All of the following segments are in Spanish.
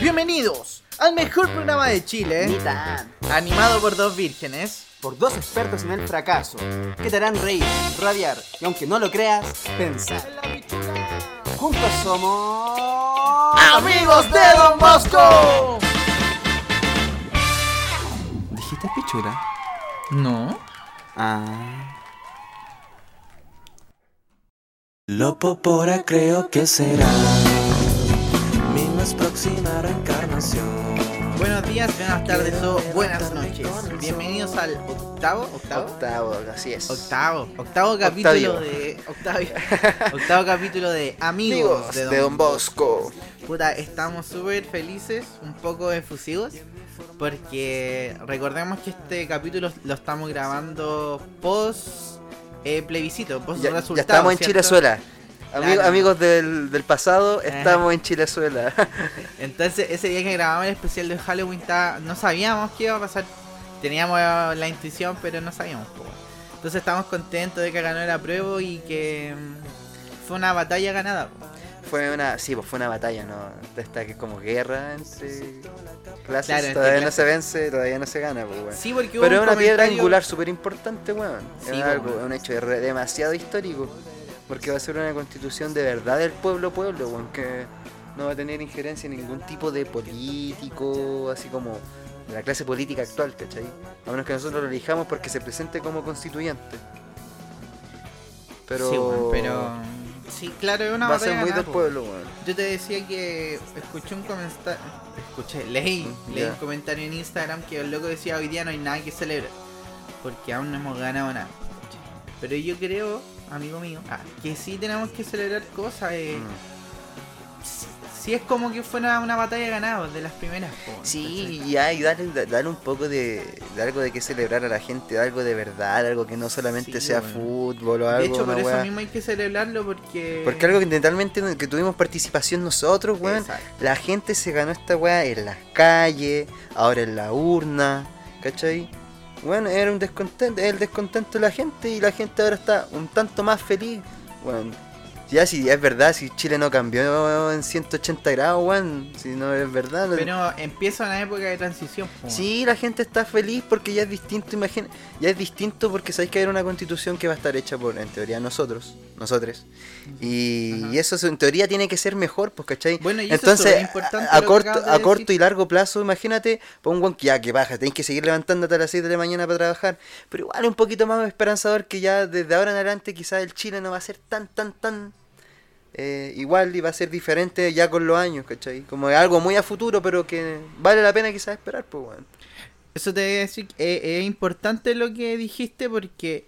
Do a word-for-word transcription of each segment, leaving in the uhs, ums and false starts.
Bienvenidos al mejor programa de Chile, Ni tan. animado por dos vírgenes. Por dos expertos en el fracaso, que te harán reír, radiar y aunque no lo creas, pensar. Juntos somos... ¡Amigos de Don Bosco! ¿Dijiste pichura? No. Ah... Lopopora creo que será mi más próxima reencarnación. Buenos días, buenas tardes o buenas noches. Bienvenidos al octavo, octavo, Octavo, así es. octavo, octavo capítulo Octavio. de Octavio, octavo capítulo de Amigos, Amigos de Don, de Don Bosco. Puta, estamos súper felices, un poco efusivos, porque recordemos que este capítulo lo estamos grabando post eh, plebiscito, post Ya, resultado. ya estamos en ¿cierto? Chilezuela. Ami- Claro. Amigos del, del pasado, Ajá. estamos en Chilezuela. Entonces ese día que grabamos el especial de Halloween estaba- no sabíamos qué iba a pasar. Teníamos eh, la intuición, pero no sabíamos cómo. Entonces estamos contentos de que ganó la prueba y que mm, fue una batalla ganada. Po. Fue una, sí, pues fue una batalla, ¿no? De esta que es como guerra entre clases. Claro, entre todavía no clases. se vence, todavía no se gana, pues, weón. Sí, porque hubo Pero es un una piedra comentario- angular súper importante, weón. Sí, es pues, algo, weón. es un hecho de re- demasiado histórico. Porque va a ser una constitución de verdad del pueblo pueblo, weón, que no va a tener injerencia en ningún tipo de político, así como de la clase política actual, ¿cachai? A menos que nosotros lo elijamos porque se presente como constituyente. Pero, Sí, weón, pero sí, claro, es una va a ser batalla muy ganada, del po. pueblo, weón. Yo te decía que escuché un comentario, escuché, leí, Mm, leí ya. un comentario en Instagram que el loco decía hoy día no hay nada que celebrar, porque aún no hemos ganado nada. Pero yo creo, amigo mío, ah, que sí tenemos que celebrar cosas. Eh, Mm. sí, sí es como que fuera una batalla ganada de las primeras. Po, Sí, ¿cachai? ya, y darle, darle un poco de, de algo de que celebrar a la gente, de algo de verdad, algo que no solamente Sí, sea bueno. fútbol o algo, De hecho, por una eso weá. mismo hay que celebrarlo porque... Porque algo que totalmente que tuvimos participación nosotros, weón. Exacto. La gente se ganó esta weá en las calles, ahora en la urna, ¿cachai? Bueno, era un descontento, el descontento de la gente y la gente ahora está un tanto más feliz, weón. Ya si es verdad, si Chile no cambió en ciento ochenta grados, weón, si no es verdad. no- Pero empieza una época de transición. Po, Sí, la gente está feliz porque ya es distinto, imagina, ya es distinto porque sabéis que hay una constitución que va a estar hecha por, en teoría, nosotros, nosotros. Y, Ajá. y eso en teoría tiene que ser mejor, pues, ¿cachai? Bueno, y eso es Entonces, superimportante a, a lo que corto, acabas de a corto decir. y largo plazo, imagínate, pon un guan que ya, que baja, tenéis que seguir levantándote a las seis de la mañana para trabajar, pero igual es un poquito más esperanzador que ya desde ahora en adelante quizás el Chile no va a ser tan, tan, tan... Eh, igual y va a ser diferente ya con los años, ¿cachai? Como es algo muy a futuro, pero que vale la pena quizás esperar, pues, bueno. Eso te voy a decir, que es, es importante lo que dijiste porque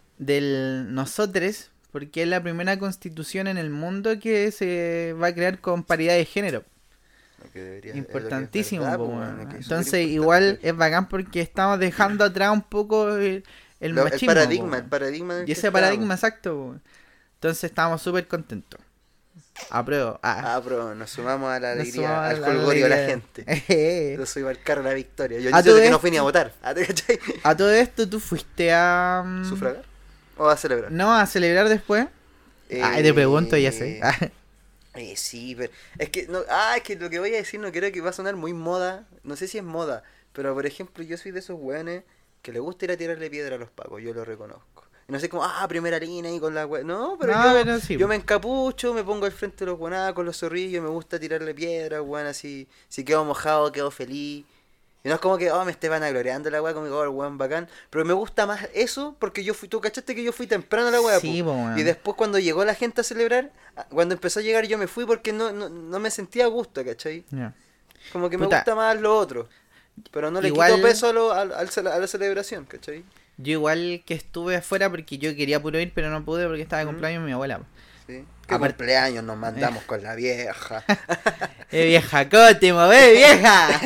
del nosotros, porque es la primera constitución en el mundo que se va a crear con paridad de género. Lo que debería- es lo que es Importantísimo. verdad, po, pues, weón. bueno, que es Entonces superimportante. igual es bacán porque estamos dejando atrás un poco el, el Lo- machismo. paradigma, po, el paradigma del y que ese estábamos. paradigma exacto. po. Entonces estamos súper contentos. Apruebo. Ah, Ah, pero nos sumamos a la nos alegría, sumamos a al la colgorio de la alegría. gente. Yo soy Valcarro la victoria. Yo A dice todo que no esto- fui ni a votar. ¿Ah, te cachai? A todo esto, ¿tú fuiste a... mm, ¿Sufragar? ¿O a celebrar? No, a celebrar después? Ay, te pregunto, ya sé. Eh, sí, pero es que no, ah, es que lo que voy a decir no creo que va a sonar muy moda, no sé si es moda, pero por ejemplo yo soy de esos weones que le gusta ir a tirarle piedra a los pacos, yo lo reconozco. Y no sé como, ah, primera línea ahí con la we... No, pero No, yo, pero sí, yo po. me encapucho, me pongo al frente de los guanacos, los zorrillos, me gusta tirarle piedra, weón, así, si quedo mojado, quedo feliz. Y no es como que, oh, me esté vanagloriando la weá, como que, oh, el weón bacán. Pero me gusta más eso porque yo fui, tú cachaste que yo fui temprano a la weá, Sí, po. po, weón. Y después cuando llegó la gente a celebrar, a- cuando empezó a llegar yo me fui porque no, no, no me sentía a gusto, ¿cachai? Ya. Como que me Puta. gusta más lo otro. Pero no le Igual- quito peso a, lo, al- al cele- a la celebración, ¿cachai? Yo igual que estuve afuera porque yo quería puro ir, pero no pude porque estaba de Mm. cumpleaños mi abuela. po. Sí. ¿Qué Aparte- cumpleaños nos mandamos con la vieja? ¡Eh, vieja cote, move, vieja!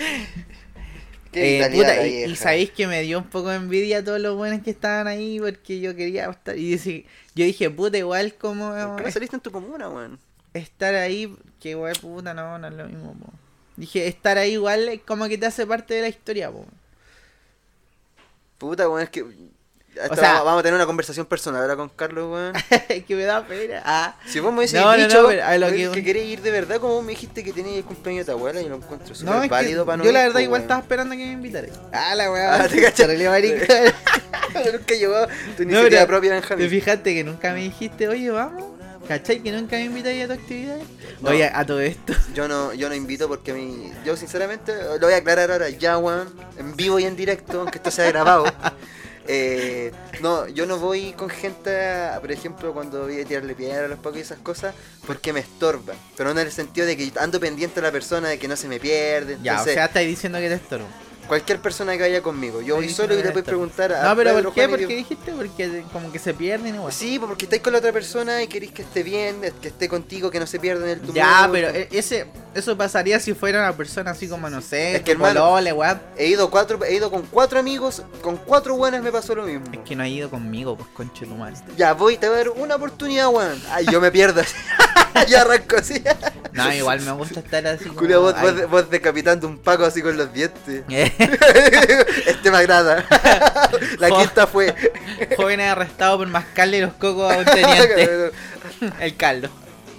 Qué Eh, italiana puta, y, vieja. y sabéis que me dio un poco de envidia a todos los buenos que estaban ahí porque yo quería estar. Y dije- yo dije, puta, igual como ¿Por qué no saliste en tu comuna, weón? estar ahí, que igual, puta, no, no es lo mismo. Po. Dije, estar ahí igual es como que te hace parte de la historia. Po. Puta, weón, es que Esto O sea- vamos, vamos a tener una conversación personal ahora con Carlos, weón. Es que me da pena. Ah. Si vos me hubieses No, no, dicho no, pero a lo que, que- querés ir de verdad, como vos me dijiste que tenías el cumpleaños de tu abuela, yo lo encuentro súper No, es que válido para no yo la ir, verdad po, igual weón. estaba esperando a que me invitarais. Ah, la weá. Ah, te cachai. Terrible marica. Yo nunca llegó tu No, iniciativa pero propia, ¿Te Benjamín. fijaste que nunca me dijiste, oye, vamos? ¿Cachai? Que nunca me invitáis a tu actividad. No. Oye, a todo esto. Yo no, yo no invito porque a mí, yo sinceramente, lo voy a aclarar ahora ya, weón, en vivo y en directo, aunque esto sea grabado. Eh, no, yo no voy con gente, a- por ejemplo, cuando voy a tirarle piedra a los pacos y esas cosas, porque me estorban. Pero no en el sentido de que ando pendiente de la persona, de que no se me pierde. Ya, Entonces, o sea, estáis diciendo que te estorbo. cualquier persona que vaya conmigo, yo voy Estáis solo y diciendo le que puedes te preguntar a estorbo. No, pero Pedro, ¿por qué? Juan y ¿Por Diego. qué dijiste? Porque como que se pierden igual. Sí, porque estáis con la otra persona y queréis que esté bien, que esté contigo, que no se pierda en el tumulto. Ya, pero e- ese eso pasaría si fuera una persona así como, no sé, Es que, tu hermano, polole, weá. He ido cuatro, he ido con cuatro amigos, con cuatro buenas me pasó lo mismo. Es que no ha ido conmigo, pues conche tu madre. Ya voy, te voy a dar una oportunidad, weón. Ay, yo me pierdo. Ya arranco así. No, igual me gusta estar así como... Julio, vos, ay. vos, vos decapitando un paco así con los dientes. Eh, Este me agrada. La Jo- quinta fue. Jóvenes arrestados por mascarle los cocos a un teniente. El caldo.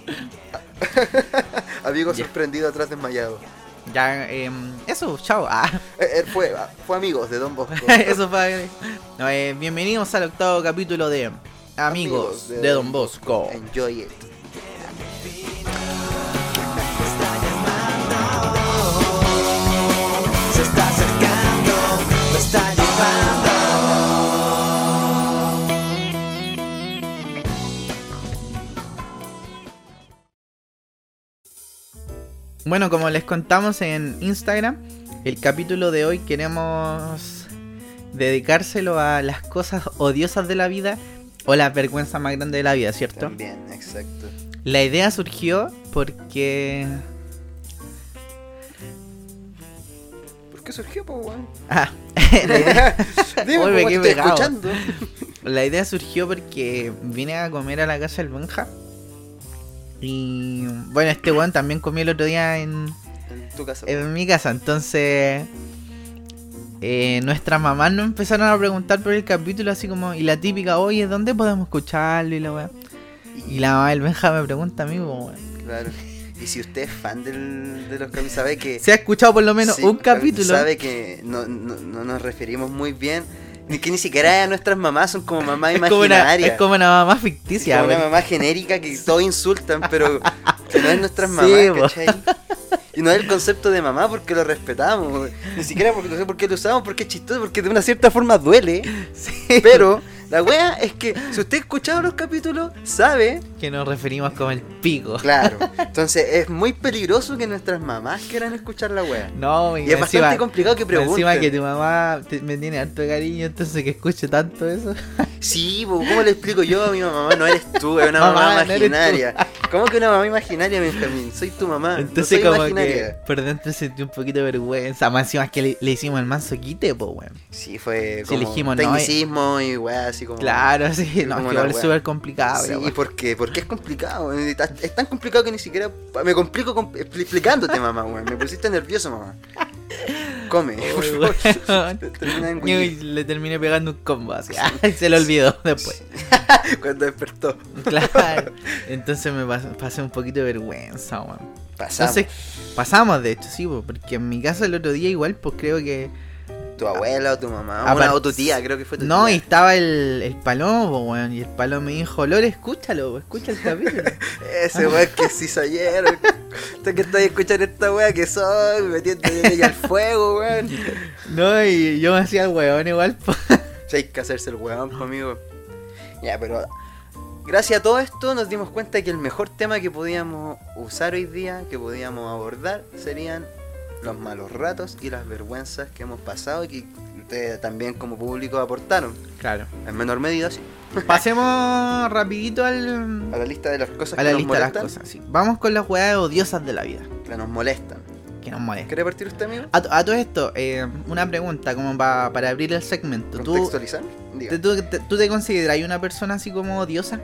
Amigo Ya. sorprendido atrás desmayado. Ya, eh, eso, chao. Ah, Eh, eh, fue, fue amigos de Don Bosco. eso fue. No, eh, bienvenidos al octavo capítulo de Amigos, de, Don Bosco. Enjoy it. Se está acercando, me está llevando. Bueno, como les contamos en Instagram, el capítulo de hoy queremos dedicárselo a las cosas odiosas de la vida o las vergüenzas más grandes de la vida, ¿cierto? También, exacto. La idea surgió porque... ¿Por qué surgió, po, weón? Ah, la idea... Dime, Oye, po, me weón, quedé te estoy pegado. escuchando. La idea surgió porque vine a comer a la casa del Benja. Y bueno, este weón también comió el otro día en, En tu casa. en mi casa. Entonces, eh, nuestras mamás nos empezaron a preguntar por el capítulo, así como, y la típica, oye, ¿dónde podemos escucharlo? Y la weá. Y la mamá del Benja me pregunta a mí, pues, weón. Claro. Y si usted es fan del, de los capítulos, sabe que... Se ha escuchado por lo menos sí, un capítulo. Sabe que no, no, no nos referimos muy bien, ni que ni siquiera a nuestras mamás, son como mamás es, como una, imaginarias. es como una mamá Es ficticia, como una weón. mamá genérica que todos insultan, pero que no es nuestras Sí, mamás, po. ¿cachai? Y no es el concepto de mamá porque lo respetamos, güey. Ni siquiera porque no sé por qué lo usamos, porque es chistoso, porque de una cierta forma duele. Sí, Pero la wea es que si usted ha escuchado los capítulos, sabe. que nos referimos como el pico. Claro. Entonces es muy peligroso que nuestras mamás quieran escuchar la wea. No, Y es bastante complicado que pregunten. Encima que tu mamá te- me tiene harto cariño, entonces que escuche tanto eso. Sí, po, ¿cómo le explico yo a mi mamá? No eres tú, es una mamá, Mamá, no eres tú. imaginaria. ¿Cómo que una mamá imaginaria, Benjamín? Soy tu mamá. Entonces no soy como que imaginaria. por dentro sentí un poquito de vergüenza. Más encima es que le, le hicimos el manso quite, po, weón. Sí, fue Sí, como elegimos, ¿no? tecnicismo y weá, así como... Claro, sí, no, es como que la igual es wea. súper complicado, Sí, pero, weón. ¿por qué? Porque es complicado. Es es tan complicado que ni siquiera... Me complico con- explicándote, mamá, weón. Me pusiste nervioso, mamá. Come, por Uy, favor. weón. Termina en Y Wii. le terminé pegando un combo así. Ay, se lo olvidó después. Cuando despertó. Claro. Entonces me pas- pasé un poquito de vergüenza, weón. Pasamos. Entonces, pasamos de hecho, sí, po, porque en mi casa el otro día igual, pues creo que... Tu abuela o tu mamá. Aparte- Una, o tu tía, creo que fue tu No, y tía. estaba el, el palomo, po, weón, y el palomo me dijo, Lore, escúchalo, po, escucha el capítulo. Ese weón que se hizo ayer. Tú que estás escuchando esta weá que soy, metiendo ella al fuego, weón. No, y yo me hacía el weón igual, po. Sí, hay que hacerse el weón, pues, amigo. Ya, pero gracias a todo esto nos dimos cuenta que el mejor tema que podíamos usar hoy día, que podíamos abordar, serían los malos ratos y las vergüenzas que hemos pasado y que ustedes también como público aportaron. Claro. En menor medida, sí. Pasemos rapidito al, A la lista de las cosas a que la nos lista de las molestan. cosas, sí. Vamos con las weas odiosas de la vida, Que nos molestan. que nos molestan. ¿Quiere partir usted, amigo? A, to- a todo esto, eh, una pregunta como pa- para abrir el segmento. ¿Tú, ¿Contextualizar? Diga. te, tú, te, tú te consideras una persona así como odiosa?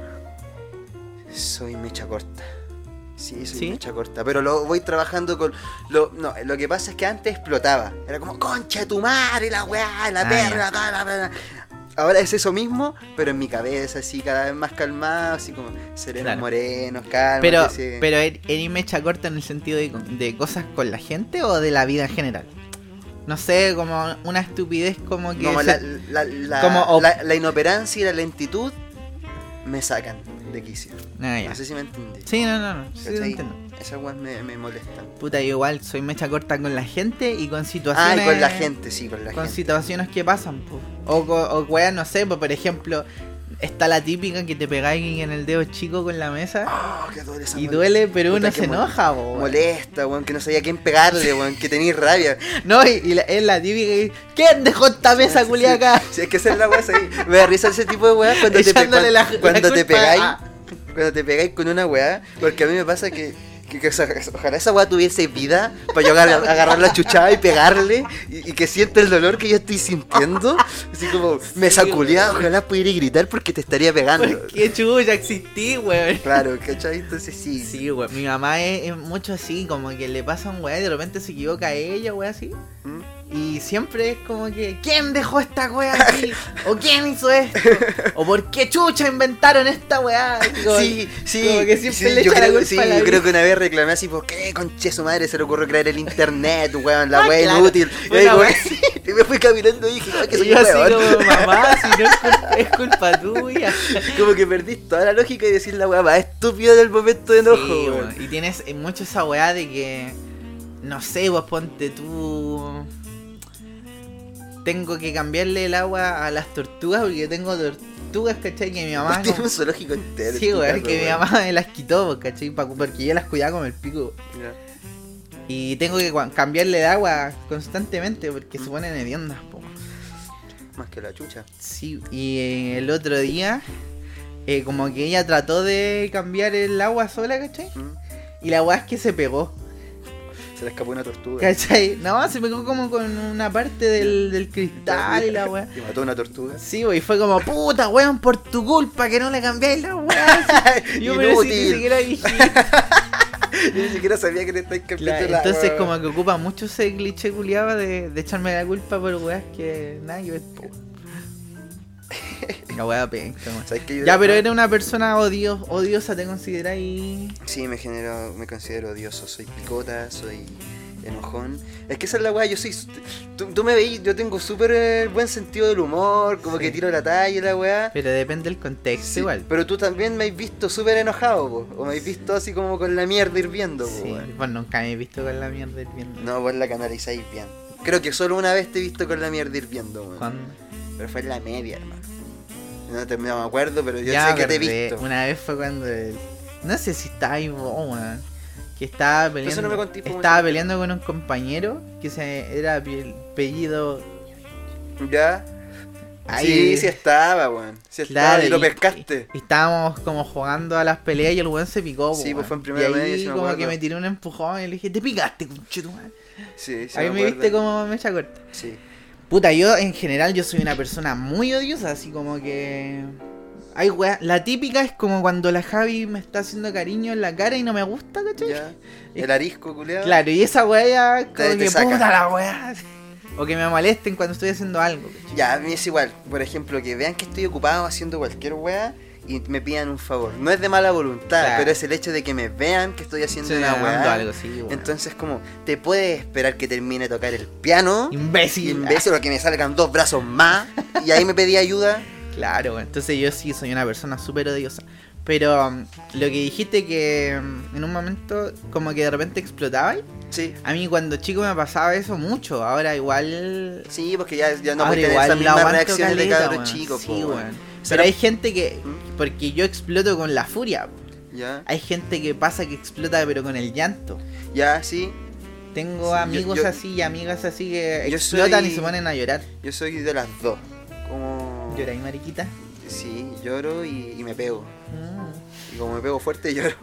Soy mecha corta. Sí, soy ¿Sí? mecha corta. Pero lo voy trabajando con. Lo, no, lo que pasa es que antes explotaba. Era como, concha de tu madre, la weá, la Ah, perra, ya. la, la, la, la". ahora es eso mismo, pero en mi cabeza, así, cada vez más calmado, así como serenos Claro. morenos, calma. Pero, que sí. pero ¿eres mecha corta en el sentido de, de cosas con la gente o de la vida en general? No sé, como una estupidez como que... Como se- la, la, la, como op- la- la inoperancia y la lentitud me sacan de quicio. Ah, ya. No sé si me entendí. Sí, no, no, no. Sí, ¿Cachai? lo entiendo. Esas weas me, me molestan. Puta, yo igual soy mecha corta con la gente y con Ah, situaciones... y con la gente, sí, con la Con gente. situaciones que pasan, po. O, co- o weas, no sé, po, por ejemplo, está la típica que te pegáis en el dedo chico con la mesa Oh, que duele esa y mole- duele, pero Puta, uno que se mo- enoja, po, weón. Molesta, weón, que no sabía a quién pegarle, weón, que tenéis rabia. No, y, y la- es la típica que ¿quién dejó esta mesa Sí, culia acá? Sí, es que esa es la wea ahí. Me da risa ese tipo de weas cuando te, pe- Echándole la- cuando, cuando la te culpa pegáis. a- Cuando te pegáis con una weá, porque a mí me pasa que, que, que esa- ojalá esa weá tuviese vida para yo agarrar, agarrar la chuchada y pegarle y, y que sienta el dolor que yo estoy sintiendo. Así como, me Sí, saculeaba, weón. ojalá pudiera gritar porque te estaría pegando. ¿Por qué chucha existí, weón? Claro, ¿cachai? Entonces sí. Sí, weón, mi mamá es, es mucho así, como que le pasa un weón y de repente se equivoca a ella, weón, así. ¿Mm? Y siempre es como que, ¿quién dejó esta weá aquí? ¿O quién hizo esto? ¿O por qué chucha inventaron esta weá? Así como- Sí, sí, como que siempre sí, le yo echa la creo, culpa sí, a la yo creo vida. que una vez reclamé así, ¿por qué conche su madre se le ocurrió crear el internet, weón? La Ah, weá claro. inútil. Y, ahí, Una weón, weá sí, y me fui caminando y dije, "Ay, que Y soy yo un así weón". como, mamá, si no es culpa, es culpa tuya. Como que perdí toda la lógica y decir la weá más estúpida del momento de enojo, Sí, weón. weón. Y tienes eh, mucho esa weá de que, no sé, vos ponte tú... Tengo que cambiarle el agua a las tortugas porque yo tengo tortugas, ¿cachai? Que mi mamá... Tiene no- un zoológico entero. Sí, en tu weón, casa, que mi weón. mamá me las quitó, ¿cachai? Pa- Porque yo las cuidaba con el pico. Ya. Y tengo que cua- cambiarle de agua constantemente porque se ponen hediondas, po. Más que la chucha. Sí, y eh, el otro día, eh, como que ella trató de cambiar el agua sola, ¿cachai? ¿Mm? Y la weá es que se pegó, Se le escapó una tortuga. ¿cachai? No, se pegó como con una parte del, del cristal y la weá. Y mató una tortuga. Sí, wey, y fue como, puta, weón, por tu culpa que no le cambiáis la weá. Y yo pero si ni Inútil. siquiera dije. Yo ni siquiera sabía que le estáis cambiando Claro, la entonces weá. como que ocupa mucho ese cliché culiado de, de echarme la culpa por weas que nada que ver, po. La wea penca, weón. ¿Sabes que yo- Ya, pero eres una persona odio, odiosa, ¿te consideráis? Sí, me genero, me considero odioso. Soy picota, soy enojón. Es que esa es la weá, yo soy... Tú, tú me veis, yo tengo súper eh, buen sentido del humor, como Sí. que tiro la talla y la weá. Pero depende del contexto Sí, igual. pero tú también me has visto súper enojado, po. O me has visto así como con la mierda hirviendo, po, Sí, weón. pues nunca me he visto con la mierda hirviendo. No, vos la canalizáis bien. Creo que solo una vez te he visto con la mierda hirviendo, weón. ¿Cuándo? Pero fue en la media, hermano. No, te, no me acuerdo, pero yo Ya sé me que te he acordé, visto. Una vez fue cuando... No sé si estaba ahí vos, weón. Que estaba Eso peleando... no me contís, pues, estaba mucho. peleando con un compañero que se era pe- apellido... ¿Ya? Ahí- Sí, sí estaba, weón. Sí estaba Claro, y lo y- pescaste. Y estábamos como jugando a las peleas y el weón se picó. Sí, po, pues fue en weón. primera y ahí media, sí me como acuerdo. que me tiré un empujón y le dije, te picaste, conchetumadre. Sí, sí. Ahí me acuerdo. viste como me echa corta. Sí. Puta, yo en general yo soy una persona muy odiosa, así como que... Ay, weá, la típica es como cuando la Javi me está haciendo cariño en la cara y no me gusta, ¿cachai? Ya. El arisco, culeado. Claro, y esa weá ya como Te- te que saca. puta la weá. O que me molesten cuando estoy haciendo algo, ¿cachai? Ya, a mí es igual. Por ejemplo, que vean que estoy ocupado haciendo cualquier weá y me pidan un favor. No es de mala voluntad, Claro. pero es el hecho de que me vean que estoy haciendo Estoy una dando weá. algo, sí, weón. Entonces, como, te puedes esperar que termine de tocar el piano. Imbécil. Imbécil, o que me salgan dos brazos más. Y ahí me pedí ayuda. Claro, bueno, entonces yo sí soy una persona súper odiosa. Pero um, lo que dijiste que um, en un momento como que de repente explotaba. Sí. A mí cuando chico me pasaba eso mucho. Ahora igual... Sí, porque ya, ya no ahora puedes tener igual esas la mismas aguanto reacciones de caleta, cabros weón. chicos. Sí, po, weón. weón. Pero Será- hay gente que... ¿Mm? Porque yo exploto con la furia. Ya, Hay gente que pasa que explota pero con el llanto. ya, sí. Tengo Sí, amigos yo- yo- así y amigas así que yo explotan soy- y se ponen a llorar. Yo soy de las dos. Como... ¿Lloráis, mariquita? Sí, lloro y, y me pego. Mm. Y como me pego fuerte, lloro.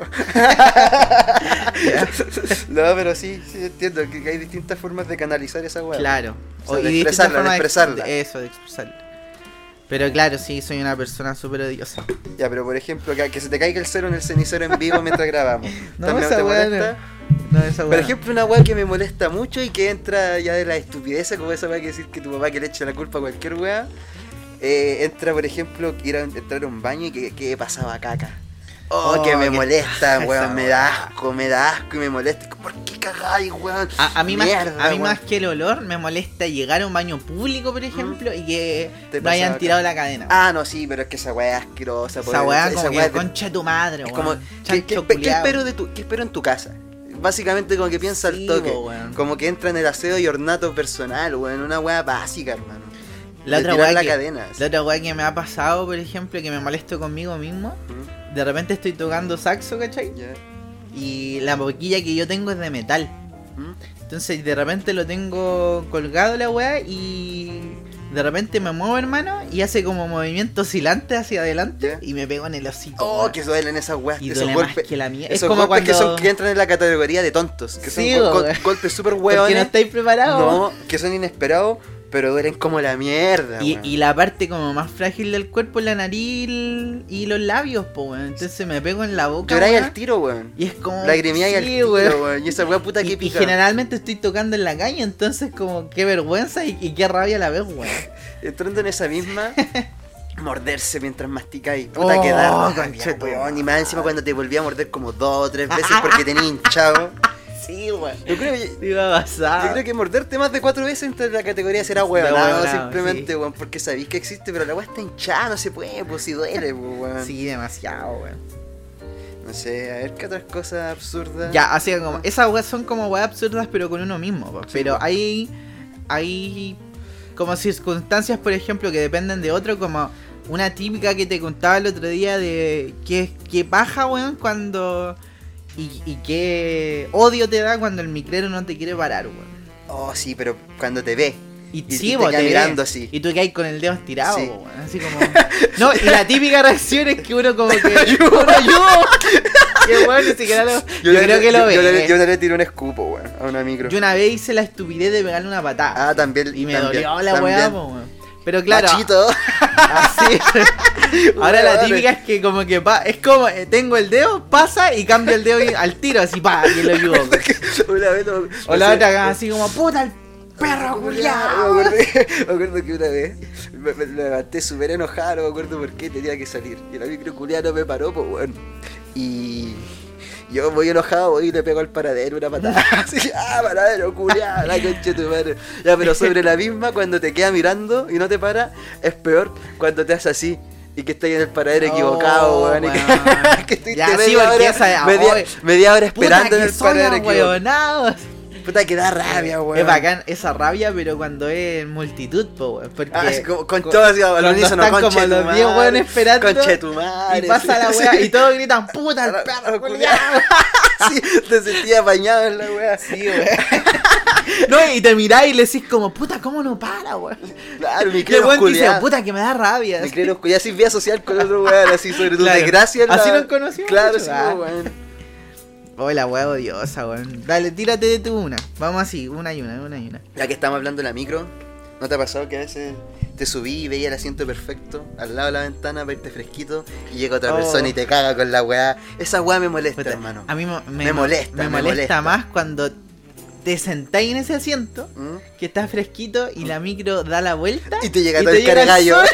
Ya. No, pero sí, sí entiendo que hay distintas formas de canalizar esa weá. Claro. O sea, de y distintas expresarla, de formas expresarla. de- eso, de expresarla. Pero claro, sí, soy una persona súper odiosa. Ya, pero por ejemplo, que, que se te caiga el cero en el cenicero en vivo mientras grabamos. No, ¿También esa te weá molesta? No, esa Por weá. ejemplo, una weá que me molesta mucho y que entra ya de la estupidez, como esa weá que decir que tu papá que le echa la culpa a cualquier weá. eh, entra, por ejemplo, ir a entrar a un baño y que, que pasaba caca. Oh, Oh, que me qué molesta, paja weón, esa me weá. da asco, me da asco y me molesta. ¿Por qué cagáis, weón? A, a mí, más, Mierda, a mí weón. más que el olor me molesta llegar a un baño público, por ejemplo, y que Te no hayan pasaba tirado acá. la cadena. Ah, no, sí, pero es que esa weá es asquerosa. Esa po, weá esa como weá que es de- concha de tu madre, Es weón. como, ¿qué, Chancho qué, espe- qué culiao. espero de tu, qué espero en tu casa? Básicamente como que piensa al Sí, toque. po, weón. Como que entra en el aseo y ornato personal, weón. Una weá básica, hermano. La De otra tirar weá la que, cadena. la otra weá que me ha pasado, por ejemplo, que me molesto conmigo mismo. ¿Mm? De repente estoy tocando saxo, ¿cachai? Ya. Y la boquilla que yo tengo es de metal. ¿Mm? Entonces de repente lo tengo colgado la weá y de repente me muevo, hermano, y hace como movimiento oscilante hacia adelante Ya. y me pego en el hocico. Oh, weón. que duelen esas weas, Y esos duele más golpes. que la mierda. Es Esos como golpes cuando... que, son, que entran en la categoría de tontos. Que Sí, son go- weón. go- golpes súper Porque no hueones. estáis preparados. No, que son inesperados, pero duelen como la mierda. Y, weón. y la parte como más frágil del cuerpo es la nariz y los labios, po, weón. Entonces me pego en la boca, Lloráis weón, al tiro, weón. y es como... Lagrimíais al sí, tiro, weón. weón. Y esa wea puta Y, que y pica. generalmente estoy tocando en la calle, entonces como qué vergüenza y, y qué rabia a la vez, weón. Entrando en esa misma, morderse mientras masticáis. Puta Oh, que da rabia, concheto. weón. Y más encima cuando te volví a morder como dos o tres veces porque tenía hinchado. Sí, weón. Yo creo, yo, Iba a pasar. yo creo que morderte más de cuatro veces entra en la categoría de ser ahueonado ahueonado, simplemente, sí. weón. Porque sabéis que existe, pero la weá está hinchada, no se puede, pues si duele, pues, weón. Sí, demasiado, weón. No sé, a ver qué otras cosas absurdas. Ya, así que como... Esas weas son como weas absurdas, pero con uno mismo, po. Sí, Pero po. hay... Hay... Como circunstancias, por ejemplo, que dependen de otro, como... Una típica que te contaba el otro día de... Que, que paja, weón, cuando... Y, y qué odio te da cuando el micrero no te quiere parar, weón. Oh, sí, pero cuando te ve. Y, Y- sí, y te vos, queda te mirando ve. así. Y tú que hay con el dedo estirado, Sí. po, weón, así como... No, y la típica reacción es que uno como que... ¡Uno ayuda! Que bueno, ni siquiera lo... Yo, le- creo que lo yo, ve. yo le, eh. yo le tiré un escupo, weón, a una micro. Yo una vez hice la estupidez de pegarle una patada. Ah, también. Y me también, dolió la también. weá, po, weón. Pero claro, Machito. así. Ahora la Weón. típica es que como que pa, es como eh, tengo el dedo, pasa y cambio el dedo y- al tiro, así pa, y lo ayudo. Una vez no- O la no sé, otra acá, así como, puta el perro Me culiao. acuerdo, me acuerdo que una vez me, me levanté súper enojado, no me acuerdo por qué tenía que salir. Y la micro culiao no me paró, pues weón. Y yo voy enojado, voy y le pego al paradero una patada. Así, ah, paradero, culiao, la concha de tu madre. Ya, pero sobre la misma, cuando te queda mirando y no te para, es peor cuando te hace así. Y que estás en el paradero Oh, equivocado, weón. y weón. que, que estuviste Ya, sí, media, porque hora, esa- media, oye, media hora Puta esperando en que el soy paradero equivocado. ahueonado. Puta que da rabia, weón. Es bacán esa rabia, pero cuando es en multitud, po, weón. Porque Ah, así como, con cu- todo así, al cuando unísono, están conche como tu los diez madre, weones esperando conche tu madre, y pasa sí, la weá sí. y todos gritan, puta el Ah, perro ah, culiao. Sí, te sentías bañado en la weá. Sí, weón. No, y te mirás y le decís como, puta, ¿cómo no para, weón? Claro, mi Y el creo weón te dice, culiado. puta, que me da rabia. Mi creo culiado, así voy a social con otro weón, así sobre tu Claro. desgracia. en la- Así nos conocimos, Claro, mucho, sí, ah. weón. Oh, la weá odiosa, weón. Dale, tírate de tu una. Vamos así, una y una, una y una. Ya que estamos hablando de la micro, ¿no te ha pasado que a veces te subí y veía el asiento perfecto al lado de la ventana para irte fresquito y llega otra Oh. persona y te caga con la weá? Esa weá me molesta, Puta, hermano. a mí mo- me, Me molesta, me me molesta molesta. más cuando te sentáis en ese asiento, ¿Mm? que está fresquito y la micro da la vuelta. Y te llega y todo te el llega el cargallo. sol.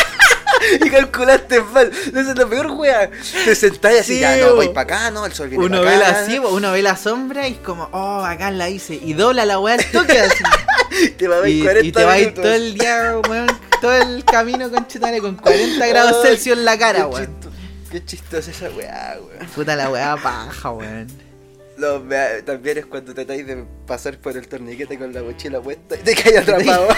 Y calculaste mal. Esa es la peor weá. Te sentás así, Sí, ya, no, bo. voy para acá, no, el sol viene Uno para ve acá. la así, uno ve la sombra y es como, oh, acá la hice. Y dobla la weá al toque así. Te va a ver Y, cuarenta y te va a ir minutos. todo el día, weón, todo el camino con chetane con cuarenta grados Ay, Celsius en la cara, qué weón. chisto- Qué chistosa esa weá, weón. Puta la weá paja, weón. Lo, me- también es cuando tratáis de pasar por el torniquete con la mochila puesta y te caes atrapado.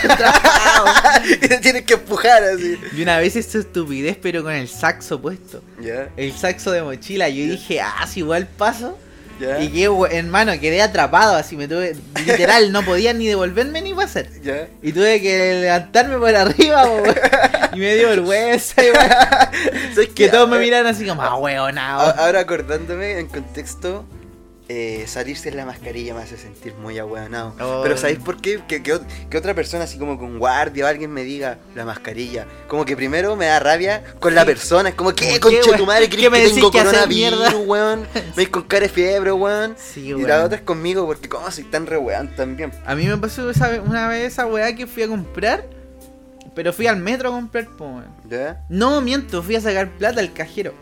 Y te tienes que empujar así. Y una vez hice estupidez, pero con el saxo puesto. Ya, El saxo de mochila. Yo dije, ah, si igual paso. ya, Y que, hermano, quedé atrapado, así me tuve. Literal, no podía ni devolverme ni pasar. ya. Y tuve que levantarme por arriba, po, weón. Y me dio vergüenza, y weón. ¿Sabes Que qué? todos me Ahora- miraron así como, ah, a- weonado. Ahora acordándome en contexto, eh, salirse en la mascarilla me hace sentir muy ahueonado. Oh. Pero ¿sabéis por qué? Que, que, ot- que otra persona así como con guardia o alguien me diga la mascarilla. Como que primero me da rabia con la Sí. persona. Es como, ¿qué, ¿Por qué, concha de weón? tu madre? ¿Qué ¿Crees me que decís tengo que hacer coronavirus, mierda? weón? Me veis con cara de fiebre, weón. Sí, Y weón. la otra es conmigo porque como soy tan re weón también. A mí me pasó esa, una vez esa weá que fui a comprar. pero fui al metro a comprar, po, weón. ¿Ya? No, miento, fui a sacar plata al cajero.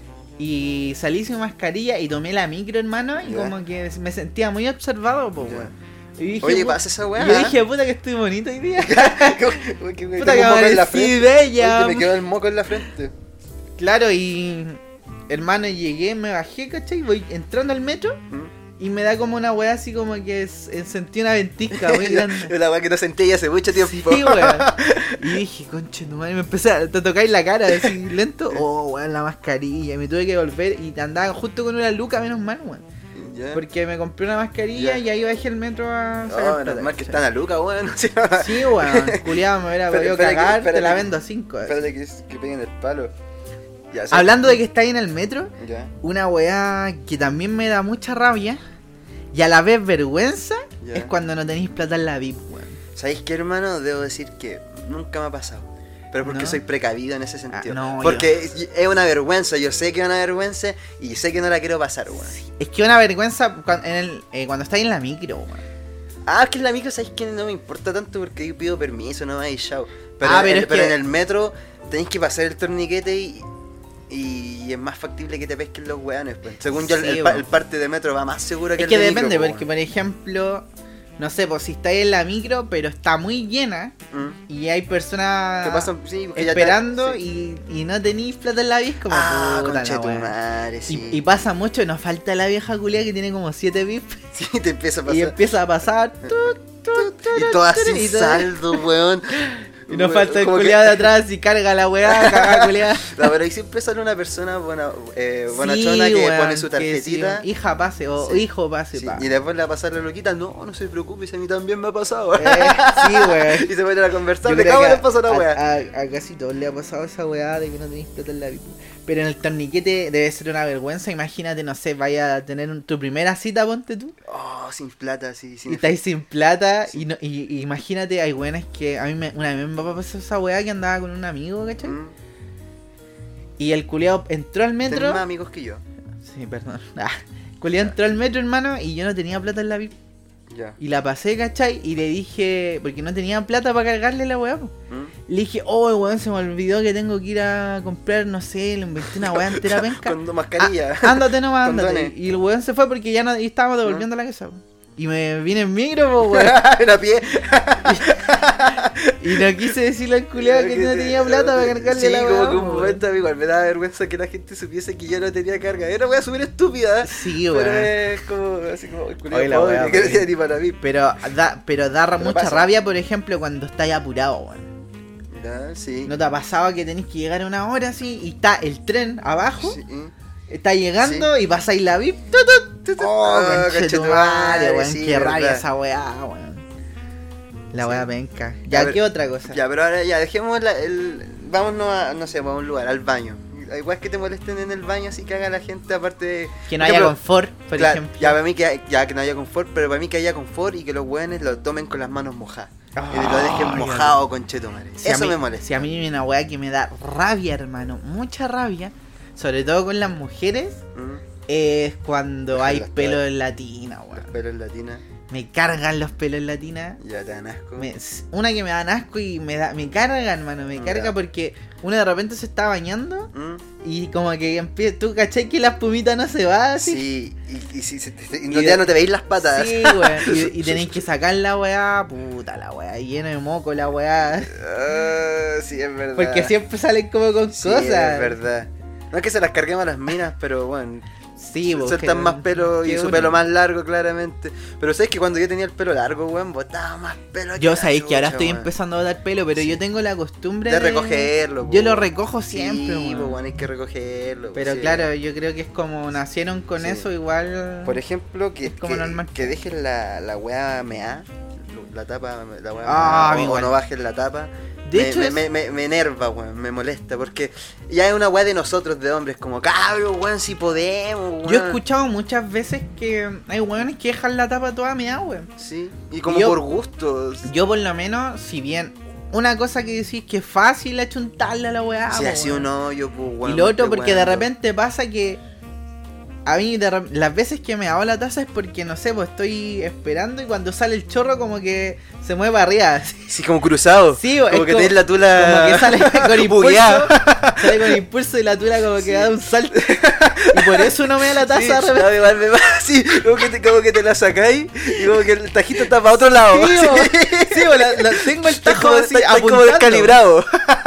Y salí sin mascarilla y tomé la micro, hermano, y Ya. como que me sentía muy observado, po, Ya. weón. Y dije, Oye, pu- pasa esa weá. y yo dije, puta que estoy bonito hoy día. Uy, que me Puta tengo que un moco en la amanecí frente. bella. Oye, me quedó el moco en la frente. Claro, y hermano, llegué, me bajé, ¿cachai? Voy entrando al metro ¿Mm? y me da como una weá así como que es- eh, sentí una ventisca muy grande. La weá que no sentí ya hace mucho tiempo. Sí, weón. Y dije, conche tu madre, me empecé a te tocáis la cara así lento. Oh, weón, la mascarilla. Y me tuve que volver y andaba justo con una luca, menos mal, weón. ¿Ya? Porque me compré una mascarilla Ya. y ahí bajé el metro a Oh, sacar plata, menos mal que ¿cachai? están a Luca, weón. Sí, Sí, weón, culiado, me hubiera Espera, podido espera que- cagar, espera te la que- vendo a cinco. Espérate que, que peguen el palo. Ya, sí. Hablando de que está ahí en el metro, Ya, una weá que también me da mucha rabia y a la vez vergüenza ya. es cuando no tenéis plata en la V I P, weón. ¿Sabéis qué, hermano? Debo decir que nunca me ha pasado. Pero porque ¿No? soy precavido en ese sentido. Ah, no, porque es- es una vergüenza, yo sé que es una vergüenza y sé que no la quiero pasar, weón. Es que una vergüenza cuan- en el, eh, cuando estáis en la micro, weón. Ah, es que en la micro, ¿sabéis que no me importa tanto porque yo pido permiso, no me chao. Pero, Ah, en, pero el- es pero que- en el metro tenéis que pasar el torniquete y, y es más factible que te pesquen los weones, pues. Según yo, el, Sí, el pa- weón. el parte de metro va más seguro que Es el que de depende, micro, porque po, por ejemplo, no sé, pues si estáis en la micro, pero está muy llena weón. ¿Mm? y hay personas ¿Qué pasa? Sí, porque ya te- esperando sí. y, y no tenéis plata en la V I P, como Ah, puta la conche tu weá. madre, sí. Y, y pasa mucho, nos falta la vieja culia que tiene como siete V I P Sí, te empieza a y pasar. empieza a pasar. tu, tu, tu, Y todas tu, sin y todo- saldo, weón. Y nos Weón, falta el como que- culiado de atrás y carga la weá, caga culiada. No, pero ahí siempre sale una persona buena, eh, buena Sí, chona que weón, pone su que tarjetita. sí, hija pase o Sí. hijo pase, Sí, pa. y después le va a pasar la loquita, no, no se preocupe, si a mí también me ha pasado. Eh, sí, weón. Y se ponen a conversar, Yo de creo cabo que les pasó la a- wea. A, a casi todos le ha pasado esa weá de que no tenéis plata en la V I P. Pero en el torniquete debe ser una vergüenza. Imagínate, no sé, vaya a tener un- tu primera cita, ponte tú. Oh, sin plata, sí, sin Y estáis sin plata. Y, no, y, y imagínate, hay weones que. A mí me, una vez me pasó esa weá que andaba con un amigo, ¿cachai? Mm, Y el culiao entró al tenés metro. más amigos que yo. Sí, perdón. Ah, el culiao entró al metro, hermano, y yo no tenía plata en la V I P. Ya. Y la pasé, ¿cachai? Y le dije, porque no tenía plata para cargarle la weá, po. ¿Mm? Le dije, oh, weón, se me olvidó que tengo que ir a comprar, no sé, le inventé una weá entera penca. Con mascarilla. Ah, ándate nomás, ándate. Condones. Y el weón se fue porque ya no, y estábamos devolviendo a la casa, po. Y me vine en micro, po, weón. En a pie. Y no quise decirle al culiao que no tenía plata para cargarle sí, la como weá, que po, un weón. momento, amigo, me daba vergüenza que la gente supiese que yo no tenía carga. Era una wea súper estúpida. Sí, Pero weón. es como, así como, el culiao Oye, la pobre, wea, que no weón. tiene ni para mí. Pero da, pero da Pero mucha pasa. rabia, por ejemplo, cuando estáis apurado, weón. Ya, sí. ¿No te ha pasado que tenéis que llegar a una hora así y está el tren abajo? Sí. Está llegando y pasáis la V I P. tu, tu, tu. Oh, Oh, conchetumare, conchetumare, weón. sí, Qué verdad. rabia esa weá, weón. La Sí. weá penca. Ya, Ya, pero- ¿qué otra cosa? Ya, pero ahora ya, dejemos la, el... Vámonos a, no sé, a un lugar, al baño. Igual que te molesten en el baño, así que haga la gente, aparte de... Que no por haya ejemplo, confort, por claro, ejemplo. Ya, para mí que, ya que no haya confort, pero para mí que haya confort y que los weones lo tomen con las manos mojadas. Y lo dejen Ay, mojado, conchetumare. Si a Eso mí- me molesta. Si a mí hay una weá que me da rabia, hermano, mucha rabia, sobre todo con las mujeres, Mm, es cuando Dejar hay las pelo toallas. en latina, weón. Los pelos latinas, Me cargan los pelos en latina. ya te dan asco. Me- una que me dan asco y me da me carga, hermano, me carga Ya. porque uno de repente se está bañando Mm, y como que empieza, tú cachai que la espumita no se va así. sí, y, y, si se te- y Y no, de- ya no te veis las patas. Sí, weón. Y, y tenéis que sacar la weá, puta la weá, lleno de moco la weá. Ah, sí, es verdad. Porque siempre salen como con Sí, cosas. es verdad. No es que se las carguemos a las minas, pero bueno, Sí, vos, sueltan que- más pelo y que su uno. pelo más largo, claramente. Pero sabes que cuando yo tenía el pelo largo, weón, botaba más pelo. que Yo la sabéis que ahora chucha, estoy weón. empezando a dar pelo, pero Sí. yo tengo la costumbre De de, recogerlo, Yo po, lo weón. recojo siempre, Sí, weón. pues, weón, hay que recogerlo. Pero sí. claro, yo creo que es como nacieron con Sí. eso, igual. Por ejemplo, que, Es como que, normal. que dejen la, la weá mea, la tapa, la weá Ah, mea, o, igual. o no bajen la tapa. De me, hecho, me, es- me, me, me enerva, weón, me molesta, porque ya es una weá de nosotros, de hombres, como, cabros, weón, si podemos, weón. yo he escuchado muchas veces que hay weones que dejan la tapa toda meada, weón. Sí, y como Yo- por gustos. Yo por lo menos, si bien una cosa que decís que es fácil achuntarle a la weá, Si po, así weón. un hoyo, pues, weón. Y lo otro este porque de weón, repente pasa que a mí de rep- las veces que me hago la taza es porque, no sé, pues estoy esperando y cuando sale el chorro como que se mueve para arriba. Así. Sí, como cruzado. Sí, como es que como- tenés la tula. Como que sale con impulso, bugueada. sale con impulso y la tula como que da un salto. Y por eso no me da la taza. Sí, de repente. no, igual me va así, como que, te, como que te la sacáis y como que el tajito está para otro lado. Sí, Sí. bo, sí, bo, la- la- tengo el Está tajo como, así está- está como apuntando. descalibrado.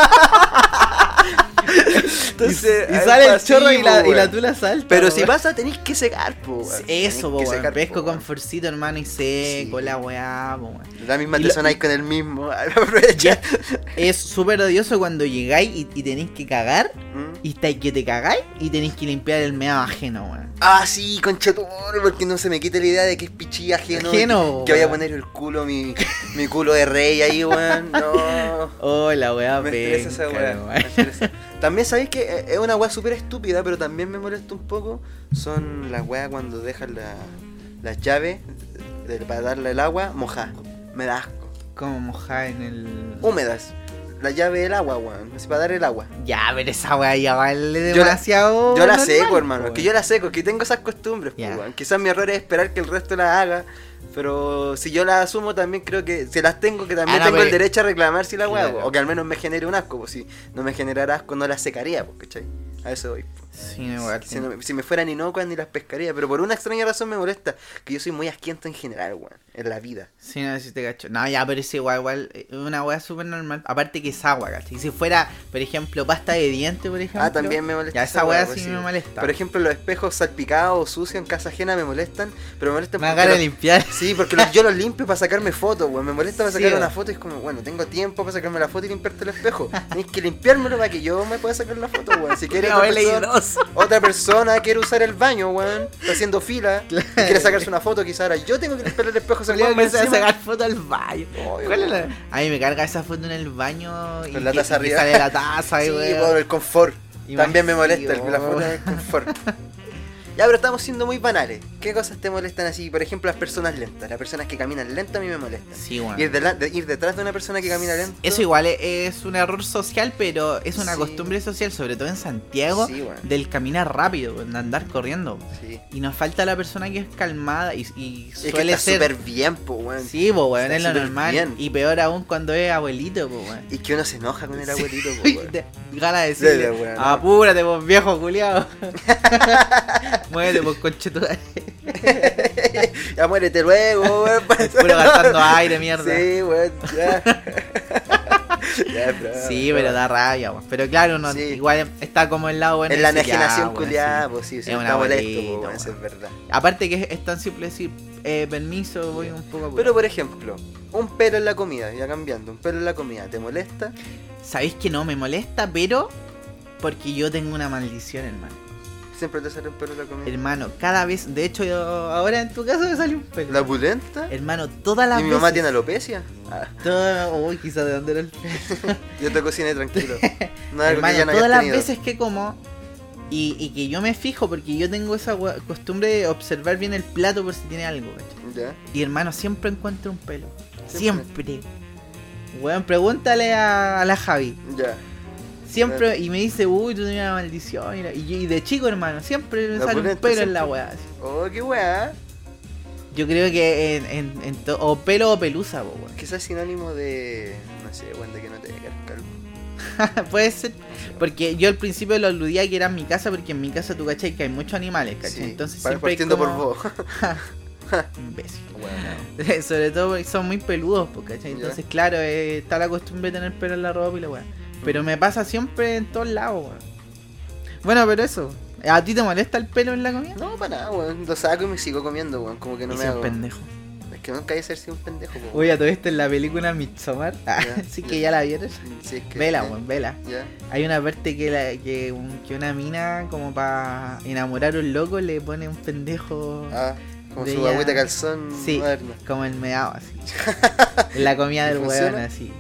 Y, Entonces, y algo sale el así, chorro y po, la, y la weón. tula salta. Pero po, si weón. pasa, tenéis que secar, po, weón. Tenéis Eso, po, que weón. secar, Pesco po, con weón. forcito, hermano, y seco, Sí. la weá, po, weón. La misma Y te lo- sonáis con el mismo. Aprovecha. Es súper odioso cuando llegáis y, y tenéis que cagar. ¿Mm? Y estáis que te cagáis y tenéis que limpiar el meado ajeno, weón. Ah, sí, conchetumare, porque no se me quite la idea de que es pichí ajeno. Ajeno, que, que vaya a weón. poner el culo, mi, mi culo de rey ahí, weón. No. Oh, la weá, Me estresa esa penca, weá. weón. me estresa. También sabéis que eh, es una weá súper estúpida, pero también me molesta un poco. Son las weas cuando dejan la, las llaves de- para darle el agua mojadas. Me da asco. Como mojar en el. Húmedas. La llave del agua, weón. Así para dar el agua. Ya, pero esa weá ya vale Yo la- demasiado. Yo la normal, seco, hermano. po, Es que weón. yo la seco, es que tengo esas costumbres, pues, Ya. weón. Quizás mi error es esperar que el resto la haga. Pero si yo las asumo también creo que si las tengo que también Ah, no, tengo pero- el derecho a reclamar si la hago. Claro. O que al menos me genere un asco. Pues si no me generara asco no las secaría, pues, ¿cachai? A eso voy. pues. Sí, igual. Si, no- si me fueran inocuas ni las pescaría. Pero por una extraña razón me molesta. Que yo soy muy asquiento en general, weón. En la vida. Sí, no sé si te cacho. No, ya, pero es igual, igual. Es una weá súper normal. Aparte que es agua, ¿cachai? Si fuera, por ejemplo, pasta de diente, por ejemplo. Ah, también me molesta. Ya, esa weá pues, sí me molesta. Por ejemplo, los espejos salpicados o sucios en casa ajena me molestan. Pero me molestan me porque hagan los- limpiar. Sí, porque los- yo los limpio para sacarme fotos, weón. Me molesta para Sí, sacar weón. una foto y es como, bueno, tengo tiempo para sacarme la foto y limpiarte el espejo. Tienes que limpiármelo para que yo me pueda sacar la foto, weón. Si quieres Una otra weá persona, leídosa. otra persona quiere usar el baño, weón. Está haciendo fila. Y quiere sacarse una foto, quizás ahora yo tengo que limpiar el espejo. Se Solía weón más empezar a encima. sacar fotos al baño. Obvio, ¿Cuál es la- weón. A mí me carga esa foto en el baño y Con la que- taza y que arriba. sale la taza y Sí, weón. por el confort. Y También me más- molesta sí, el- la weón. foto del confort. Ya, pero estamos siendo muy banales. ¿Qué cosas te molestan así? Por ejemplo, las personas lentas. Las personas que caminan lento a mí me molestan. Sí, weón. Ir, dela- de- ir detrás de una persona que camina lento. Eso igual es, es un error social, pero es una Sí. costumbre social, sobre todo en Santiago, Sí, weón. del caminar rápido, de andar corriendo. Sí. Y nos falta la persona que es calmada y, y Es que suele está ser... súper bien, po, weón. Sí, pues weón, Está es lo súper normal. bien. Y peor aún cuando es abuelito, pues weón. Y que uno se enoja con el Sí. abuelito, po, weón. Te- Gana de decirle, Dele, weón. apúrate, pues viejo culiao. Muévete, pues conchetuare. Ya muérete luego, weón. Puro gastando aire, mierda. Sí, weón, ya. Ya, bro, Sí, bro. pero da rabia, weón. Pero claro, uno Sí. igual está como el lado bueno. En la de decir, enajenación ya, weón, culiada, sí. pues sí, sí, Es un está molesto, abuelito, po, weón, eso weón. es verdad. Aparte que es, es tan simple decir, eh, permiso, voy un poco a Pero por ejemplo, un pelo en la comida, ya cambiando, un pelo en la comida, ¿te molesta? Sabéis que no me molesta, pero porque yo tengo una maldición, hermano. Siempre te sale un pelo en la comida. Hermano, cada vez, de hecho, yo, ahora en tu caso me salió un pelo. ¿La pulenta? Hermano, todas las ¿Y mi veces. mamá tiene alopecia? Ah, Toda- Uy, quizás de dónde era el pelo. yo te cociné tranquilo. No es algo que Hermano, ya no todas hayas las tenido. veces que como y, y que yo me fijo porque yo tengo esa gua- costumbre de observar bien el plato por si tiene algo, ¿cachai? Ya. Y hermano, siempre encuentro un pelo. Siempre. Siempre. Weón, pregúntale a, a la Javi. Ya. Siempre, y me dice, uy, tú tenías una maldición. Y, la- y yo- y de chico, hermano, siempre me La sale un pulenta, pelo en siempre. la weá. así. Oh, qué weá. Yo creo que en, en, en to- o pelo o pelusa, po, weón. Quizás sinónimo de. No sé, weón, de que no te quedar calvo. Puede ser. Porque yo al principio lo aludía que era en mi casa, porque en mi casa tú cachai que hay muchos animales, ¿cachai? Sí, Entonces pa- siempre hay partiendo como... por vos. Imbécil. Bueno, Sobre todo porque son muy peludos, po, ¿cachai? Ya. Entonces, claro, eh, está la costumbre de tener pelo en la ropa y la weá. Pero me pasa siempre en todos lados, weón. Bueno, pero eso. ¿A ti te molesta el pelo en la comida? no, para nada, weón. Lo saco y me sigo comiendo, weón. Como que no Y me soy un hago. pendejo. Es que nunca hay que ser sido un pendejo, weón. Oye, todo esto en la película Midsommar. Ah, Ya, sí ya. que ya la vieron. Sí, es que- Vela, ya, weón, vela. Ya. Hay una parte que, la, que, un- que una mina, como para enamorar a un loco, le pone un pendejo. Ah, como De su ella. agüita calzón Sí, moderno. como el meado, así. En la comida ¿Y del funciona? weón, así.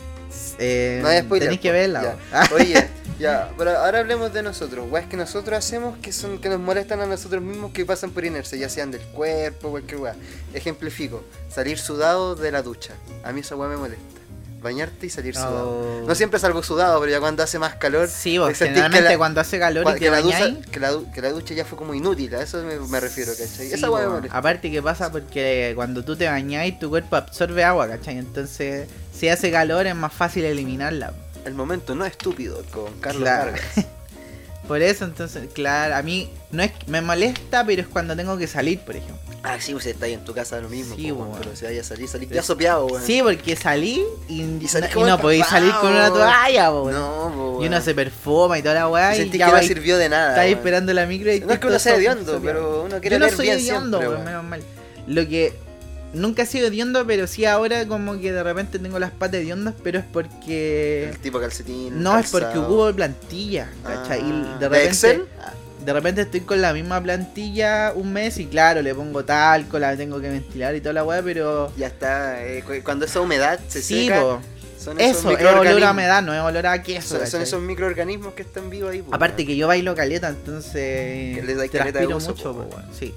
Eh, No hay spoiler. tenéis que po. verla, Ya. weón. Ah, Oye, ya, pero ahora hablemos de nosotros. Weas que nosotros hacemos que son que nos molestan a nosotros mismos que pasan por inercia, ya sean del cuerpo, cualquier wea. Ejemplifico, salir sudado de la ducha. A mí esa wea me molesta. bañarte y salir Oh. sudado. No siempre salgo sudado, pero ya cuando hace más calor... Sí, vos, sentís que generalmente la- cuando hace calor cua- y te que, la ducha, bañáis. que, la, du- que la ducha ya fue como inútil, a eso me, me refiero, ¿cachai? Sí, Esa hueá me po. molesta. Aparte que pasa porque cuando tú te bañáis tu cuerpo absorbe agua, ¿cachai? Entonces si hace calor es más fácil eliminarla. El momento no estúpido con Carlos Claro. Vargas. Por eso entonces, claro, a mí no es me molesta, pero es cuando tengo que salir, por ejemplo. Ah, sí, usted está ahí en tu casa lo mismo, Sí, po, weón. pero si vaya a salir, salir ya sopeado, weón. Sí, porque salí y, Y salís y como no podéis salir con una empapado. toalla, po, weón. No, po, Y uno weón. se perfuma y toda la weá Y y sentí ya que no vais- sirvió de nada. estáis weón. esperando la micro y No es que uno todo sea so- hediondo, sopeado. pero uno quiere Yo no ver soy bien hediondo, siempre, weón, weón. menos mal. Lo que nunca he sido hediondo, pero sí ahora como que de repente tengo las patas hediondas, pero es porque El tipo calcetín. no es porque calzado. ocupo plantilla, ¿cachai? Y Ah, de ¿de repente Excel? de repente estoy con la misma plantilla un mes y claro, le pongo talco, la tengo que ventilar y toda la weá, pero Ya está, eh, cu- cuando esa humedad se sí, seca, po. son esos Eso, es olor a microorganismos. humedad, no es olor a queso. Son, son ¿cachai? esos microorganismos que están vivos ahí, po, Aparte weón. que yo bailo caleta, entonces Que le dais caleta de transpiro uso, mucho, po, po, weón, sí.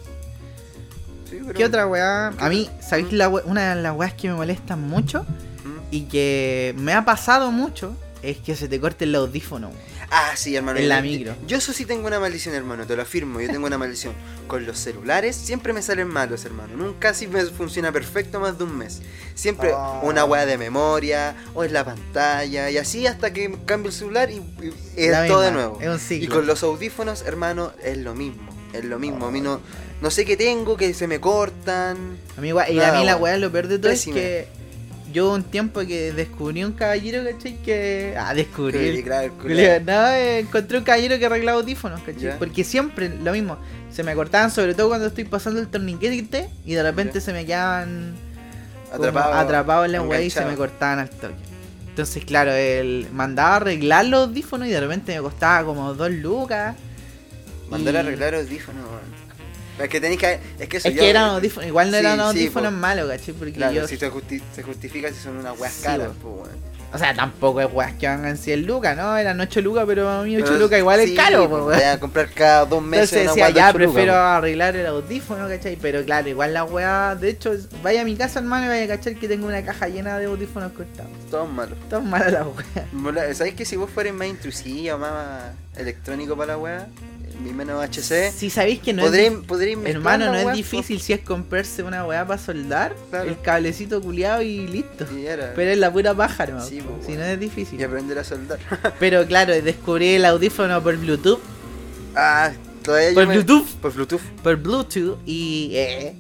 Sí, pero- ¿Qué otra weá? ¿Qué A mí, otra? ¿sabéis ¿Mm? la we- una de las weas que me molestan mucho ¿Mm? y que me ha pasado mucho? Es que se te corte el audífono, weón. Ah, sí, hermano. En yo- la micro. Yo eso sí tengo una maldición, hermano, te lo afirmo. Yo tengo una maldición. Con los celulares siempre me salen malos, hermano. Nunca sí me funciona perfecto más de un mes. Siempre Oh. una weá de memoria, o es la pantalla, y así hasta que cambio el celular y, y es La todo de misma, nuevo. es un Y ciclo. con los audífonos, hermano, es lo mismo. Es lo mismo. A mí no, no sé qué tengo, que se me cortan. A mí, wea- y Nada, a mí la weón. weá, lo peor de todo Pésima. es que yo un tiempo que descubrí un caballero, ¿cachai? Que... Ah, descubrí. Sí, claro, Culiao, culiao. no, eh, encontré un caballero que arreglaba audífonos, ¿cachai? Ya. Porque siempre lo mismo. Se me cortaban, sobre todo cuando estoy pasando el torniquete y de repente Ya. se me quedaban como Atrapado, atrapados en la weá y se enganchado. me cortaban al toque. Entonces, claro, él mandaba a arreglar los audífonos y de repente me costaba como dos lucas. Mandar Y- a arreglar audífonos, weón. Es que tenéis que. Es que eso Es yo- que eran audífonos, igual no Sí, eran sí, audífonos po. malos, ¿cachai? Porque Claro, yo. si se, justi- se justifica si son unas weas Sí, caras, po. pues, weón. O sea, tampoco es weas que hagan cien lucas, ¿no? Eran ocho lucas, pero a mí ocho Pero lucas igual sí, es caro, pues, po, te weón. van a comprar cada dos meses Entonces una decía, wea de ya, ocho lucas, prefiero weón. arreglar el audífono, ¿cachai? Pero claro, igual la weá, de hecho, vaya a mi casa, hermano, y vaya a cachar que tengo una caja llena de audífonos cortados. Todos malos. Todo mala la weá. Mola- ¿Sabes que si vos fueras más intrusivo, más electrónico para la wea, mi menos H C, Si sabéis que no podréis, es di- podréis mezclar hermano, la no es wea, difícil si es comprarse una weá para soldar, Claro. el cablecito culiado y listo. po, y, era- Pero es la pura paja, hermano. Sí, po, Si weón. no es difícil. y aprender a soldar. Pero claro, descubrí el audífono por Bluetooth. ah, todavía yo Por me- Bluetooth. Por Bluetooth. Por Bluetooth. Y. Eh,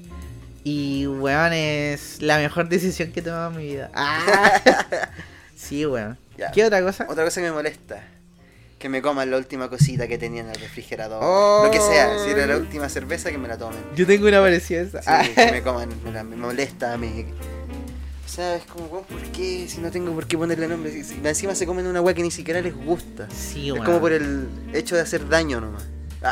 y weón, es la mejor decisión que he tomado en mi vida. Ah. Sí, weón. Ya. ¿Qué otra cosa? Otra cosa que me molesta. Que me coman la última cosita que tenía en el refrigerador. Oh. Lo que sea, si era la última cerveza que me la tomen. Yo tengo una parecida a esa. Sí, Ah. que me coman, me, la- me molesta, me... O sea, es como, weón, ¿por qué? Si no tengo por qué ponerle nombre. Si, si encima se comen una weá que ni siquiera les gusta. Sí, Es weón. como por el hecho de hacer daño nomás.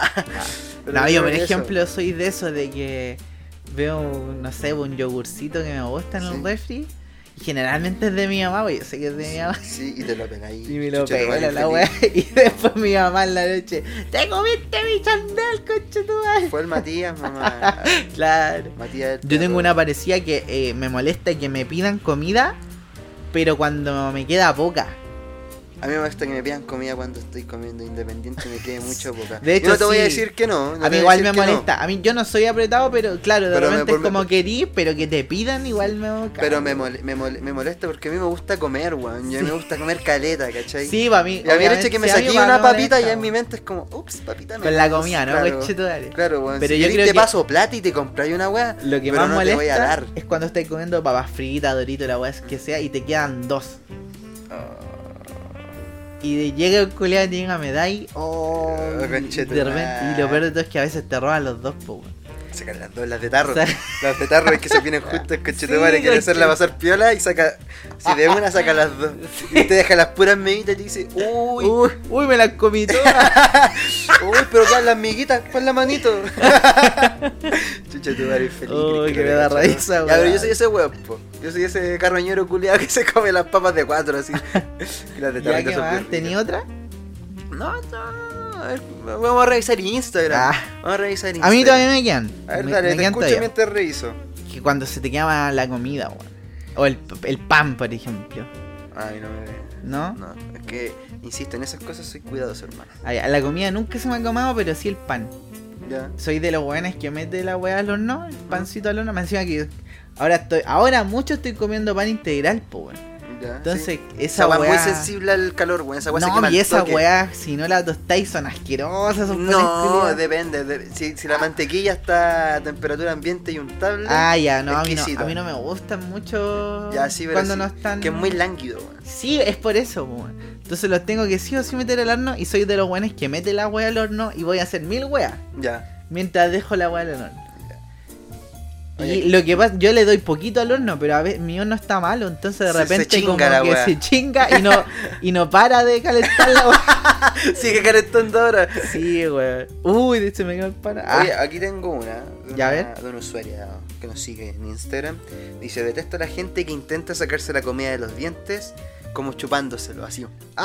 Pero No, yo por creo que eso- ejemplo soy de eso de que veo, no sé, un yogurcito que me gusta en el Sí. refri. Y generalmente es de mi mamá, porque yo sé que es de mi mamá. Sí, y te lo pegáis. Y me lo chucha, tu madre pega la feliz. weá. Y después mi mamá en la noche, ¡te comiste mi chandel, concha tu madre! Fue el Matías, mamá. Claro. Matías. Yo tengo una parecida que eh, me molesta que me pidan comida, pero cuando me queda poca. A mí me molesta que me pidan comida cuando estoy comiendo independiente y me quede mucho poca. De hecho, yo no te voy a sí. decir que no. no A te mí voy igual decir me que no. molesta. A mí yo no soy apretado, pero claro, de Pero me- repente por- es como me- querí, pero que te pidan igual me cago. Pero me, mole- me, mole- me molesta porque a mí me gusta comer, weón. Y a mí me gusta comer caleta, ¿cachai? Sí, para mí. Y a mí el hecho obviamente, de que me sí, a mí saqué igual una me papita molesta, ya en mi weón. mente es como, ups, papita me Con la comida, ¿no? Claro, Conchetumare. claro, weón. Pero si yo querés creo te que- paso plata y te compráis una weá. Lo que pero más no te voy a molesta dar. es cuando estás comiendo papas fritas, doritos, la weá que sea, y te quedan dos. Y de- llega el culiado y te diga, me dais. Oh, Oh, y, conchetumare. de repente, y lo peor de todo es que a veces te roban los dos, po, weón. Saca las dos, las de tarro. O sea- Las de tarro es que se vienen juntas, conchetumare, Sí, quiere hacerla conche- pasar piola y saca. Si de una saca las dos. Y te deja las puras miguitas y te dice, uy, Uy, uy, me las comí todas. uy, pero quedan las miguitas, pon la manito. Chucha, tu madre feliz. Uy, crees que me lo da cacho, risa, ¿no? Ya, pero weón. yo soy ese weón, po. Yo soy ese carroñero culiado que se come las papas de cuatro así. Y las de ¿Ya tarro que son más? bien ¿Tenía ricas. otra? No, no, a ver, vamos a revisar Instagram. Ah. Vamos a revisar A Instagram. mí todavía me quedan. A ver, Me- dale, me te quedan escucho todavía. mientras reviso. Que cuando se te quema la comida, weón. O el, el pan, por ejemplo. A mí no me... ¿No? No, es que, insisto, en esas cosas soy cuidadoso, hermano. Ay, a la comida nunca se me ha comado, pero sí el pan. Ya. Soy de los buenos que mete la weá al horno, el pancito al horno. Me encima que ahora estoy, ahora mucho estoy comiendo pan integral, po, weón. Ya, Entonces, sí. esa Esa weá weá. es muy sensible al calor, weón. Esa weá se No, quema y al esa toque. weá, si no la tostáis, son asquerosas. Son panes No, culiados. depende. de- si, si la mantequilla está a temperatura ambiente y untable. Ah, ya, no a, mí no, exquisito. a mí no me gustan mucho Ya, sí, pero cuando sí, no están. Que es muy lánguido, weón. Sí, es por eso, po, weón. Entonces los tengo que sí o sí meter al horno. Y soy de los buenos que mete la weá al horno y voy a hacer mil weas Ya. mientras dejo la weá al horno. Oye, Y lo que pasa, yo le doy poquito al horno, pero a veces mi horno está malo, entonces de Se- se repente chinga como la que weá. se chinga y no y no para de calentar la weá. Sigue calentando ahora. Sí, weón. Uy, se me quedó el pana. Ah, Oye, aquí tengo una. De Ya, a una, ver. de una usuaria que nos sigue en Instagram. Dice: detesto a la gente que intenta sacarse la comida de los dientes como chupándoselo, así.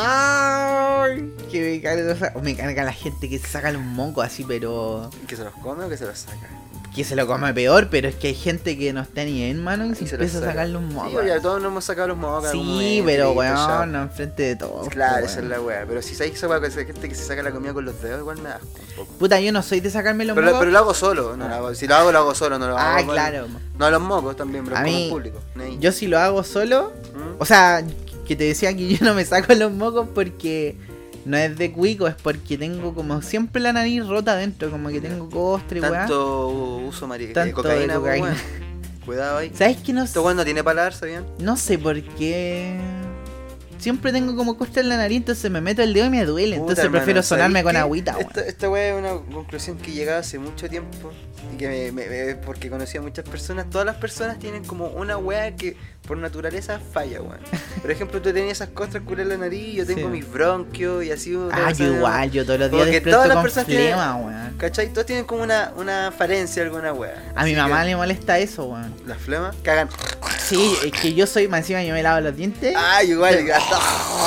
ay, que me carga, o me carga la gente que se saca los mocos así, pero ¿Que se los come o que se los saca? que se lo come peor, pero es que hay gente que no está ni en mano y se Y se empieza a los sacar los Sí, mocos. oye, todos nos hemos sacado los mocos. en algún Sí, momento, pero y todo, weón, no enfrente de todo. Claro, esa es la weá. Pero si sabéis esa weá, que esa gente que se saca la comida con los dedos, igual me da asco un poco. Puta, yo no soy de sacarme los Pero, mocos. pero lo hago solo. No lo hago, si lo hago, lo hago solo. No lo Ah, hago con- claro. No a los mocos también, pero A como mí- en público. Ahí. Yo si lo hago solo, ¿Mm? o sea, que te decía que yo no me saco los mocos porque no es de cuico, es porque tengo como siempre la nariz rota adentro, como que tengo costra y weá. Tanto uso mari- Tanto de cocaína, de pues, cocaína. weón. Cuidado ahí. ¿Sabes que no Esto sé? weón no tiene paladar, ¿sabían? No sé por qué. Siempre tengo como costra en la nariz, entonces me meto el dedo y me duele. Puta, Entonces hermano, prefiero sonarme ¿sabéis con qué? agüita, weón. Esta, esta weá es una conclusión que llegaba hace mucho tiempo. Y que me, me- me- porque conocí a muchas personas. Todas las personas tienen como una weá que por naturaleza falla, weón. Por ejemplo, tú tenías esas costras culiadas en la nariz, yo tengo Sí. mis bronquios y así. Ah, yo igual, yo todos los Como días que despierto todas las con personas tienen- flema, weón. ¿Cachai? Todos tienen como una, una falencia, alguna weá. A mi Así mamá que le molesta eso, weón. las flemas cagan. Sí, es que yo soy, más encima yo me lavo los dientes. Ah, igual, hasta.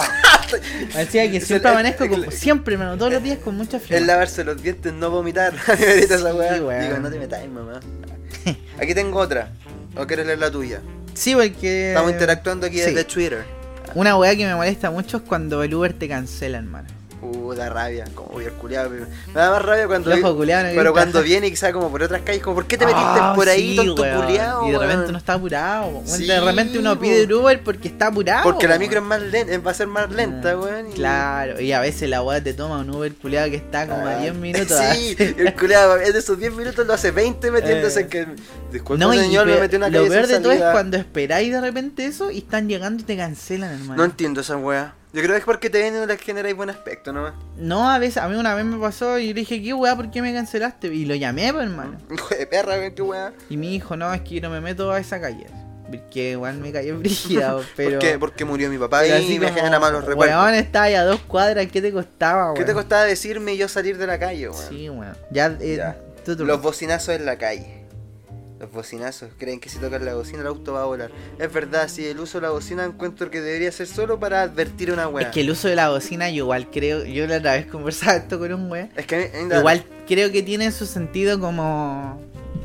Me decía que Es siempre el- amanezco es- con, es- siempre, hermano, todos los días con mucha Es flema. lavarse los dientes, no vomitar. A mí me grita esa Sí, weá. weón. Digo, no te metáis, mamá. Aquí tengo otra. ¿O quieres leer la tuya? Sí, porque. Estamos interactuando aquí sí. desde Twitter. Una weá que me molesta mucho es cuando el Uber te cancela, hermano. Puta rabia, como voy al culiado. Me da más rabia cuando. El ojo culiao no pero grita. cuando viene y quizá como por otras calles, como, ¿por qué te metiste Ah, por ahí, sí, tonto weón. culiao? Y de repente weón? uno está apurado. weón. Sí, de repente uno pide el Uber porque está apurado. Porque la weón. micro es más lenta, va a ser más lenta, Ah, weón. y- Claro, y a veces la weá te toma un Uber culiado que está como a Ah, diez minutos. Sí, así. el culiado, en esos diez minutos lo hace veinte metiéndose Eh. en que. Disculpe, No, y señor, me pe- metí en una lo calle peor sin de todo es salida. cuando esperáis de repente eso y están llegando y te cancelan, hermano. No entiendo esa weá. Yo creo que es porque te ven y no les generáis buen aspecto nomás. No, a veces, a mí una vez me pasó y yo le dije, ¿qué weá? ¿Por qué me cancelaste? Y lo llamé, pues, hermano. Hijo de perra, weón, qué weá. Y me dijo, no, es que yo no me meto a esa calle. Porque igual me cayó brígida, pero... ¿Por qué? Porque murió mi papá pero y así me como, genera malos recuerdos. Weón, estaba ahí a dos cuadras, ¿qué te costaba, weón? ¿Qué te costaba decirme y yo salir de la calle, weón? Sí, weón. Ya, eh, Ya. tú, tú. Los bocinazos en la calle. Los bocinazos creen que si tocan la bocina el auto va a volar. Es verdad, si el uso de la bocina encuentro que debería ser solo para advertir una weá. Es que el uso de la bocina, yo igual creo... Yo la otra vez conversaba esto con un weón. Es que a mí- a mí- Igual creo que tiene su sentido como...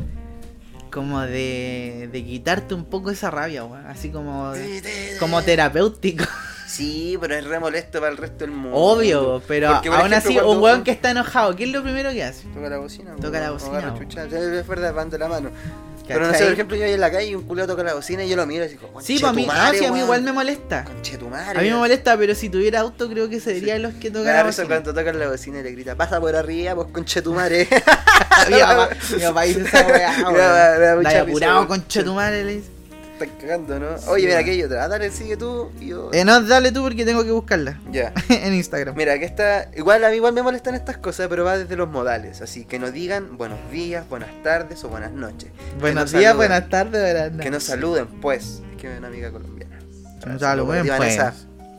Como de... De quitarte un poco esa rabia, weón. Así como... Como terapéutico. Sí, pero es re molesto para el resto del mundo. Obvio, pero Porque, por aún ejemplo, así, cuando- un weón que está enojado, ¿qué es lo primero que hace? Toca la bocina. Toca la o bocina, agarra o- chucha. Es verdad, van de la mano. Pero no sé, ¿Cachai? por ejemplo, yo voy en la calle y un culo toca la bocina y yo lo miro y digo, Sí, para mí, no, sí, a mí igual me molesta. Conchetumare. A mí me molesta, pero si tuviera auto creo que sería los que Me tocan da la risa bocina. cuando tocan la bocina y le grita, pasa por arriba, pues conchetumare. mi, papá, mi papá dice esa weá, Me da- me da weón. mucha Dale risa, apurado, weón. conchetumare, le dice. Estás cagando, ¿no? Oye, Sí, mira, weón. aquí hay otra. Ah, dale, sigue tú y yo... Eh, no, dale tú porque tengo que buscarla. Ya. En Instagram. Mira, que está... Igual a mí igual me molestan estas cosas, pero va desde los modales. Así que nos digan buenos días, buenas tardes o buenas noches. Buenos nos días, saluden. buenas tardes, buenas noches. Que nos saluden, pues. Es que es una amiga colombiana. Un saludo, Diva pues. Vanessa.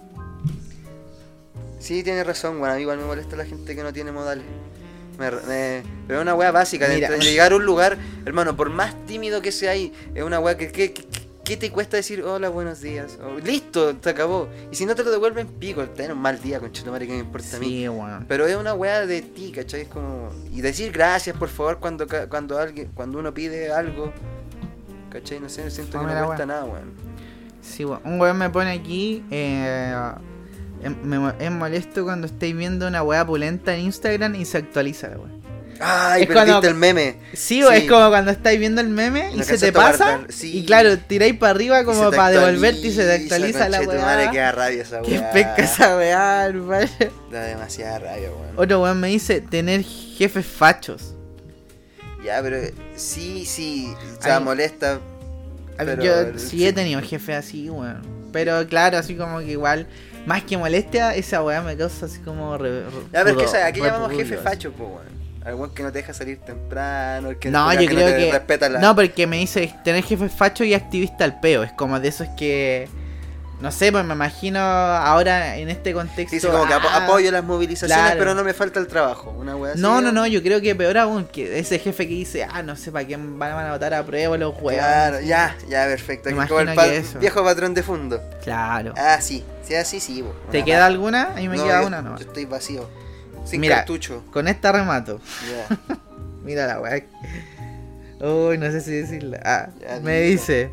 Sí, tiene razón, bueno, a mí igual me molesta la gente que no tiene modales. Me, me- pero es una weá básica, de, Mira. de llegar a un lugar, hermano, por más tímido que sea ahí, es una weá que, que, que- ¿qué te cuesta decir hola, buenos días? O, listo, te acabó. Y si no te lo devuelven, pico, ten un mal día, conchetumare, que me importa a mí. Sí, weón. Pero es una weá de ti, ¿cachai? Es como... Y decir gracias, por favor, cuando ca- cuando alguien cuando uno pide algo, ¿cachai? No sé, siento que Fome no la cuesta weá. nada, weón. Sí, weón. Un weón me pone aquí. Eh, em- me- es molesto cuando estáis viendo una weá pulenta en Instagram y se actualiza, weón. Ay, Es perdiste cuando- el meme. Sí, weón, Sí. es como cuando estáis viendo el meme y No se te alcanzaste a pasa. guardar, sí. Y claro, tiráis para arriba Y como se te para devolverte y se te actualiza la conchetumare, weá. que da rabia esa Qué weá. pesca esa weá, hermano. Da demasiada rabia, weón. Otro weón me dice tener jefes fachos. Ya, pero sí, sí. O sea, Ay. molesta. A ver, Pero yo el- sí he tenido jefes así, weón. Pero claro, así como que igual, más que molestia, esa weá me causa así como re, re- Ya, pero es que, pudo- ¿sabes? Aquí llamamos repudio, jefe así. facho, pues, weón. Algún que no te deja salir temprano, el que, No, el yo que creo no te que. respeta la... No, porque me dice tener jefe facho y activista al peo. Es como de esos que. No sé, pues me imagino ahora en este contexto. Sí, sí, como que apo- ah, apoyo las movilizaciones, claro. pero no me falta el trabajo. Una wea así. No, no, no, yo creo que peor aún, que ese jefe que dice, ah, no sé para quién van a votar a prueba los juegos. Claro, ya, ya, perfecto. Me Aquí como el imagino pa- que eso. viejo patrón de fondo. Claro. Ah, sí, sí, así sí. bo. ¿Te Una queda paja. alguna? A mí me No, queda yo- una nomás. Yo estoy vacío. Sin Mira. cartucho. Con esta remato. Ya. Mira la weá. Uy, no sé si decirla. Ah, Ya, me dilo. dice.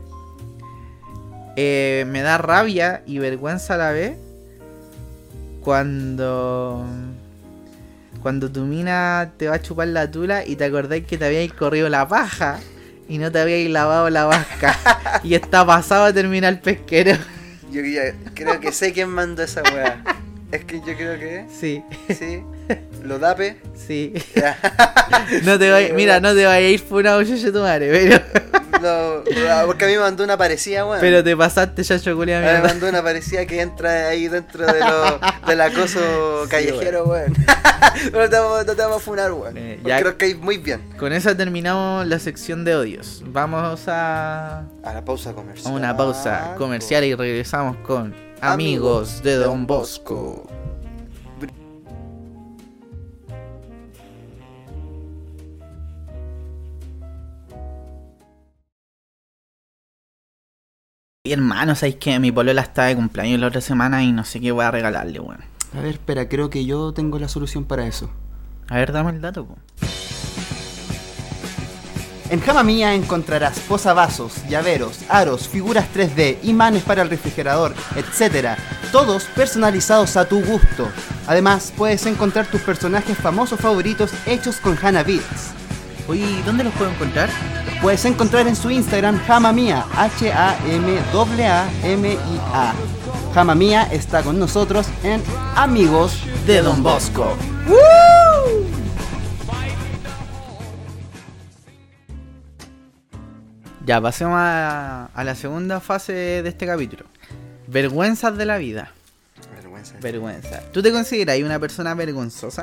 Eh, me da rabia y vergüenza a la vez cuando. Cuando tu mina te va a chupar la tula y te acordás que te habíais corrido la paja y no te habíais lavado la vasca. Y está pasado a terminar el pesquero. Yo ya creo que sé quién mandó esa weá. Es que yo creo que. Sí, Sí. Lo dape. sí. Ya. No te vay- mira, no te vayas a ir funado, yo tu madre, pero. Lo- lo- porque a mí me mandó una parecida, weón. Pero te pasaste, ya chocolate A mí me mandó una parecida que entra ahí dentro de lo, del acoso Sí, callejero, weón. No te vamos, no te vamos a funar, weón. Eh, Porque ya- creo que hay muy bien. Con eso terminamos la sección de odios. Vamos a, A la pausa a comercial. una pausa comercial y regresamos con Amigos de Don Bosco. Y hermano, ¿sabéis que mi polola está de cumpleaños la otra semana y no sé qué voy a regalarle, weón? A ver, espera, creo que yo tengo la solución para eso. A ver, dame el dato, po. En Jama Mía encontrarás posavasos, llaveros, aros, figuras tres D, imanes para el refrigerador, etcétera. Todos personalizados a tu gusto. Además, puedes encontrar tus personajes famosos favoritos hechos con Hana Beats. Oye, ¿dónde los puedo encontrar? Los puedes encontrar en su Instagram Jama Mía, H A M A A M I A. Jama Mía está con nosotros en Amigos De Don Bosco. Ya, pasemos a, a la segunda fase de este capítulo. Vergüenzas de la vida. Vergüenza. Vergüenza. ¿Tú te consideras una persona vergonzosa?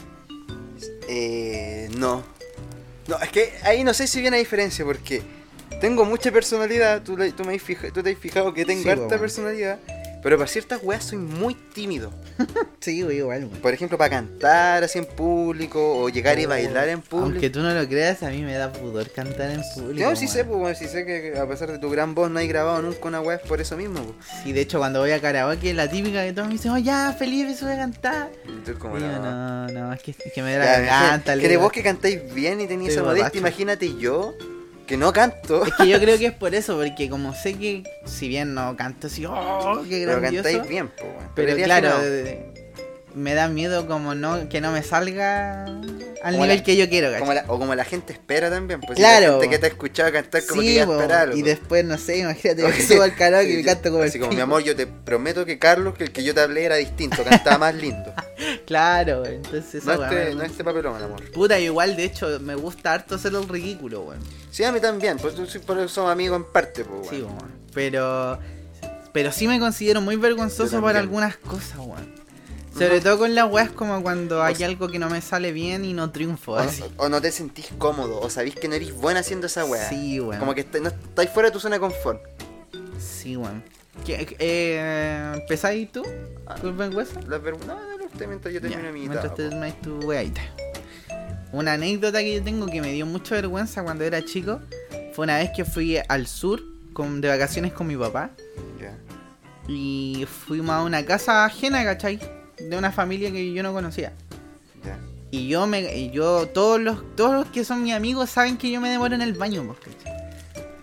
Eh, no. No, es que ahí no sé si viene la diferencia porque tengo mucha personalidad. Tú, le- tú, me has fija- tú te has fijado que tengo Sí, harta bueno. personalidad. Pero para ciertas weas soy muy tímido. Sí, güey, igual, güey. Por ejemplo, para cantar así en público o llegar y bailar en público. Aunque tú no lo creas, a mí me da pudor cantar en público. No, sí sé, weón. pues, bueno, sí sé que a pesar de tu gran voz no hay grabado nunca una wea por eso mismo. Pues. Sí, de hecho, cuando voy a karaoke, la típica que todos me dicen, oh, ya, Felipe, sube a cantar. Y tú como Y yo, no. no, no, es que, es que me da Ya, la garganta. que de vos que cantáis bien y tenéis Estoy esa modestia, borracho. imagínate yo que no canto. Es que yo creo que es por eso, porque como sé que, si bien no canto así, oh, qué Pero grandioso. cantáis bien, pues, weón. Pero iría claro, afinado. de- me da miedo como no que no me salga al Como nivel la- que yo quiero, ¿cachai? Como la- o como la gente espera también, pues Claro. si la gente que te ha escuchado cantar como Sí, que ya po, espera algo. y después, no sé, imagínate, Como que que- subo al karaoke sí, y me canto como así el como, mi pico. amor, yo te prometo que Carlos, que el que yo te hablé era distinto, cantaba más lindo. Claro, entonces No esa weá este, me- no este papelón, amor. Puta, igual de hecho me gusta harto hacer el ridículo, weón. Sí, a mí también, pues tú- sí, por eso somos amigos en parte, pues, Sí, weón. weón. Pero pero sí me considero muy vergonzoso Yo por también. algunas cosas, weón. Sobre Ujú. todo con las weas como cuando hay sea- algo que no me sale bien y no triunfo, O, así. o no te sentís cómodo, o sabís que no eres buena haciendo esa weá. Sí, weón. Como que está- no estáis fuera de tu zona de confort. Sí, weón. ¿Qué- eh, ¿Empezáis tú? Ah. ¿Con vergüenza? La ver- no, no, usted mientras yo Ya, termino mi mientras etapa, te tomáis tu weadita. Una anécdota que yo tengo que me dio mucha vergüenza cuando era chico fue una vez que fui al sur con, de vacaciones con mi papá po. Ya. y fuimos a una casa ajena, ¿cachai? De una familia que yo no conocía. Ya. Y yo me y yo todos los todos los que son mis amigos saben que yo me demoro en el baño, pues, ¿cachai?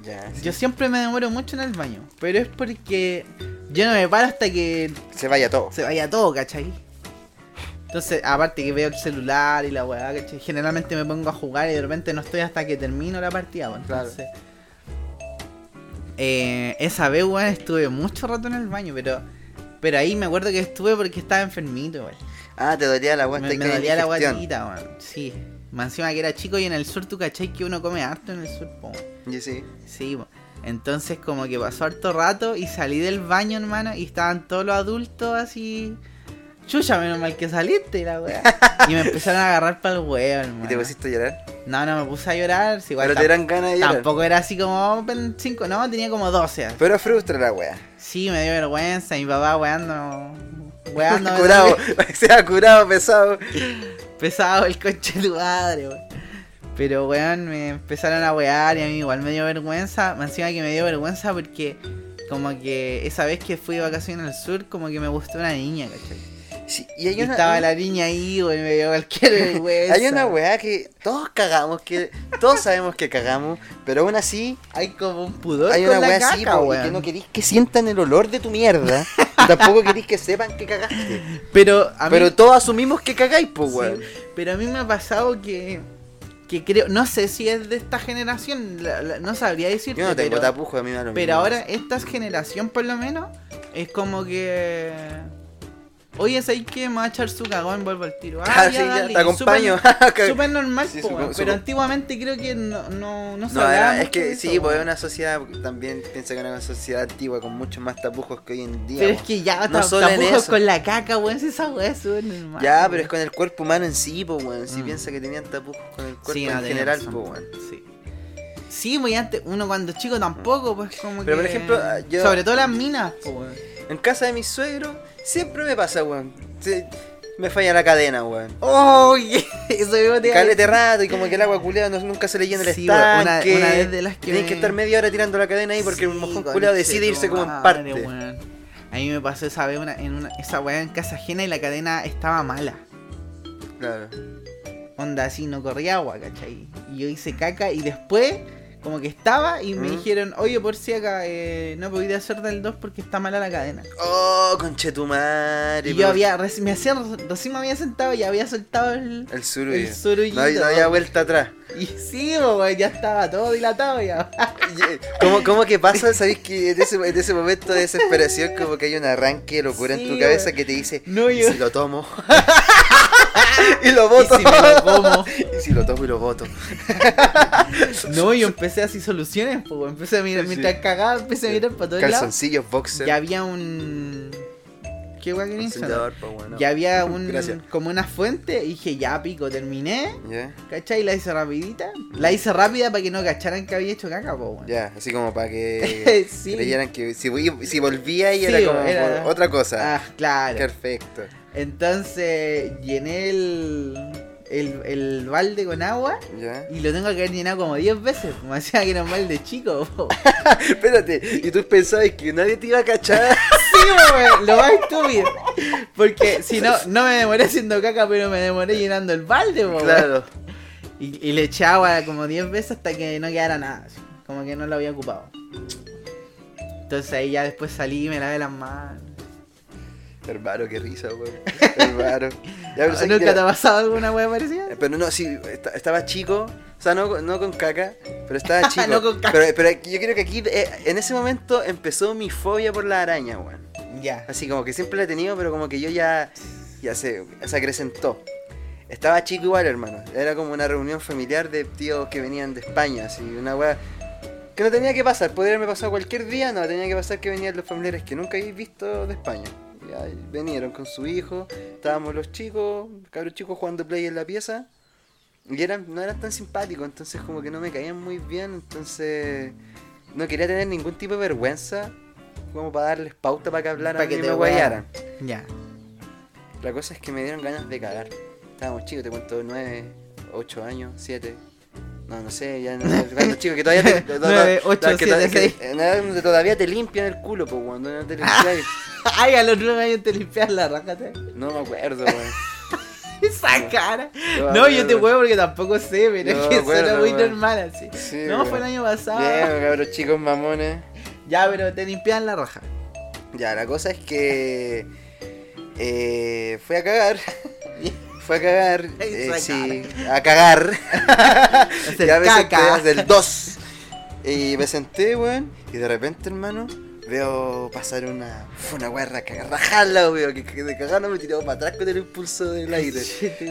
Ya, sí. Yo siempre me demoro mucho en el baño, pero es porque yo no me paro hasta que Se vaya todo. se vaya todo, ¿cachai? Entonces, aparte que veo el celular y la weá, ¿cachai? Generalmente me pongo a jugar y de repente no estoy hasta que termino la partida, pues, Claro. entonces... Eh, esa vez, weón, estuve mucho rato en el baño, pero... Pero ahí me acuerdo que estuve porque estaba enfermito, weón. Ah, te dolía la guata Me, y me que dolía la digestión. guatita, weón. Sí. Más encima que era chico y en el sur, tú cachai que uno come harto en el sur, po. Y sí. Sí, po. Entonces como que pasó harto rato y salí del baño, hermano, y estaban todos los adultos así... Chucha, menos mal que saliste, la weá. Y me empezaron a agarrar para el huevo, hermano. ¿Y te pusiste a llorar? No, no me puse a llorar. Si igual Pero te eran ganas de llorar. tampoco era así como cinco, no, tenía como doce. así. Pero frustra la wea. Sí, me dio vergüenza, mi papá weando... Weando. Curado, se ha curado pesado. Pesado el coche de tu madre, weón. Pero weón, me empezaron a wear y a mí igual me dio vergüenza. Me encima que me dio vergüenza porque como que esa vez que fui de vacaciones al sur, como que me gustó una niña, ¿cachai? Sí, y hay Y una, estaba la niña ahí, weón, y me dio cualquier vergüenza. hay una weá que todos cagamos, que todos sabemos que cagamos, pero aún así Hay como un pudor hay con una la weá caca, así, po, y weón. que no querís que sientan el olor de tu mierda. Y tampoco querís que sepan que cagaste. Pero a mí... Pero todos asumimos que cagáis, pues sí, weón. pero a mí me ha pasado que... Que creo... No sé si es de esta generación, la- la- no sabría decirte, Yo no tengo pero... tapujo, a mí me da lo Pero mismo. ahora esta generación por lo menos es como que... Oye, ¿sabes qué? Me va a echar su cagón, vuelvo al tiro. Ah, sí, ya, dale, te acompaño. Súper súper normal, Sí, po, supongo- weón, pero supongo. antiguamente creo que no, no, no se No, hablaba era- es mucho que de eso, sí, pues es weón. una sociedad, también piensa que es una sociedad antigua con muchos más tapujos que hoy en día. Pero po. es que ya no ta- solo en tapujos eso. con la caca, weón, si esa weá es súper normal. Ya, weón. pero es con el cuerpo humano en sí, pues weón. Si Mm. piensa que tenían tapujos con el cuerpo Sí, no, en tenés general, razón, pues weón. Sí. Sí, muy antes, uno cuando chico tampoco, pues como Pero, que... por ejemplo, ah, yo- Sobre todo las minas, pues, weón. En casa de mi suegro siempre me pasa, weón. Se- me falla la cadena, weón. ¡Oh! Eso mismo te iba a Calete decir. rato y como que el agua culeada no- nunca se le llena el Sí, weón, una- estanque. una vez de las que Tienes me- que estar media hora tirando la cadena ahí porque el Sí, mojón conche culeado decide tu irse como en madre, parte. weón. A mí me pasó esa vez una, en una, esa weá en casa ajena y la cadena estaba mala. Claro. Onda así, no corría agua, ¿cachai? Y yo hice caca y después, como que estaba y me ¿Mm? dijeron, oye, por si acá, eh, no podía hacer del dos porque está mala la cadena. Oh, conchetumare. Y yo había, reci- me hacía, recién me había sentado y había soltado el, El surullo. el surullito. No, hay- no había vuelta atrás. Y sí, po, weón, ya estaba todo dilatado ya. ¿Cómo, ¿Cómo que pasa? ¿Sabéis que en ese, en ese momento de desesperación como que hay un arranque de locura en Sí, tu cabeza weón. que te dice, No, ¿y yo- si lo tomo? y lo voto. Y si me lo como. y si lo tomo y lo voto. No, yo empecé así soluciones, pues, weón. Empecé a mirar, Sí. mientras cagaba, empecé a mirar para todos lados. Calzoncillos, boxer. Ya había un... ¿Qué weá que dice? Encendedor, pues, bueno. Ya había un... Gracias. como una fuente y dije, ya pico, terminé. Ya, ¿Cachai? La hice rapidita. La hice rápida para que no cacharan que había hecho caca, pues, weón. ya, así como para que Sí. creyeran que si, voy- si volvía y Sí, era como era- por otra cosa. Ah, claro. Perfecto. Entonces llené el, el, el balde con agua Ya. y lo tengo que haber llenado como diez veces. Como decía que era un balde chico. po. Espérate, ¿y tú pensabas que nadie te iba a cachar? Sí, po, weón, lo más estúpido. Porque si no, no me demoré haciendo caca, pero me demoré llenando el balde. po, weón. Claro. Y, y le eché agua como diez veces hasta que no quedara nada. Así, como que no lo había ocupado. Entonces ahí ya después salí y me lavé las manos. Hermano, qué risa, weón. Hermano. Ya, pero sé que ¿Nunca mira, te ha pasado alguna wea parecida? Eh, Pero no, sí, esta- estaba chico, o sea, no, no con caca, pero estaba chico. No con caca. Pero, pero yo creo que aquí, eh, en ese momento, empezó mi fobia por la araña, weón. Ya. Así como que siempre la he tenido, pero como que yo ya, ya se, se acrecentó. Estaba chico igual, hermano. Era como una reunión familiar de tíos que venían de España, así, una weá que no tenía que pasar. Podría haberme pasado cualquier día, no, tenía que pasar que venían los familiares que nunca habéis visto de España. Ya, vinieron con su hijo, estábamos los chicos, los cabros chicos jugando play en la pieza. Y eran, no eran tan simpáticos, entonces como que no me caían muy bien, entonces no quería tener ningún tipo de vergüenza como para darles pauta para que hablaran Pa' y que me te guayaran. Ya. La cosa es que me dieron ganas de cagar. Estábamos chicos, te cuento nueve, ocho años, siete. No, no sé, ya no cuando chico que todavía te, to- to- Nueve, ocho, que siete, to- que- seis. en edad donde todavía te limpian el culo, pues cuando no te limpias. Ay, a los nueve años te limpias la raja, te. No me acuerdo, weón. Esa cara. No, No, yo te bueno. huevo porque tampoco sé, pero No, es que bueno, suena muy bueno. normal así. Sí, No, bueno. fue el año pasado. Bien, cabros chicos mamones. Ya, pero te limpian la raja. Ya, la cosa es que eh, fui a cagar. Fue a cagar. eh, Esa sí, a cagar. Hacer Ya me senté caca. desde el dos. Y me senté, weón. Y de repente, hermano, veo pasar una. Fue una guerra que rajarla, weón. Que, que de cagar no me tiró para atrás con el impulso del aire.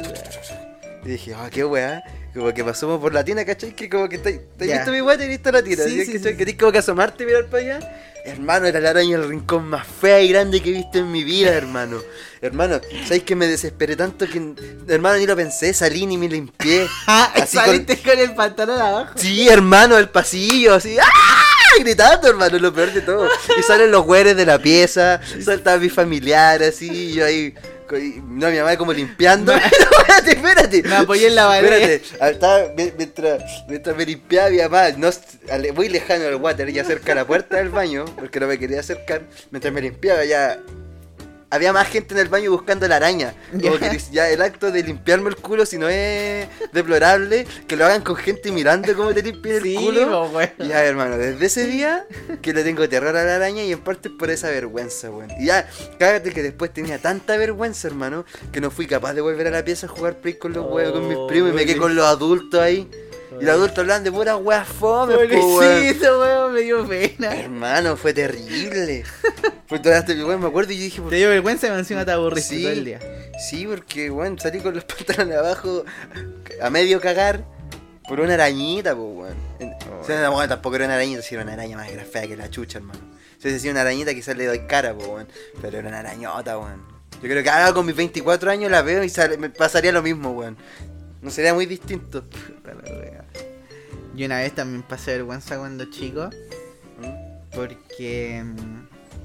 Y dije, ah, qué weá. Como que pasamos por la tina, ¿cachai? Que como que te, te Ya. visto mi weá, te visto la tina. Sí, ¿Sí, sí, ¿cachai? sí. Querés como que asomarte y mirar para allá. Hermano, era la araña del rincón más fea y grande que he visto en mi vida, hermano. Hermano, ¿sabes que me desesperé tanto que, hermano, ni lo pensé, salí ni me limpié? Ah, Así con- saliste con... el pantalón abajo. Sí, hermano, el pasillo, así, ¡ah! Gritando, hermano, lo peor de todo. Y salen los güeyes de la pieza, saltan mis familiares, así, y yo ahí, co- y- no, mi mamá como limpiando. No, espérate, espérate. Me apoyé en la pared. Espérate, ah, estaba, mi- mientras, mientras me limpiaba mi mamá, no, ale- muy lejano del water, ya cerca de la puerta del baño, porque no me quería acercar, mientras me limpiaba ya... Había más gente en el baño buscando la araña. Como Ya. que ya el acto de limpiarme el culo, si no es deplorable, que lo hagan con gente mirando cómo te limpian el Sí, culo. po, weón. Ya, hermano, desde ese día que le tengo terror a la araña y en parte es por esa vergüenza, weón. Y ya, cágate que después tenía tanta vergüenza, hermano, que no fui capaz de volver a la pieza a jugar play con los weón, con mis Oh, primos y me quedé con los adultos ahí. Y los adultos hablaban de puras weas fome, po, weón. Pobrecito, weón, me dio pena. Hermano, fue terrible. Fue todo hasta que, weón, me acuerdo y yo dije, Te dio vergüenza y encima te aburriste Sí. todo el día. sí, porque, weón, salí con los pantalones abajo a medio cagar por una arañita, pues, weón. En- O sea, no, weón, tampoco era una arañita, si era una araña más fea que la chucha, hermano. Si hubiese sido una arañita quizás le doy cara, pues, weón. Pero era una arañota, weón. Yo creo que ahora con mis veinticuatro años la veo y sale- me pasaría lo mismo, weón. No sería muy distinto. Puta la wea. Yo una vez también pasé vergüenza cuando chico. ¿Mm? Porque... mm,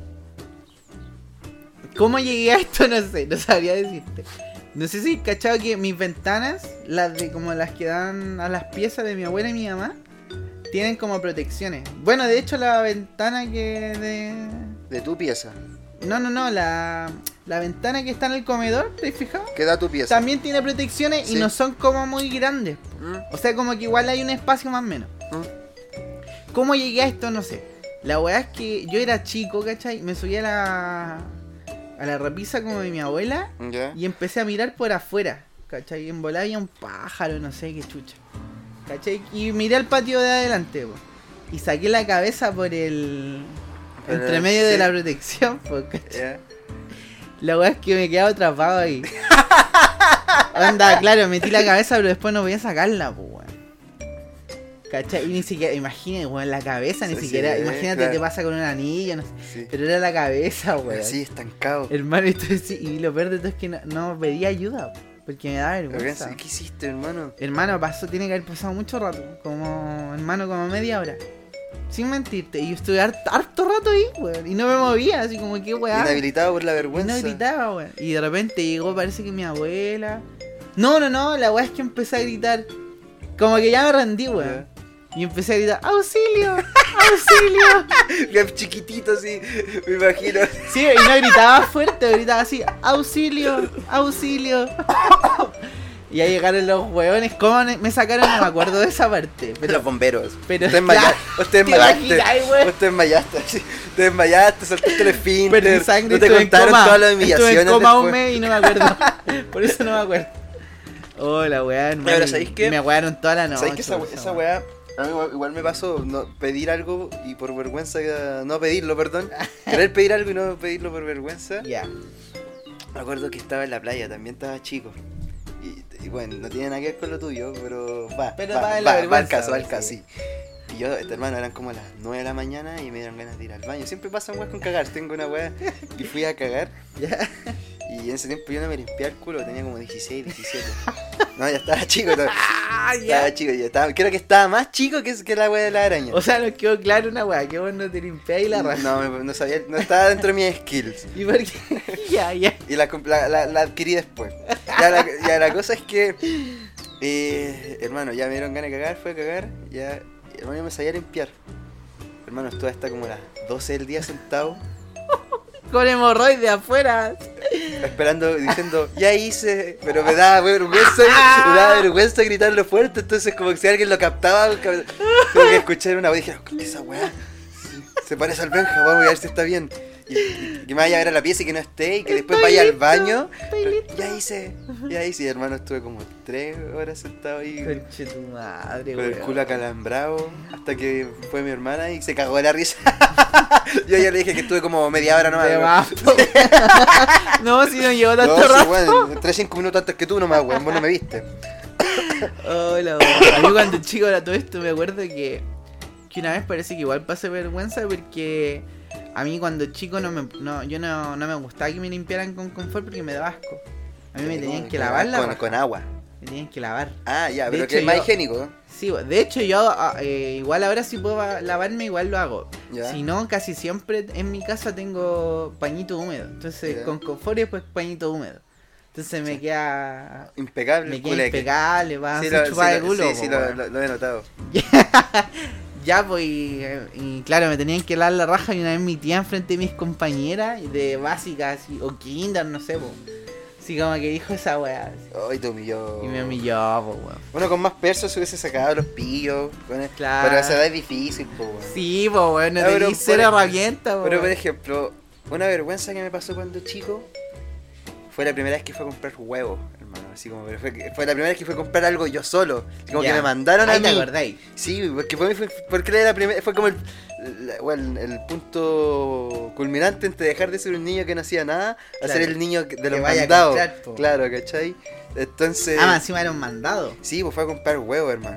¿cómo llegué a esto? No sé, no sabría decirte. No sé si cachado que mis ventanas, las de como las que dan a las piezas de mi abuela y mi mamá, tienen como protecciones. Bueno, de hecho la ventana que de... De tu pieza. No, no, no, la, la ventana que está en el comedor, ¿te has fijado? Queda tu pieza. También tiene protecciones y Sí. no son como muy grandes. ¿Mm? O sea, como que igual hay un espacio más o menos. ¿Mm? ¿Cómo llegué a esto? No sé. La weá es que yo era chico, ¿cachai? Me subí a la... a la repisa como de mi abuela ¿Ya? y empecé a mirar por afuera, ¿cachai? Y en volada había un pájaro, no sé qué chucha, ¿cachai? Y miré al patio de adelante, po, y saqué la cabeza por el... Por entre el- medio de sí. la protección, po, ¿cachai? ¿Ya? La weá es que me quedaba atrapado ahí. Anda, claro, metí la cabeza pero después no podía sacarla, po, weón. ¿Cachai? Y ni siquiera, imagínate, weón, la cabeza, ni Sí, siquiera, sí, imagínate claro. qué pasa con un anillo, no sé. Sí. Pero era la cabeza, weón. Así, estancado. Hermano, esto es- y lo peor de todo es que no, no pedí ayuda, porque me da vergüenza. ¿Qué hiciste, hermano? Hermano, pasó, tiene que haber pasado mucho rato, como, hermano, como media hora. Sin mentirte, y yo estuve harto, harto rato ahí, weón, y no me movía, así como que weá. Inhabilitado por la vergüenza. No gritaba, weón. Y de repente llegó, parece que mi abuela. No, no, no, la weá es que empecé a gritar. Como que ya me rendí, weón. Y empecé a gritar, ¡auxilio! ¡Auxilio! Bien chiquitito así, me imagino. Sí, y no gritaba fuerte, gritaba así, ¡auxilio! ¡Auxilio! Y ahí llegaron los hueones. ¿Cómo me sacaron? No me acuerdo de esa parte. Pero Los bomberos. pero- usted desmayaste. claro, Usted te desmayaste. imaginas, güey. Usted desmayaste. sí. Te desmayaste, saltaste el esfínter. Perdí sangre, No te estuve en contaron coma. todas las Estuve humillaciones. en coma un después. mes y no me acuerdo. Por eso no me acuerdo. Hola, weá, hermano. Pero, ¿sabéis qué? Me wearon toda la noche. ¿Sabes que esa, por esa weá? A mí igual- igual me pasó no, pedir algo y por vergüenza eh, no pedirlo, perdón. Querer pedir algo y no pedirlo por vergüenza. Ya. Me acuerdo que estaba en la playa, también estaba chico. Y, y bueno, no tiene nada que ver con lo tuyo, pero va. Pero va, va va, en la va al vergüenza, caso, va al sí. caso, sí. Y yo, este hermano, eran como las nueve de la mañana y me dieron ganas de ir al baño. Siempre pasan weas con cagar, tengo una wea y fui a cagar. Ya. Y en ese tiempo yo no me limpiaba el culo, tenía como dieciséis, diecisiete. No, ya estaba chico, no, Ah, estaba ya. chico, ya estaba, creo que estaba más chico que, que la wea de la araña. O sea, nos quedó claro una weá, que vos no te limpiáis la raja. No, me- no sabía, no estaba dentro de mis skills. ¿Y por qué? Ya, ya. Y la, comp- la, la- la adquirí después. Ya la, ya la cosa es que, eh, hermano, ya me dieron ganas de cagar, fue a cagar, ya, y hermano, yo me sabía limpiar. Hermano, estuve hasta como las doce del día sentado. Con hemorroides afuera. esperando, diciendo, ya hice, pero me daba vergüenza, me daba vergüenza gritarlo fuerte, entonces como que si alguien lo captaba, tengo que escuchar una voz y dije, ¿qué es esa weá? Se parece al Benja, vamos a ver si está bien. Y, y que me vaya a ver a la pieza y que no esté, y que después vaya al baño. Ya hice, ya hice, y hermano, estuve como tres horas sentado ahí. Conche tu madre, Con el weón. culo acalambrado, hasta que fue mi hermana y se cagó de la risa. Yo ya le dije que estuve como media hora nomás. De weón. más, po. No, si no llevo tanto No, sí, rato. weón, entré cinco minutos antes que tú nomás, weón, vos no me viste. Hola, weón. A mí cuando chico era todo esto, me acuerdo que, que una vez parece que igual pasé vergüenza porque a mí cuando chico no me, no, yo no, no me gustaba que me limpiaran con confort porque me daba asco. A mí me tenían que lavar la con, raja. con agua. Me tenían que lavar. Ah, ya, De pero hecho, que es más yo- higiénico. Sí, weón. De hecho yo ah, eh, igual ahora si puedo va- lavarme igual lo hago. Ya. Si no, casi siempre en mi casa tengo pañito húmedo. Entonces Ya. con confort y después pañito húmedo. Entonces me queda... Impecable. Me el queda culeque. impecable, va a Sí, hacer lo, sí, chupada de lo- culo. sí, sí, po, lo, weón. lo- lo he notado. Ya, pues, y, y claro, me tenían que lavar la raja y una vez mi tía enfrente de mis compañeras de básicas así, o kinder, no sé, pues. Así como que dijo esa weá. así. Ay, te humilló. Y me humilló, pues, weón. Bueno, con más persos se hubiese sacado los pillos. Con el- Claro. Pero a esa edad es difícil, po, weón. Sí, pues, weón, no Ah, pero tenía por- cero herramienta, Pero por weón. ejemplo, una vergüenza que me pasó cuando chico fue la primera vez que fue a comprar huevos, hermano. Así como, pero fue, fue la primera vez que fue a comprar algo yo solo. Así como Ya. que me mandaron a Ahí mí. te acordáis. Sí, porque fue, fue, porque era la primera, fue como el, la- bueno, el punto culminante entre dejar de ser un niño que no hacía nada a Claro. ser el niño que- de los Que vaya a mandados. comprar, po. Claro, ¿cachai? Entonces, Ah, más encima era un mandado. sí, pues fue a comprar huevos, hermano.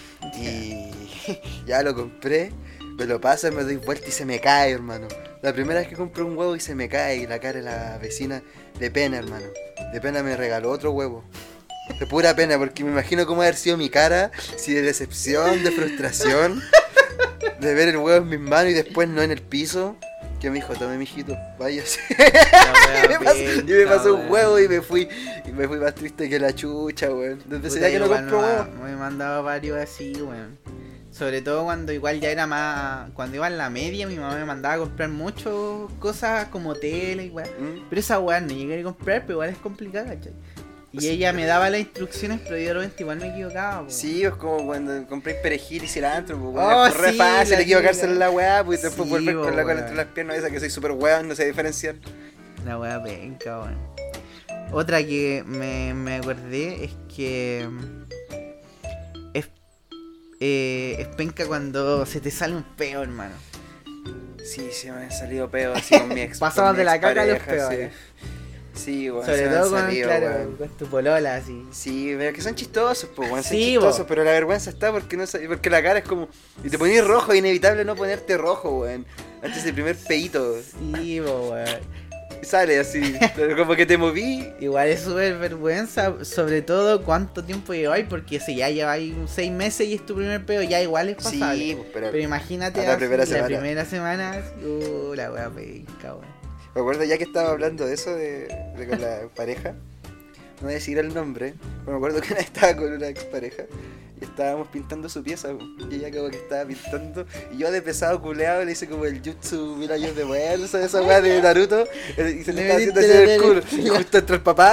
Y ya lo compré, me lo paso, me doy vuelta y se me cae, hermano. La primera vez que compré un huevo y se me cae y la cara de la vecina de pena, hermano. De pena me regaló otro huevo. De pura pena, porque me imagino cómo haber sido mi cara, si de decepción, de frustración, de ver el huevo en mis manos y después no en el piso. Que me dijo, tome mijito, váyase. y me pasó, y me pasó un huevo y me fui, y me fui más triste que la chucha, weón. Desde ese día que no compro huevo. Me mandaba varios así, weón. Sobre todo cuando igual ya era más... Cuando iba en la media, mi mamá me mandaba a comprar muchas cosas como tele y weón. ¿Mm? Pero esa weá no llegué a comprar, pero igual es complicada, ¿cachai? Y Sí. ella me daba las instrucciones, pero yo de repente igual me equivocaba, po. Sí, es como cuando compré perejil y cilantro, pues, Oh, weón. Es re sí, fácil la equivocarse típica. en la weá, pues y después Sí, volver con la cola weón. entre las piernas, esa que soy súper weón, no sé diferenciar. Una weá penca, weón. Otra que me, me acordé es que... Es, eh, es penca cuando se te sale un peo, hermano. Sí, sí, me han salido peos así con mi ex. Pasamos con mi de la caca a los expareja, peos. sí. Sí, weón, se Sobre me han todo con, salido, claro, weón. con tu polola, así. Sí, pero que son chistosos, pues, weón, son Sí, chistosos, bo. pero la vergüenza está porque no sab- porque la cara es como... Y te ponís rojo, es inevitable no ponerte rojo, weón. Antes del primer peito, Sí, po, weón. sale así, como que te moví. Igual es súper vergüenza, sobre todo cuánto tiempo lleváis, porque si ya lleváis seis meses y es tu primer peo, ya igual es pasable. Sí, pues, pero... Pero imagínate a la así, primera la semana. primera semana, así, uh, la wea penca, weón. Me acuerdo ya que estaba hablando de eso, de, de con la pareja. No voy a decir el nombre, pero me acuerdo que una vez estaba con una expareja y estábamos pintando su pieza, po, y ella como que estaba pintando y yo de pesado culeado le hice como el jutsu mil años de fuerza, esa weá de Naruto, eh, y se le Le estaba haciendo metiste así la el culo derecha. y justo entró el papá.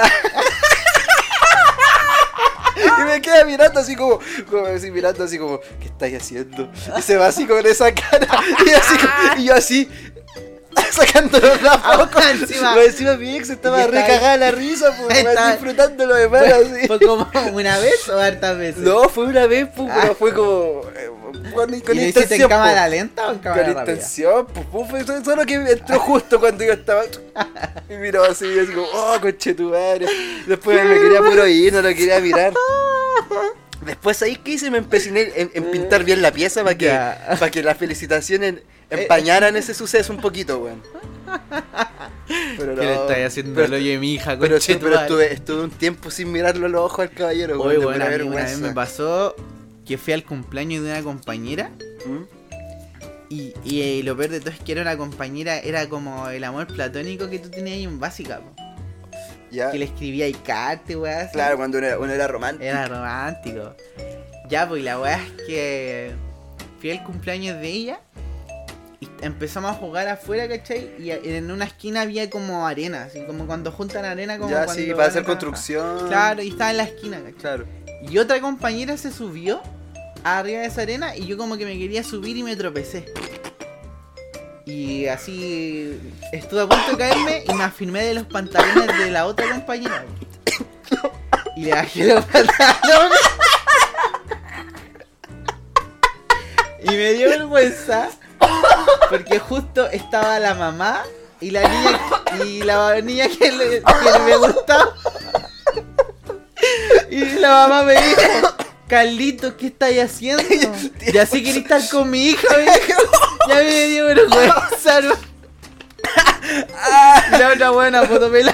Y me queda mirando así como, como así mirando así como, ¿qué estáis haciendo? Y se va así con esa cara y, así, como- y yo así sacándolo la foto. Ah, encima. Más encima mi ex estaba Y está re ahí. cagada la risa, pues, Está- disfrutando lo demás así. ¿Fue como una vez o hartas veces? No, fue una vez, pues, Ah. pero fue como eh, con, con ¿Y lo hiciste en intención. cámara po. lenta o en Con cámara rápida? intención, pues, pues, fue solo- solo que entró justo cuando yo estaba. Y miró así, así como, oh, conche tu madre. Después me quería puro ir, no lo quería mirar. Después ahí qué hice, me empeciné en, en pintar bien la pieza para que, Ya. para que las felicitaciones empañaran ese suceso un poquito, weón. Pero ¿Qué le no, estáis haciendo pero- al hoyo de mi hija, Pero, conche estu- tu pero madre? estuve, estuve un tiempo sin mirarlo a los ojos al caballero, Oye, weón, de bueno, pura a mí una vez vergüenza. me pasó que fui al cumpleaños de una compañera ¿Mm? y, y, eh, lo peor de todo es que era una compañera, era como el amor platónico que tú tenías ahí en básica, po. Ya. Que le escribía y cartas, weá. así. Claro, cuando uno era, uno era romántico. Era romántico. Ya, pues la weá es que fui al cumpleaños de ella y empezamos a jugar afuera, ¿cachai? Y a- en una esquina había como arena, así como cuando juntan arena, como Ya, cuando sí, van para a hacer trabajar. construcción. Claro, y estaba en la esquina, ¿cachai? Claro. Y otra compañera se subió arriba de esa arena y yo como que me quería subir y me tropecé. Y así estuve a punto de caerme y me afirmé de los pantalones de la otra compañera. Y le bajé los pantalones. Y me dio vergüenza porque justo estaba la mamá y la niña y la niña que, le, que me gustaba. Y la mamá me dijo, Carlitos, ¿qué estáis haciendo? Y así quería estar con mi hija, me dijo. Ya me dio vergüenza, ¿no? Y la otra buena fotopela.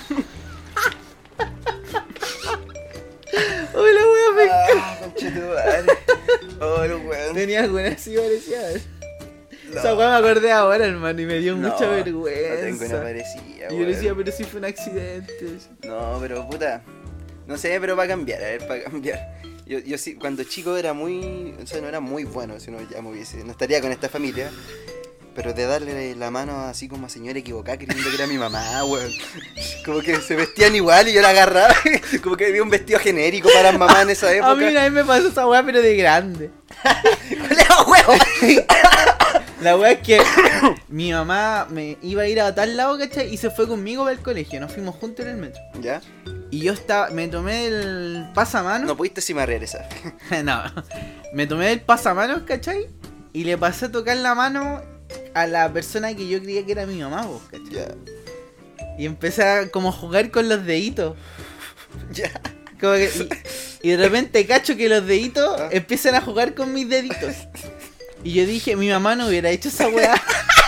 Uy, la wea me Ah, conchetumare. Oh, los weón. tenía alguna así parecida. No. Esa wea me acordé ahora, hermano, y me dio No, mucha No tengo vergüenza. una parecida, Y yo weón. le decía, pero si fue un accidente. No, pero puta. No sé, pero para cambiar, a ver, para cambiar. Yo, yo sí, cuando chico era muy. O sea, no era muy bueno, si no ya me hubiese. No estaría con esta familia. Pero de darle la mano así como a señora equivocada creyendo que era mi mamá, weón. Como que se vestían igual y yo la agarraba. Como que había un vestido genérico para las mamás en esa época. A mí una vez me pasó esa wea, pero de grande. ¡Leo, huevo! La wea es que mi mamá me iba a ir a tal lado, ¿cachai? Y se fue conmigo para el colegio. Nos fuimos juntos en el metro. ¿Ya? Y yo estaba, me tomé el pasamanos. No pudiste cimarrear esa. No, me tomé el pasamanos, ¿cachai? Y le pasé a tocar la mano a la persona que yo creía que era mi mamá, vos, ¿cachai? Ya. Y empecé a como jugar con los deditos. Ya. Como que, y, y de repente cacho que los deditos Ah. empiezan a jugar con mis deditos. Y yo dije, mi mamá no hubiera hecho esa weá.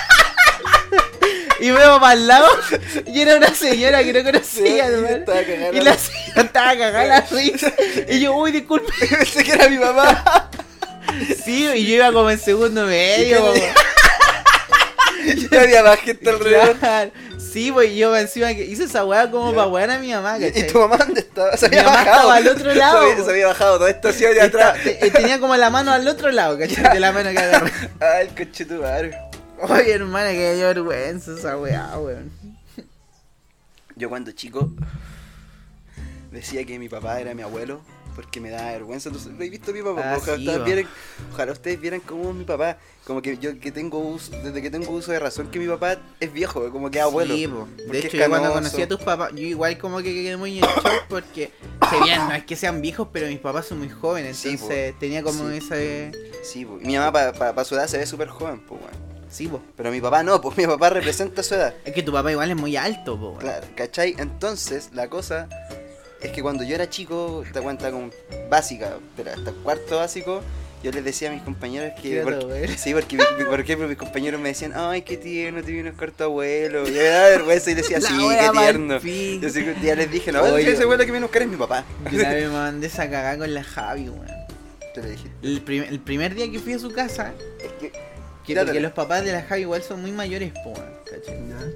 Y veo para el lado y era una señora que no conocía, Sí, hermano. estaba cagada. Y la señora estaba cagada la risa. Y yo, uy, disculpe. Pensé que era mi mamá. Sí, y yo iba como en segundo medio. ¿Y qué como- Ya había más gente alrededor. Claro. Sí, pues yo encima que hice esa weá como Ya. para wear a mi mamá, ¿Y, ¿cachai? y tu mamá dónde estaba? Se Mi había mamá bajado. estaba al otro lado, Se había, po. se había bajado toda esta ciudad de Esta- atrás. te- tenía como la mano al otro lado, ¿cachai? De la mano que agarré. Ay, el coche tu madre. Oye, hermana, que me dio vergüenza esa weá, weón. Yo cuando chico decía que mi papá era mi abuelo porque me daba vergüenza. ¿Tú lo has visto a mi papá? Ah, ojalá, sí, ustedes va. vieran, ojalá ustedes vieran cómo es mi papá. Como que yo que tengo uso, desde que tengo uso de razón que mi papá es viejo, como que es abuelo. Sí, po. Porque De es hecho, yo cuando canoso. conocí a tus papás, yo igual como que quedé muy en shock porque, que bien, no es que sean viejos, pero mis papás son muy jóvenes, Sí, entonces tenía como Sí. ese... Sí, po. Y mi mamá para pa, pa su edad se ve súper joven, pues, weón. Sí, po. Pero mi papá no, pues mi papá representa su edad. Es que tu papá igual es muy alto, po. weón. Claro, ¿cachai? Entonces, la cosa es que cuando yo era chico, te cuenta como básica, pero hasta cuarto básico, yo les decía a mis compañeros que... Qué porque- weón. sí, porque, mi- por ejemplo, mis compañeros me decían, ay, qué tierno, te unos corto abuelo. Y yo me daba vergüenza y decía, La sí, wea qué tierno. malpin. Yo así que un día les dije, no, Oye. ese abuelo que viene a buscar es mi papá. Yo una vez me mandé esa cagada con la Javi, weón. Yo le dije, El, prim- el primer día que fui a su casa, es que... que Dale. porque los papás de la Javi igual son muy mayores, po, weón, ¿cachai?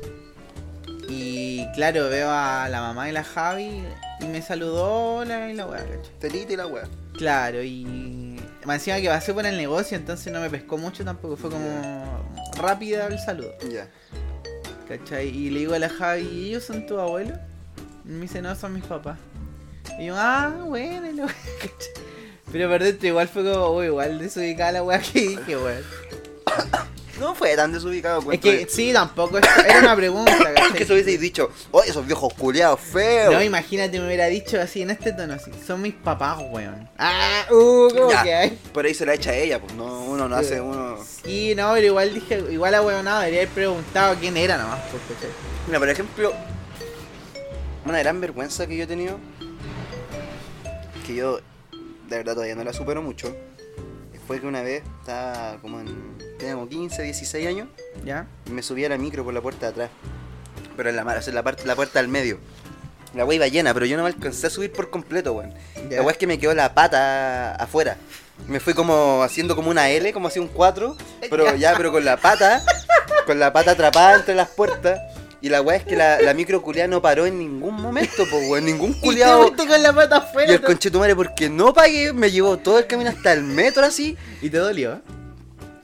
Y claro, veo a la mamá de la Javi y me saludó la, y la weá, ¿cachai? Telita y la wea. Claro, y más encima que pasé por el negocio, entonces no me pescó mucho tampoco, fue como rápida el saludo, Ya. ¿cachai? Y le digo a la Javi, ¿y ellos son tus abuelos? Y me dice, no, son mis papás. Y yo, ah, bueno, y la weá, ¿cachai? Pero por dentro igual fue como, uy, igual desubicada la weá que dije, weón. No fue tan desubicado. Es cuento que de- sí, tampoco, era una pregunta, ¿cachai? que eso hubieseis dicho, oye, esos viejos culiados feos. No, imagínate, me hubiera dicho así en este tono, así, son mis papás, weón. Ah, uh, ¿cómo Ya. que hay? Por ahí se la echa ella, pues no, uno no Sí. hace uno. Sí, no, pero igual dije, igual a weón nada, debería haber preguntado quién era nomás, pues, ¿cachai? Mira, por ejemplo, una gran vergüenza que yo he tenido, que yo de verdad todavía no la supero mucho, fue que una vez estaba como en, tenía como quince, dieciséis años, ¿Ya? y me subí a la micro por la puerta de atrás, pero en la, mar- o sea, en la, parte, la puerta del medio. La wea iba llena, pero yo no me alcancé a subir por completo, weón. Ya. La wea es que me quedó la pata afuera. Me fui como haciendo como una L, como así un cuatro, pero ya, pero con la pata, con la pata atrapada entre las puertas. Y la weá es que la, la micro culiada no paró en ningún momento, pues weón, ningún Y te culiado. fuiste con la pata Y afuera. el conchetumare, porque no pagué, me llevó todo el camino hasta el metro así. Y te dolió, ¿eh?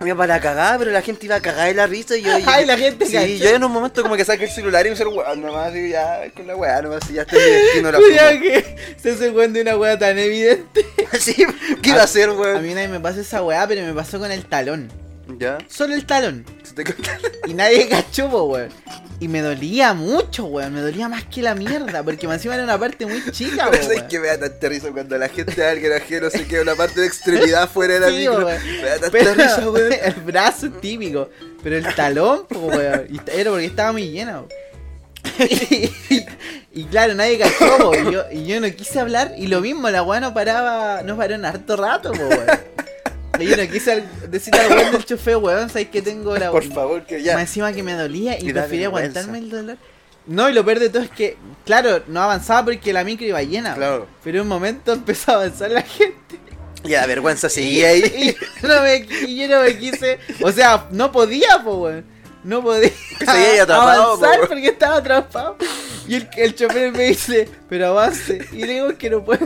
iba para la cagada, pero la gente iba a cagar de la risa y yo... yo Ay, la gente sí, cachó. yo en un momento como que saqué el celular y me hice el weón nomás, y ya, con la weá nomás, y ya estoy destino la Cuidado fumo. que se hace cuenta de una weá tan evidente. Sí, ¿qué iba a hacer, A weón? mí nadie me pasa esa weá, pero me pasó con el talón. ¿Ya? Solo el talón. Se te corta. Y nadie cachó, po, weón. Y me dolía mucho, weón. Me dolía más que la mierda. Porque encima era una parte muy chica, Pero weón. es que me da tanta risa cuando la gente, alguien ajeno, se queda una parte de extremidad fuera de la Sí, micro. weón. Me da tanta Pero risa, weón. el brazo es típico. Pero el talón, po, weón. Y era porque estaba muy lleno. y, y- y claro, nadie cachó, po, y yo, y yo no quise hablar. Y lo mismo, la weá no paraba, no paró en harto rato, po, weón. Y yo no quise al- decirle al weón del chofer, weón, sabes que tengo la Por favor, que ya. Más encima que me dolía y Y da prefería vergüenza. aguantarme el dolor. No, y lo peor de todo es que, claro, no avanzaba porque la micro iba llena. Claro. Pero en un momento empezó a avanzar la gente. Y la vergüenza seguía ahí. Y yo no me, y yo no me quise. O sea, no podía, po, weón. No podía Seguía ahí atrapado, po, avanzar weón. porque estaba atrapado. Y el, el chofer me dice, pero avance. Y le digo que no puedo.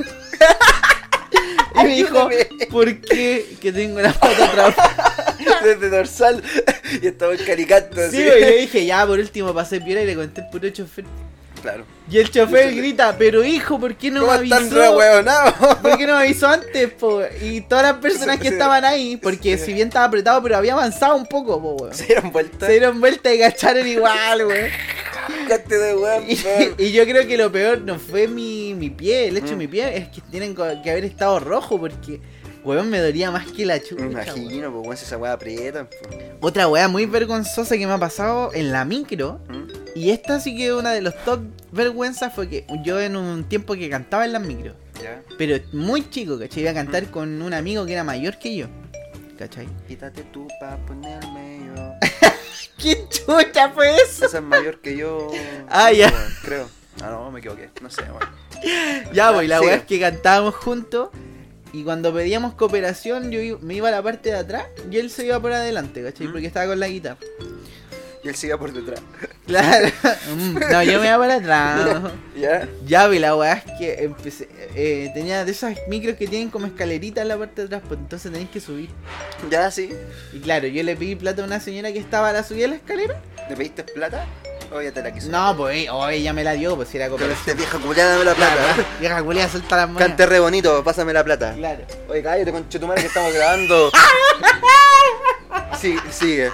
Y me dijo, Ayúdame. ¿por qué? Que tengo la pata atrapada. Desde dorsal. Y estaba el caricato así. Sí, y le dije, ya, por último pasé piola y le conté el puro chofer. Claro. Y el chofer grita, pero hijo, ¿por qué no ¿Cómo me están re avisó? huevonados? ¿Por qué no me avisó antes, po? Y todas las personas que Sí. estaban ahí, porque si bien estaba apretado, pero había avanzado un poco, po, weón. Se dieron vuelta. Se dieron vuelta y cacharon igual, weón. Cate de weón. Y, y yo creo que lo peor no fue mi, mi pie, el hecho de mi pie, es que tienen co- que haber estado rojo, porque, weón, me dolía más que la chucha. Me weón. imagino, pues weón, si esa weá aprieta. pues. Otra weá muy vergonzosa que me ha pasado en la micro. ¿Mm? Y esta sí que una de los top vergüenzas fue que yo en un tiempo que cantaba en las micros, Ya. pero muy chico, ¿cachai? Iba a cantar con un amigo que era mayor que yo, ¿cachai? Quítate tú pa' ponerme yo. ¿Qué chucha fue eso? Esa es mayor que yo. Ah, Sí, ya. weón, creo. Ah, no, me equivoqué. No sé, weón. Ya, pues, la sigue. weá es que cantábamos juntos y cuando pedíamos cooperación yo i- me iba a la parte de atrás y él se iba por adelante, ¿cachai? ¿Mm? Porque estaba con la guitarra. Y él sigue por detrás. Claro. Mm, no, yo me iba para atrás. ¿Ya? Ya, pues, la weá es que empecé, eh, tenía de esas micros que tienen como escalerita en la parte de atrás, pues entonces tenéis que subir. ¿Ya, sí? Y claro, yo le pedí plata a una señora que estaba a la subida de la escalera. ¿Le pediste plata? ¿O ya te la quiso? No, pues, oh, ella me la dio, pues si era Pero cooperación. este vieja culiada, dame la plata. Claro, vieja culia, suelta las monedas. Cante re bonito, pásame la plata. Claro. Oye, cállate, conchetumare, que estamos grabando. Sí, sigue.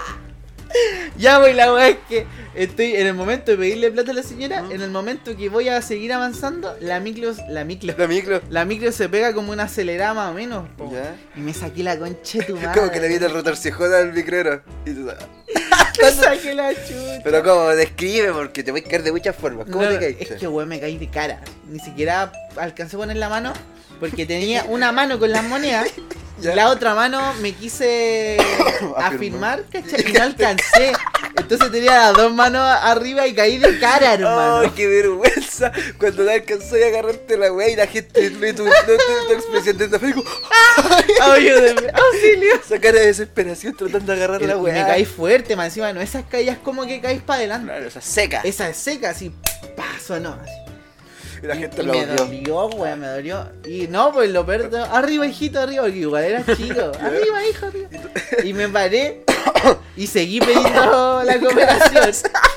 Ya, pues la weá es que estoy en el momento de pedirle plata a la señora, en el momento que voy a seguir avanzando, la micro, la micro, La micro. la micro se pega como una acelerada más o menos, po. Ya. Y me saqué la concha de tu madre. Como que le viene el retorcijón al micrero. Y tú sabes. Me saqué la chucha. Pero como, describe, porque te voy a caer de muchas formas. ¿Cómo No, te caíste? es que weón me caí de cara. Ni siquiera alcancé a poner la mano porque tenía una mano con las monedas. Ya. Y la otra mano me quise afirmar, ¿cachai? Y no alcancé. Entonces tenía las dos manos arriba y caí de cara, hermano. ¡Ay, qué vergüenza! Cuando te alcanzó a agarrarte la weá y la gente ve tu, no, tu, tu expresión de esta digo, Ayúdeme, auxilio. esa cara de desesperación tratando de agarrar la Y weá. me caí fuerte, más encima, no esas caídas como que caís para adelante. Claro, esa seca. Esa es seca, así, paso, no. Así. Y la Y- gente y lo me vio. dolió, weón, me dolió. Y no, pues lo peor, de- arriba, hijito, arriba, porque igual era chico. Arriba, hijo, arriba. Y me paré y seguí pidiendo la cooperación.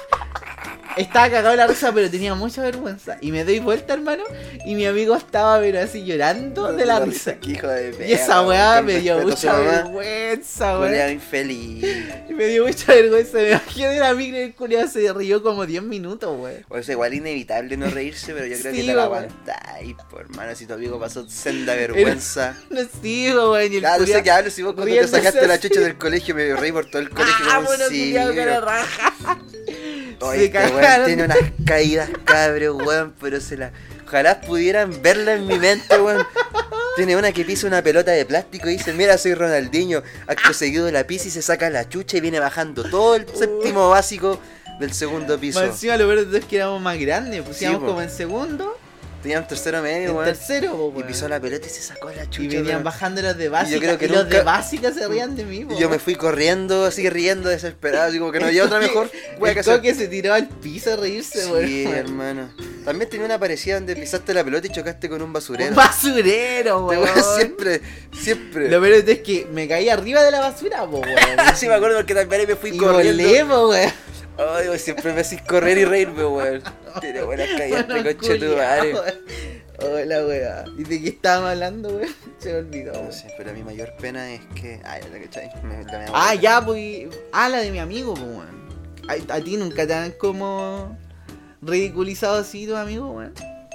Estaba cagado de la risa, pero tenía mucha vergüenza. Y me doy vuelta, hermano, y mi amigo estaba, pero así llorando de la risa. Qué hijo de Y esa perra, weá con me dio respeto a su mucha mamá. vergüenza, Culeado weón. infeliz. Y me dio mucha vergüenza. Me bajé de la micro y el culiao se rió como diez minutos, weón. O sea, igual inevitable no reírse, pero yo creo Sí, que te la weón. aguantáis, por hermano, si tu amigo pasó senda vergüenza. No sigo, weón. Y el Claro, culiao sé que hablo si vos cuando te riéndose sacaste la así. chucha del colegio me reí por todo el colegio. Ah, como un bueno, culiao, siglo. cara raja. Oye, Se este weón cagaron. tiene unas caídas, cabrón, weón, pero se la... Ojalá pudieran verla en mi mente, weón. Tiene una que pisa una pelota de plástico y dice, mira, soy Ronaldinho. Acto seguido la pisa y se saca la chucha y viene bajando todo el séptimo básico del segundo piso. Más encima lo peor de todo es que éramos más grandes. Pues Sí, íbamos po. como en segundo, Tenía un tercero medio, en weón. tercero, po, Y weón. pisó la pelota y se sacó la chucha. Y venían weón. bajando los de básica. Y yo creo que y los de nunca- básica se rían de mí, po, Y yo me weón. fui corriendo, así riendo, desesperado, así como que no había otra mejor wea que El hacer. Coque se tiró al piso a reírse, weón. Sí, hermano. También tenía una parecida donde pisaste la pelota y chocaste con un basurero. Un basurero, Este weón. weón siempre, siempre. Lo peor es que me caí arriba de la basura, po, weón. Sí, me acuerdo porque también ahí me fui Y corriendo. volé, po, weón. Ay, weón, siempre me hacís correr y reírme, weón. Tiene buenas caídas, Bueno, te concha tu culiao, madre. weón. Hola, weá. ¿Y de qué estábamos hablando, weón? Se me olvidó. No weón. sé, pero mi mayor pena es que. Ay, la cachai. Me- la me Ah, ya, pues. Ah, la de mi amigo, pues, weón. ¿A, a ti nunca te han como ridiculizado así tus amigos, weón?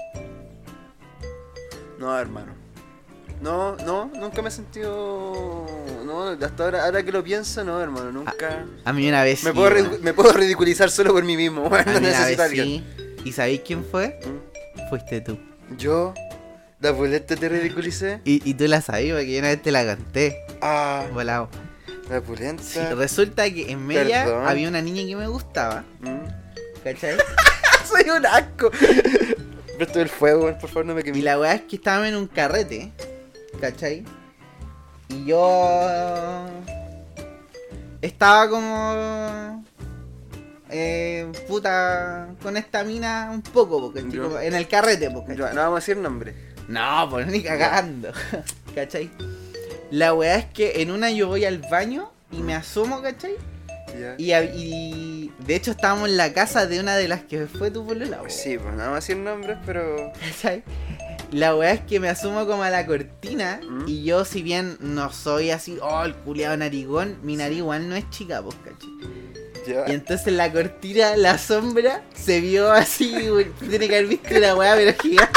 No, hermano. No, no, nunca me he sentido. No, hasta ahora, ahora que lo pienso, no, hermano, nunca. A mí una vez me, sí, puedo weón. ridicu- me puedo ridiculizar solo por mí mismo, weón. A No mí una necesito a vez alguien. sí. ¿Y sabéis quién fue? ¿Mm? Fuiste tú. Yo, la pulenta te ridiculicé. Y, y tú la sabías porque yo una vez te la conté. Ah, Volado. la pulenta. Sí, resulta que en media Perdón. había una niña que me gustaba. Mm. ¿Cachai? Soy un asco. Presto el fuego, weón, por favor, no me Y quemes. la weá es que estábamos en un carrete. ¿Cachai? Y yo estaba como eh, puta con esta mina un poco, porque Yo- tipo, en el carrete, porque Ya, no vamos a decir nombre. no, pues ni cagando. ¿Cachai? La weá es que en una yo voy al baño y me asomo, ¿cachai? Ya. Y, hab- y de hecho estábamos en la casa de una de las que fue tu polola, po, Sí, pues no vamos a decir nombres, pero. ¿cachai? La weá es que me asumo como a la cortina ¿Mm? y yo, si bien no soy así, oh, el culiado narigón, mi nariz igual no es chica, pues, ¿cachai? Ya. Y entonces la cortina, la sombra, se vio así, güey, tiene que haber visto la weá, pero gigante.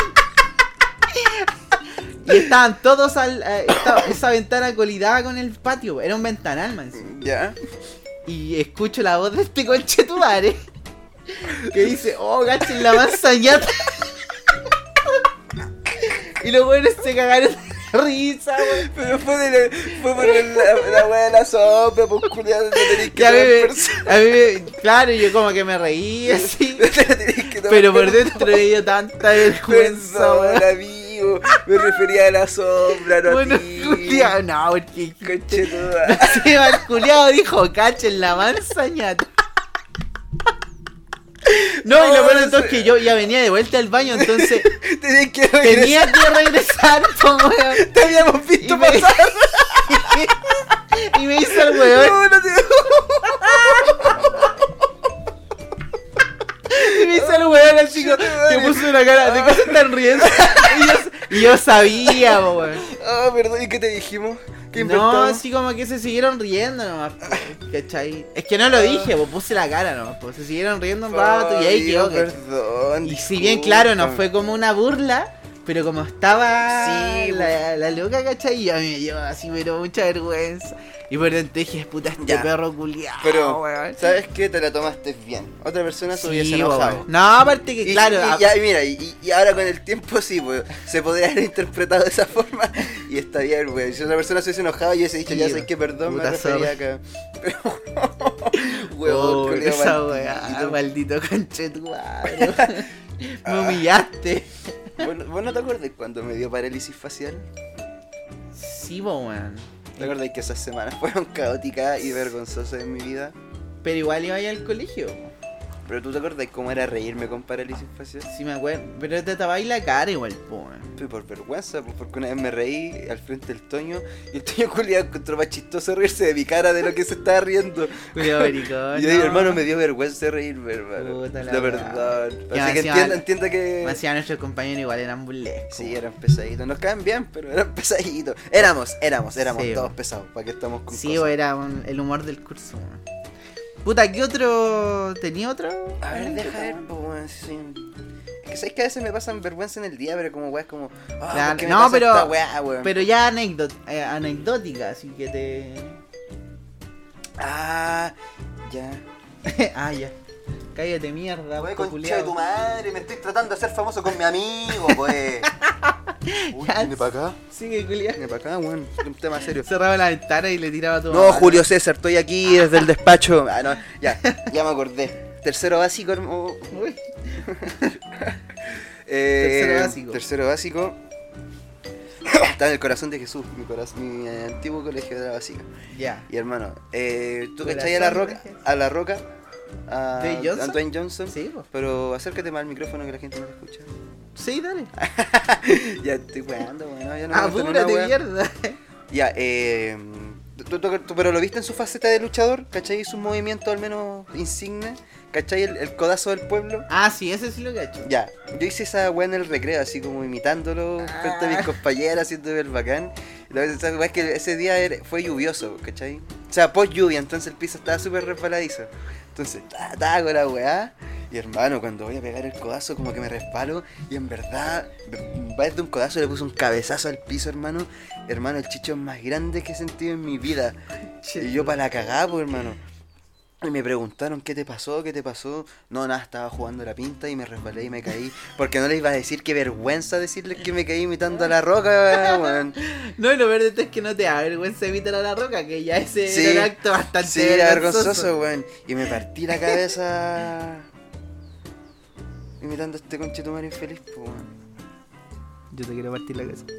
Y estaban todos al. eh, estaba- esa ventana colidaba con el patio, era un ventanal, man. Ya. Y escucho la voz de este conchetumare que dice, oh, gachen la manzañata. Y los buenos se cagaron de risa, weón. Pero fue, de la, fue por el- la, la wea de la sopa, pues culiado, te tenés que Y a mí, tomar me, persona. a mí me- claro, yo como que me reí así. Te la tenés que tomar Pero por persona. dentro me dio tanta vergüenza, Perdón, weón. amigo. Me refería a la sombra, no Bueno, a ti. culiao, no, porque Conchetuda. sí, el culiao dijo, cachen la manzañata. No, y lo No, bueno no de todo es sé. que yo ya venía de vuelta al baño, entonces Tenés que regresar. tenía que regresar, po, weón. Te habíamos visto Y me- pasar. Y me hizo el weón. No, no te... Y me hizo el weón así como que puso una cara de que se están riendo. Y yo, y yo sabía, po, weón. Ah, perdón, ¿y qué te dijimos? ¿Qué No, inventamos? así como que se siguieron riendo nomás, po, ¿cachai? Es que no lo dije, pues puse la cara nomás, pues se siguieron riendo un rato y ahí Fabio, quedó, ¿cachai? Perdón. Y si bien, claro, no disculpa. fue como una burla, pero como estaba Sí, la, la loca, ¿cachai? Y a mí me dio así, pero mucha vergüenza. Y por dentro dije, puta, este Ya. perro culiao, Pero, weón. ¿sabes qué? Te la tomaste bien. Otra persona se hubiese Sí, enojado. weón. No, aparte que, Y, claro, y- a- ya, y mira, y, y ahora con el tiempo sí, pues, se podría haber interpretado de esa forma y está bien, weón. Si otra persona se hubiese enojado y hubiese dicho, Sí, ya sé que perdón, puta me refería acá. Weón, oh, culiao esa maldito. weá, maldito conchetumadre. Me humillaste. ¿Vos, no- vos no te acuerdas cuando me dio parálisis facial? Sí, po, weón. ¿Te acuerdas que esas semanas fueron caóticas y vergonzosas en mi vida? Pero igual iba ahí al colegio. Pero tú te acuerdas cómo era reírme con parálisis facial? Sí me acuerdo. Pero te tapabais la cara igual, po, weón. Fue por vergüenza, pues porque una vez me reí al frente del Toño y el Toño culiado encontró más chistoso reírse de mi cara de lo que se estaba riendo. Culiao maricón, Y yo, no. hermano, me dio vergüenza reírme, hermano. Puta la De weá. verdad. Y Así que encima- entienda, entienda que. Me decían nuestros compañeros igual eran burlescos. Sí, eran pesaditos. Nos caen bien, pero eran pesaditos. Éramos, éramos, éramos Sí, todos weón. pesados. ¿Para qué estamos con Sí, cosas? o era un- el humor del curso, weón. Puta, ¿qué otro? ¿Tenía otro? A ver, deja ver, pues, weón, sí. Es que sabes que a veces me pasan vergüenza en el día, pero como weá, es como. ah, Claro, ¿por qué me no, pasa pero- esta weá, weón? Pero ya anécdot, eh, anecdótica, así que te... Ah, ya. ah, ya. Cállate mierda, Wey, po, concha de tu culiao. madre, me estoy tratando de hacer famoso con mi amigo, pues. Uy, Ya. viene para acá, Sigue, culiao. viene para acá, weón. Es un tema serio. Cerraba la ventana y le tiraba todo. No, Julio César, estoy aquí desde el despacho. Ah, no, ya, ya me acordé. Tercero básico, hermano. Uy. Eh, Tercero básico. Tercero básico. Está en el corazón de Jesús, mi, corazón, mi eh, antiguo colegio de la básica. Ya. Y hermano, eh, ¿tú Corazón cachai a la de roca? Jesús. A la roca. a, ¿Dwayne Johnson? a Dwayne Johnson. Sí, po. Pero acércate más al micrófono que la gente no te escucha. Sí, dale. Ya estoy jugando, bueno, ya no me meto en una Apúrate, wea. mierda. Ya, eh. Tú, tú- tú- pero lo viste en su faceta de luchador, ¿cachai? Su movimiento al menos insigne, ¿cachai? El, el codazo del pueblo. Ah, sí, ese sí lo que ha hecho. Ya, yo hice esa weá en el recreo, así como imitándolo frente a mis Ah. compañeras, haciendo el bacán. Y la verdad es que ese día era- fue lluvioso, ¿cachai? O sea, post lluvia, entonces el piso estaba súper resbaladizo. Entonces, ta, ta, con la weá. Y hermano, cuando voy a pegar el codazo, como que me resbalo. Y en verdad, va desde un codazo, le puse un cabezazo al piso, hermano. Hermano, el chicho más grande que he sentido en mi vida. Y yo para la cagada, pues, hermano. Y me preguntaron, ¿qué te pasó? ¿Qué te pasó? No, nada, estaba jugando la pinta y me resbalé y me caí. Porque no les iba a decir, qué vergüenza decirles que me caí imitando a La Roca, weón. No, y lo peor de todo es que no te da vergüenza imitar a La Roca, que ya ese Sí. era un acto bastante Sí, era vergonzoso, weón. Y me partí la cabeza imitando a este conchetumare infeliz, pues, weón. Yo te quiero partir la cabeza.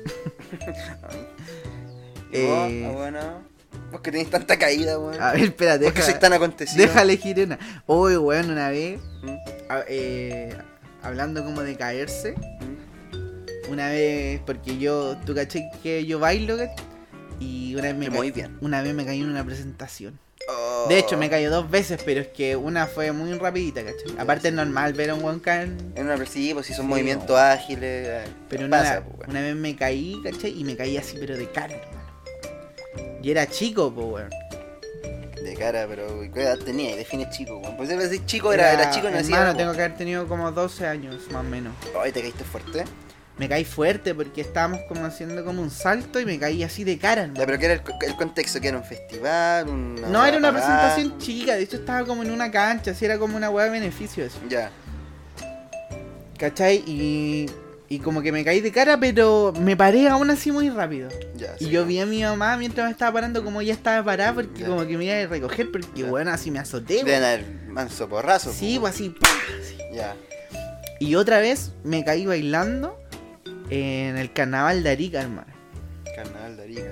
¿Y vos, Eh. ah, bueno? Vos que tenés tanta caída, weón. A ver, espérate. Vos que deja- sois tan acontecido. Deja elegir una. Uy, weón, una vez, ¿Mm? a- eh, hablando como de caerse, ¿Mm? una vez, porque yo, tú caché que yo bailo, ¿cachai? Y una vez me Te ca- movís bien. una vez me caí en una presentación. Oh. De hecho, me cayó dos veces, pero es que una fue muy rapidita, ¿cachai? Aparte es normal ver a un weón caer, En una sí, pues si son Sí, movimientos weón. ágiles. eh, pero una, pasa, pues, weón. una vez me caí, ¿cachai? Y me caí así, pero de cara, hermano. Y era chico, pues, weón. De cara, pero ¿qué edad tenía? Y define chico, weón. Pues si decís chico, era, era chico y no decía. Hermano, tengo que haber tenido como doce años, más o menos. Ay, te caíste fuerte. Me caí fuerte porque estábamos como haciendo como un salto y me caí así de cara, hermano. Ya, pero ¿qué era el, co- el contexto? ¿Que era un festival? Una No, weá era una pagada? presentación chica, de hecho estaba como en una cancha, así era como una weá de beneficio eso. Ya. ¿Cachai? Y, y como que me caí de cara, pero me paré aún así muy rápido. Ya. Y sí. yo vi a mi mamá mientras me estaba parando como ella estaba parada porque Ya. como que me iba a recoger, porque Ya. bueno, así me azoté. Deben weón. haber manso porrazo. Sí, po. pues así, ¡pah! Así. Ya. Y otra vez me caí bailando en el carnaval de Arica, hermano. Carnaval de Arica.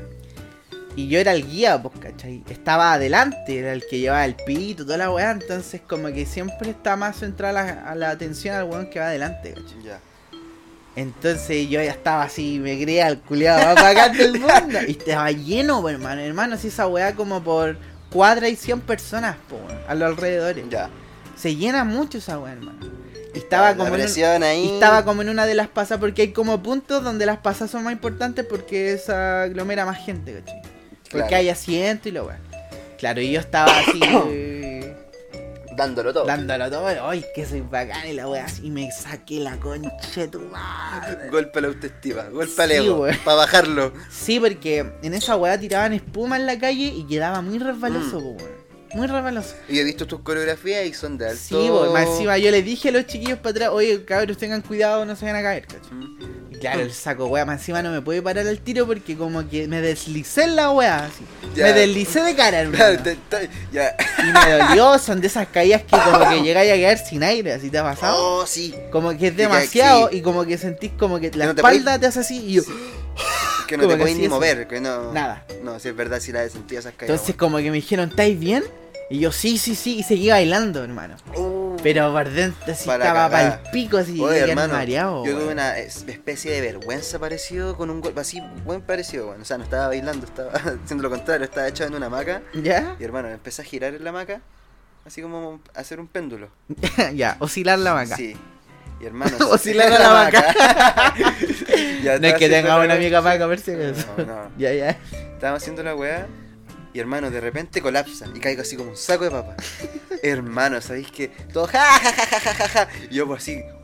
Y yo era el guía, pues, ¿cachai? Estaba adelante, era el que llevaba el pito, toda la weá, entonces como que siempre está más centrada la, a la atención al weón que va adelante, ¿cachai? Ya. Entonces yo ya estaba así, me creía el culiado más bacán del mundo. Y estaba lleno, pues, hermano, hermano, si esa weá como por cuadra y cien personas, pues, a los alrededores. Ya. Se llena mucho esa weá, hermano. Y estaba La como en un- presión ahí. Y estaba como en una de las pasas, porque hay como puntos donde las pasas son más importantes porque esa aglomera más gente, ¿cachai? Porque Claro. hay asiento y lo weón. Claro, y yo estaba así, eh, Dándolo todo. dándolo todo, ay, que soy bacán y la weá así, y me saqué la concha de tu madre. Golpe a la autoestima. Golpe al Sí, ego. weón. Para bajarlo. Sí, porque en esa weá tiraban espuma en la calle y quedaba muy resbaloso, Mm. po, weón. Muy resbaloso. Y he visto tus coreografías y son de alto. Sí, po, más encima yo les dije a los chiquillos para atrás, oye, cabros, tengan cuidado, no se van a caer, ¿cachai? Mm. Y claro, el saco weá, más encima no me puede parar al tiro porque como que me deslicé en la weá, así. Ya. Me deslicé de cara, hermano. Claro, te- te- ya. Y me dolió, son de esas caídas que como que llegáis a caer sin aire, así te ha pasado. Oh, sí. Como que es Te cae- demasiado sí. y como que sentís como que la no te espalda te hace así y yo... Que no Como te que podéis así ni eso. mover. Que no. Nada. No, si es verdad, si la he sentido esas caídas. Entonces como que me dijeron, ¿estáis bien? Y yo, sí, sí, sí, y seguí bailando, hermano. Uh, Pero por dentro así Pa' la estaba cagada. pa'l pico, así, Oye, bien hermano, mareado. yo tuve weón. una es- especie de vergüenza parecido con un golpe así, buen parecido, bueno. O sea, no estaba bailando, estaba haciendo lo contrario, estaba echado en una hamaca. ¿Ya? Y hermano, empecé a girar en la hamaca, así como a hacer un péndulo. Ya, oscilar la vaca. Sí. Y hermano, Oscilar a la vaca. Ya No es estaba que haciendo tenga la una weá. amiga para comerse eso. No, no. Ya, ya. Estábamos haciendo la weá. Y hermano, de repente colapsa y caigo así como un saco de papa. Hermano, ¿sabéis que? Todo ja ja ja ja ja ja ja. Y yo pues así.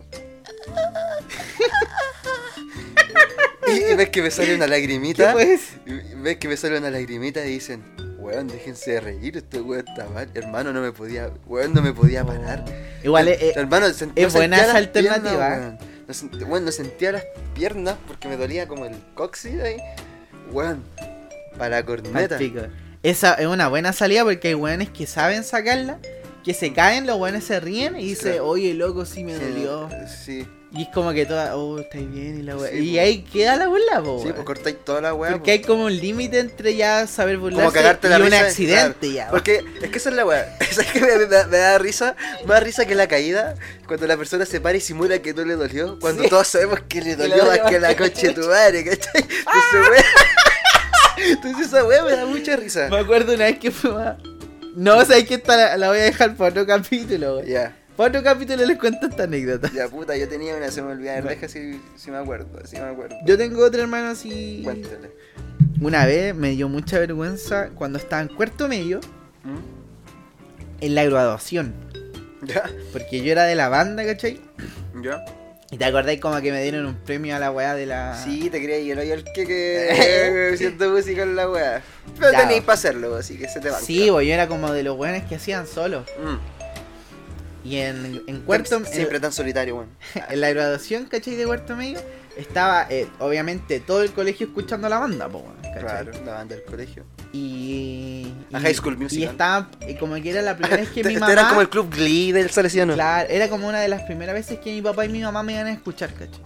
Y ves que me sale una ¿Qué lagrimita. pues? Y ves que me sale una lagrimita y dicen, weón, déjense de reír, este weón está mal. Hermano, no me podía, weón, no me podía parar. Igual es, Hermano, sent- es no buena sentía esa las piernas, alternativa. weón. No sent- weón, no sentía las piernas porque me dolía como el coxis ahí. Weón, para la corneta. Pal pico. Esa es una buena salida porque hay weones que saben sacarla, que se caen, los buenos se ríen y dice, Claro. oye, loco, sí me Sí, dolió. Sí. Y es como que toda, oh, estáis bien y la weá. Sí, y po. ahí queda la burla, po. Sí, weón. pues cortáis toda la weá. Porque hay como un límite entre ya saber burlarse Como cagarte y la un risa, accidente claro. ya. Porque es que esa es la weá. ¿Sabes qué me, me- me da risa? Me da risa que la caída, cuando la persona se para y simula que no le dolió, cuando Sí. todos sabemos que le le dolió dolió más que la más que la concha de tu madre, ¿cachai? Entonces, weá. Entonces esa weá me da mucha risa. Me acuerdo una vez que fue a... No, sabes que esta la, la voy a dejar para otro capítulo, weón. Ya, Para otro capítulo les cuento esta anécdota. ya puta, yo tenía una, se me olvidaba, deja si, si me acuerdo, si me acuerdo. Yo tengo otro hermano así. Cuéntale. Una vez me dio mucha vergüenza cuando estaba en cuarto medio ¿Mm? en la graduación. ¿Ya? Porque yo era de la banda, ¿cachai? ¿Ya? Y te acordáis como que me dieron un premio a la weá de la... Sí, te creía, yo no, yo el que que siento música en la weá. Pero Ya. tenéis para hacerlo, así que se te banca. Sí, pues yo era como de los weones que hacían solo. Mm. Y en, en cuarto... Siempre en, tan solitario, weón. en la graduación, ¿cachai? De cuarto medio, estaba eh, obviamente todo el colegio escuchando la banda, po, weón, ¿cachai? Claro, la banda del colegio. Y... A y- High School Y Musical. estaba... y como que era la primera vez que Te- mi te mamá... Era como el club Glee del Salesiano. Claro, era como una de las primeras veces que mi papá y mi mamá me iban a escuchar, ¿cachai?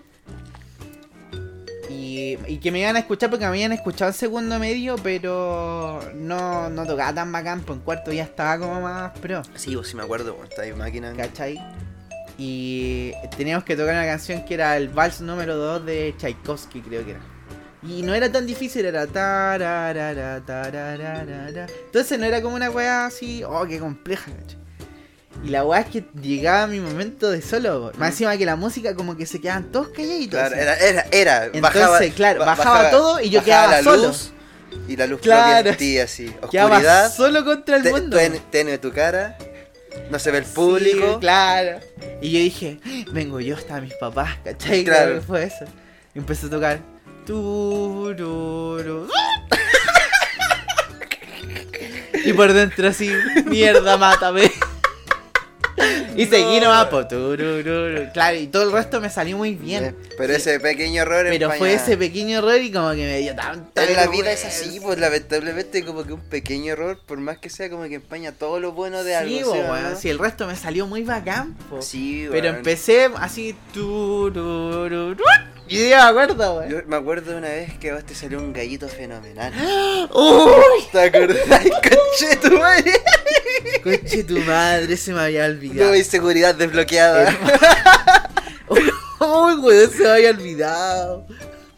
Y, y que me iban a escuchar porque me habían escuchado en segundo medio, pero no, no tocaba tan bacán, pues en cuarto ya estaba como más pro, Sí, vos sí me acuerdo, weón. Está ahí máquina. ¿cachai? Y teníamos que tocar una canción que era el vals número dos de Tchaikovsky, creo que era. Y no era tan difícil, era tararara, tararara. Entonces no era como una weá así, oh, qué compleja, ¿cachai? Y la weá es que llegaba mi momento de solo, más encima que la música como que se quedaban todos calladitos. Claro, así. era, era, era. Entonces, bajaba, claro, ba- bajaba todo y yo bajaba quedaba la solo. luz y la luz Claro. propia en ti, así. Quedaba Oscuridad, solo contra el te- mundo. ten- tenue tu cara, no se ve el público. Sí, claro. Y yo dije, vengo yo, hasta mis papás, ¿cachai? Claro. Claro, fue eso. Y empecé a tocar. Tururu. Y por dentro así, mierda, mátame. Y seguí nomás, po, turururu. Claro, y todo el resto me salió muy bien. Eh, Pero ese pequeño error Pero empaña- fue ese pequeño error y como que me dio tanta En la vida vergüenza. es así, pues lamentablemente como que un pequeño error, por más que sea, como que empaña todo lo bueno de algo. Sí, ¿sí po, o no? weón, si el resto me salió muy bacán, po. Sí, Pero weón. empecé así, turururu. Y yo me acuerdo, weón. Yo me acuerdo de una vez que a vos te salió un gallito fenomenal. ¡Uy! ¿Te acordás? Conche tu madre. Conche tu madre, se me había olvidado. No, inseguridad desbloqueada. Uy, weón, se me había olvidado.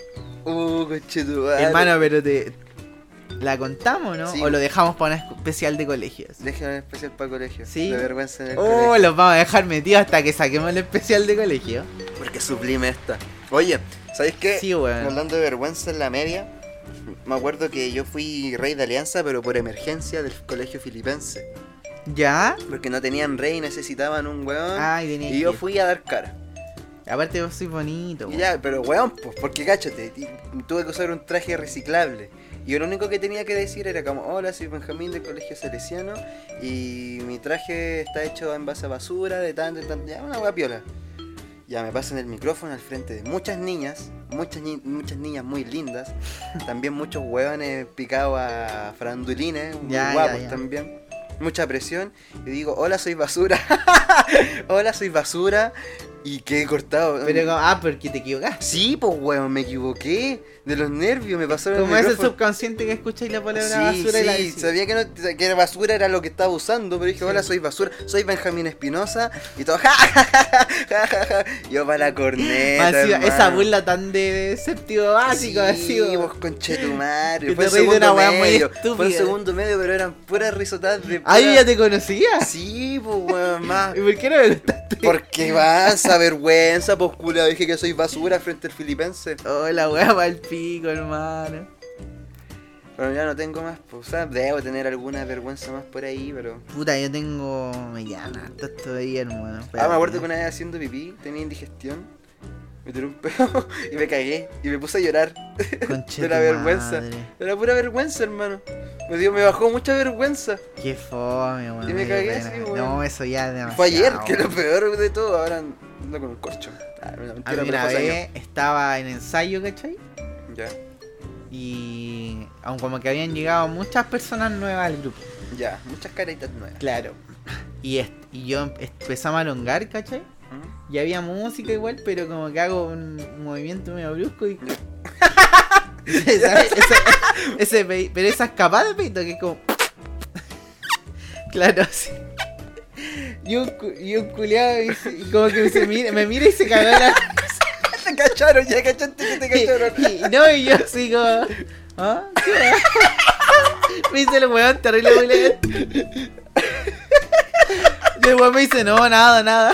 Uh, conche tu madre. Hermano, pero te. ¿La contamos, no? Sí. ¿O lo dejamos para una especial de colegios? Déjame un especial para colegio. Sí. De vergüenza en el Oh, colegio. los vamos a dejar metidos hasta que saquemos el especial de colegio. Porque sublime esta. Oye, ¿sabes qué? Sí, weón. Hablando de vergüenza en la media, me acuerdo que yo fui rey de alianza, pero por emergencia del colegio filipense. ¿Ya? Porque no tenían rey y necesitaban un weón. Ay, tenía y yo que- fui a dar cara. Aparte vos sois bonito, Y weón. ya, pero weón, pues, porque cáchate, y tuve que usar un traje reciclable. Y yo lo único que tenía que decir era como, hola, soy Benjamín del Colegio Salesiano y mi traje está hecho en base a basura, de tanto, de tanto, ya, una wea piola. Ya me pasan el micrófono al frente de muchas niñas, muchas, ni- muchas niñas muy lindas, también muchos hueones picados a frandulines, muy Ya, ya, guapos ya. también. Mucha presión y digo, hola, soy basura. Hola, soy basura. Y quedé cortado. Pero, como- ah, porque te equivocaste. Sí, pues weón, me equivoqué. De los nervios me pasaron Como el ese micrófono. subconsciente que escucháis la palabra Sí, basura y la sí, decís. sabía que, no, que era basura era lo que estaba usando, pero dije, hola, soy basura, soy Benjamín Espinosa, y todo, ja, ja, ja, ja, ja, ja. Yo para la corneta, Más encima, esa hermano. burla tan de séptimo básico, así. Sí, weón. vos conchetumare, Que fue te en reís de segundo una weá muy medio, estúpida. fue en segundo medio, pero eran puras risotadas de Ah, yo pura- ya te conocía. Sí, pues weón, más. ¿Y por qué no me gustaste? Porque vas a vergüenza, pues culo, dije que soy basura frente al filipense. Oh, la weá va al pico, hermano. Bueno, ya no tengo más, pues, o sea, debo tener alguna vergüenza más por ahí, pero... Puta, yo tengo. Me llaman harto todavía, hermano. Ah, me acuerdo que una vez haciendo pipí, tenía indigestión, me tiré un pedo y me cagué y me puse a llorar Conche de la tu vergüenza. madre. De la pura vergüenza, hermano. Me dio, me bajó mucha vergüenza. Qué fome, weón. Y me dio cagué pena. así, weón. No, eso ya es demasiado. Fue ayer, que lo weón. peor de todo, ahora ando con un corcho. Ah, no, A mentira, mí pero una fue hace vez estaba en ensayo, ¿cachai? años. Ya, Y. Aun como que habían llegado muchas personas nuevas al grupo. ya, muchas caritas nuevas. Claro. Y, est- y yo em- empezamos a alongar, ¿cachai? ¿Mm? Y había música igual, pero como que hago un movimiento medio brusco y... ¿Sabes? Ese, ese pe- pero esa escapada de peito que es como... Claro, sí. Y un, cu- y un culiado y, se- y como que se mira, me mira y se cagó la... Te cacharon, ya cachaste que te cacharon. Y, y no, y yo así como... ¿Ah? ¿Qué weá? Me dice el weón terrible, weón. Y el weón me dice, no, nada, nada.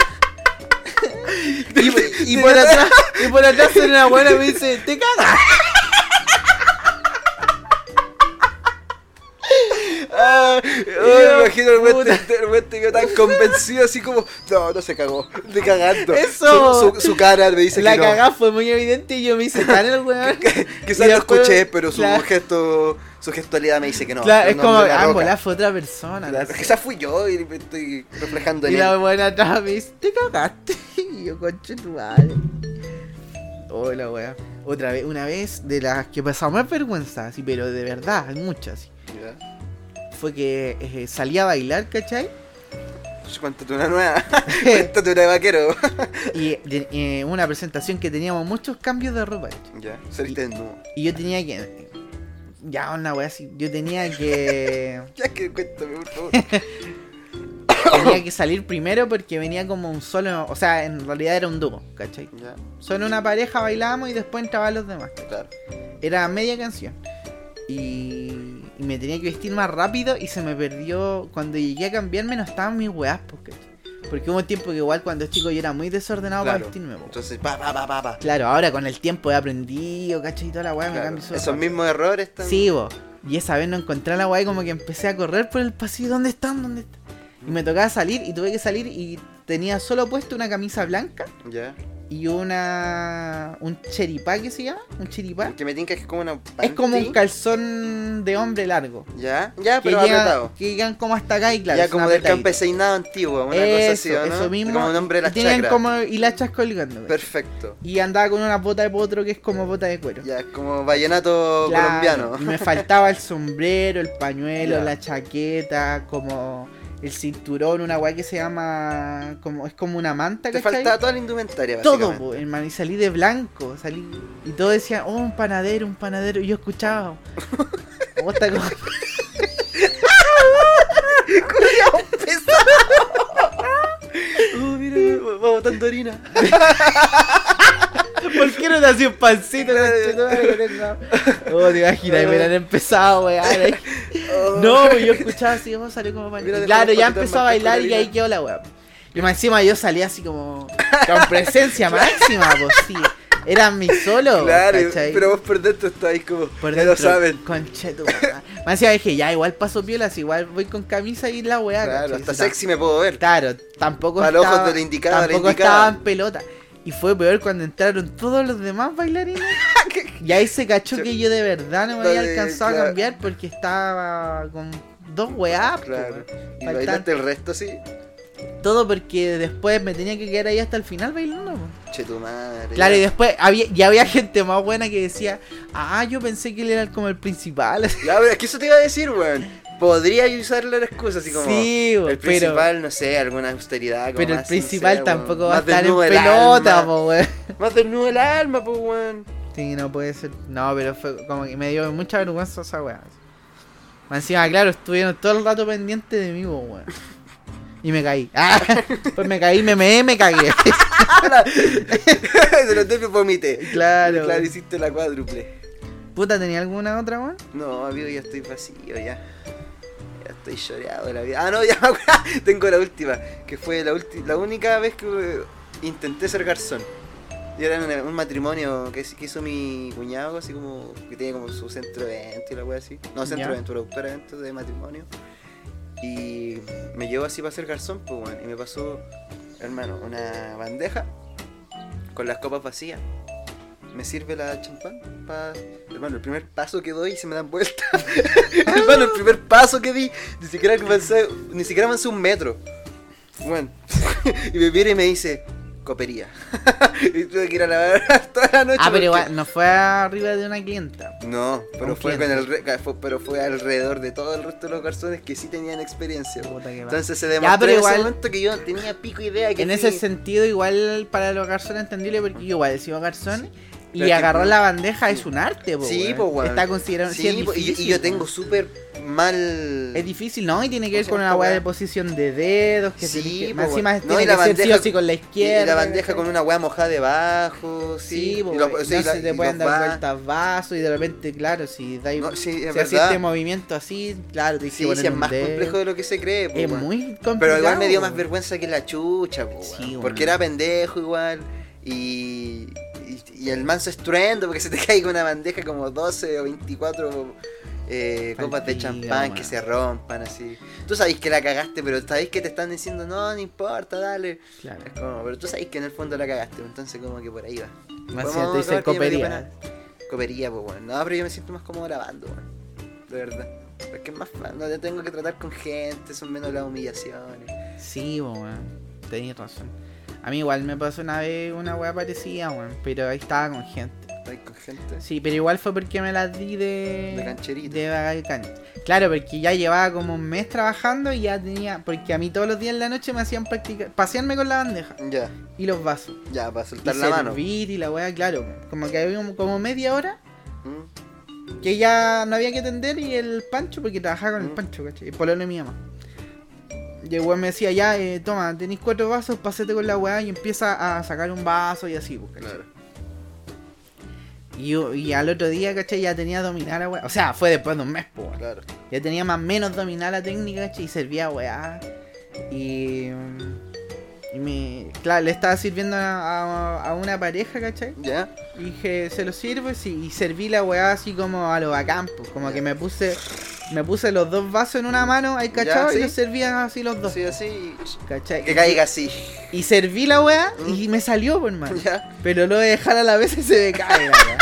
Y, y por atrás, y por atrás suena una buena y me dice, te cagas. Ah, oh, me imagino el weón Puta. te- el weón te vio tan convencido así como, no, no se cagó, de cagando. Eso. Su, su, su cara me dice La que no. cagada fue muy evidente y yo me hice tan el weón. Quizás Y lo después- escuché, pero su claro. gesto, su gestualidad me dice que no. Claro, es no, como, no, la ah, en roca. volá fue otra persona. Claro, no sé. quizás fui yo y me estoy reflejando en Y la él. buena atrás me dice, te cagaste. Y yo, conche tu madre. Hola, weá. Otra vez, una vez de las que pasaba más vergüenza, así, pero de verdad, hay muchas. Así. Ya. Fue que eh, salí a bailar, ¿cachai? Cuéntate una nueva. Cuéntate una de vaquero. Y de- eh, una presentación que teníamos muchos cambios de ropa. ¿cachai? Ya, saliste desnudo. Y yo tenía que... Ya, una weá así. Yo tenía que... Ya que cuéntame, por favor. tenía que salir primero porque venía como un solo... O sea, en realidad era un dúo, ¿cachai? Ya, Solo una pareja bailábamos y después entraban los demás. claro. Era media canción. Y, y me tenía que vestir más rápido y se me perdió. Cuando llegué a cambiarme no estaban mis weas, porque, porque hubo un tiempo que igual cuando chico yo era muy desordenado para Claro. vestirme. Po. Entonces, pa, pa, pa, pa, pa. Claro, ahora con el tiempo he aprendido, ¿cachai? Y toda la wea me Claro. cambio solo. Esos mismos errores también. Sí, bo. Y esa vez no encontré a la wea y como que empecé a correr por el pasillo. ¿Dónde están? ¿Dónde están? Y me tocaba salir y tuve que salir y tenía solo puesto una camisa blanca Ya. y una... un cheripá, ¿qué se llama? Un cheripá. Que me tinca que es como una Es como un panty. calzón de hombre largo. Ya, ya, Que pero llegan, apretado. que llegan como hasta acá y claro. Ya son como del apretaditos. campeseinado antiguo, una eso, cosa así, ¿o no? eso mismo. Como un hombre de y las tenían chacras. como hilachas colgando. ¿ves? Perfecto. Y andaba con una bota de potro que es como bota de cuero. Ya, es como vallenato Claro, colombiano. Y me faltaba el sombrero, el pañuelo, Ya. la chaqueta, como el cinturón, una weá que se llama. como es como una manta, Te ¿cachai? faltaba toda la indumentaria, Todo, básicamente. po, hermano, y salí de blanco, salí. Y todos decían, oh, un panadero, un panadero. Y yo escuchaba. Oh, está como- Oh, mira, va botando orina. ¿Por qué no te hacía un pancito? conchetumare, que tenga? Oh, te imaginas, me hubieran empezado, weón. Oh. No, pues yo escuchaba así, oh, salió como pan- Mira, y deja claro, los ya patitos empezó a más bailar y calcularinas. ahí quedó la weá. Y más encima yo salía así como con presencia máxima, pues sí. Era mi solo, Claro, ¿cachai? pero vos por dentro estás ahí como, Por ya dentro, lo saben. Conchetu, más encima dije, ya, igual paso piolas, igual voy con camisa y la weá, Claro, ¿cachai? hasta Si tam- sexy me puedo ver. Claro, tampoco Para los estaba, ojos del indicado, de la tampoco indicada. estaba en pelota. Y fue peor cuando entraron todos los demás bailarines. Y ahí se cachó que yo de verdad no me había Dale, alcanzado claro. a cambiar porque estaba con dos weá. po, Claro. weón. Y Faltan- bailaste el resto así. Todo porque después me tenía que quedar ahí hasta el final bailando. po. Che tu madre. Claro, ya. y después había, ya había gente más buena que decía, ah, yo pensé que él era como el principal. Ya, pero es que eso te iba a decir, weón. Podría usarle la excusa así como. Sí, el pero, principal, no sé, alguna austeridad. Como pero el más principal sincera, tampoco weón. va a Más estar en desnudo el pelota, alma. po, weón. Más desnudo el alma, pues, weón. Sí, no puede ser. No, pero fue como que me dio mucha vergüenza esa weá. Más encima, claro, estuvieron todo el rato pendientes de mí, po, weón. Y me caí. Ah, pues me caí, me meé, me cagué. De los nervios vomité. Claro. Claro, hiciste la cuádruple. Puta, ¿tenía alguna otra, weón? No, amigo, ya estoy vacío, ya. Ya estoy lloreado de la vida. Ah, no, ya me acuerdo. Tengo la última. Que fue la, ulti- la única vez que eh, intenté ser garzón. Y era un, un matrimonio que, que hizo mi cuñado, así como. Que tiene como su centro de eventos y la wea así. No, centro Ya. de eventos, productor de eventos de matrimonio. Y me llevó así para ser garzón, pues, bueno. Y me pasó, hermano, una bandeja con las copas vacías. Me sirve la champán para... Hermano, el primer paso que doy se me dan vuelta. Hermano, el primer paso que di, ni siquiera avancé, ni siquiera avancé un metro. Bueno, y me viene y me dice, copería. Y tuve que ir a lavar toda la noche. Ah, pero porque- igual, no fue arriba de una clienta. No, pero Un fue, con cliente. el re- fue- pero fue alrededor de todo el resto de los garzones que sí tenían experiencia. po. Puta que va. Entonces se Ya, demostró pero en igual- ese momento que yo no tenía pico idea que En fui- ese sentido, igual para los garzones entendible, porque yo igual he sido garzón. Y Pero es que- agarrar la bandeja es un arte, po, Sí, weón. pues bueno. Está considerado. sí, Sí, es po, y, yo- y difícil, yo tengo weón. súper mal. Es difícil, ¿no? Y tiene que ver ¿Cómo con se una llama weá esta de weá? posición de dedos. Que Sí, tiene que, po, más encima weón. tiene No, y que la ser sí o bandeja- sí con la Y, izquierda. y la bandeja ¿cachai? con una weá mojada debajo, sí. Sí, po, y los- weón. sí, no la- se te y pueden los dar va- vueltas vasos y de repente, claro, si dais No, sí, es si verdad. hiciste movimiento así, claro, tienes que Sí, poner sí, es un más dedo. complejo de lo que se cree. po, Es weón. muy complicado. Pero igual me dio más weón. vergüenza que la chucha, po, Sí, weón. weón. Porque era pendejo igual. Y, y, y el manso estruendo, porque se te caiga una bandeja como doce o veinticuatro eh, copas de Palpiga, champán que weón. se rompan así. Tú sabés que la cagaste, pero sabés que te están diciendo, no, no importa, dale. Claro. Es como, pero tú sabés que en el fondo la cagaste, entonces como que por ahí va. Más Podemos si te dice acabar que yo me dio copería. pena. Copería, pues bueno. No, pero yo me siento más cómodo grabando, weón. De verdad. Porque es más fan, no te tengo que tratar con gente, son menos las humillaciones. Sí, po, weón. Tenés razón. A mí igual me pasó una vez una weá parecida, weón. Pero ahí estaba con gente. ¿Estás con gente? Sí, pero igual fue porque me las di de. De cancherito. De bacán. Claro, porque ya llevaba como un mes trabajando y ya tenía. Porque a mí todos los días en la noche me hacían practicar. Pasearme con la bandeja Ya, y los vasos. ya, para Y soltar la mano. servir y la weá, claro. Como que había como, como media hora ¿Mm? que ya no había que atender y el Pancho, porque trabajaba con el Mm. Pancho, ¿cachai? El pololo de mi mamá. Y el weón me decía, ya, eh, toma, tenéis cuatro vasos, pásate con la weá y empieza a sacar un vaso y así, pues, ¿cachai? Claro. Y, yo- y al otro día, ¿cachai? Ya tenía dominada la weá. O sea, fue después de un mes, pues. Claro. Ya tenía más o menos dominada la técnica, ¿cachai? Y servía weá. Y. Y me. Claro, le estaba sirviendo a, a- a una pareja, ¿cachai? ¿Ya? Y dije, ¿se lo sirve? Sí, y serví la weá así como a lo bacán, pues. Como Ya. que me puse. Me puse los dos vasos en una mano, ahí cachado, Ya, y ¿sí? los servía así los dos. Así, así. ¿Cachai? Que caiga así. Y serví la weá Mm. y me salió, pues, hermano. Ya. Pero lo de dejar a la vez y se me cae, la weá.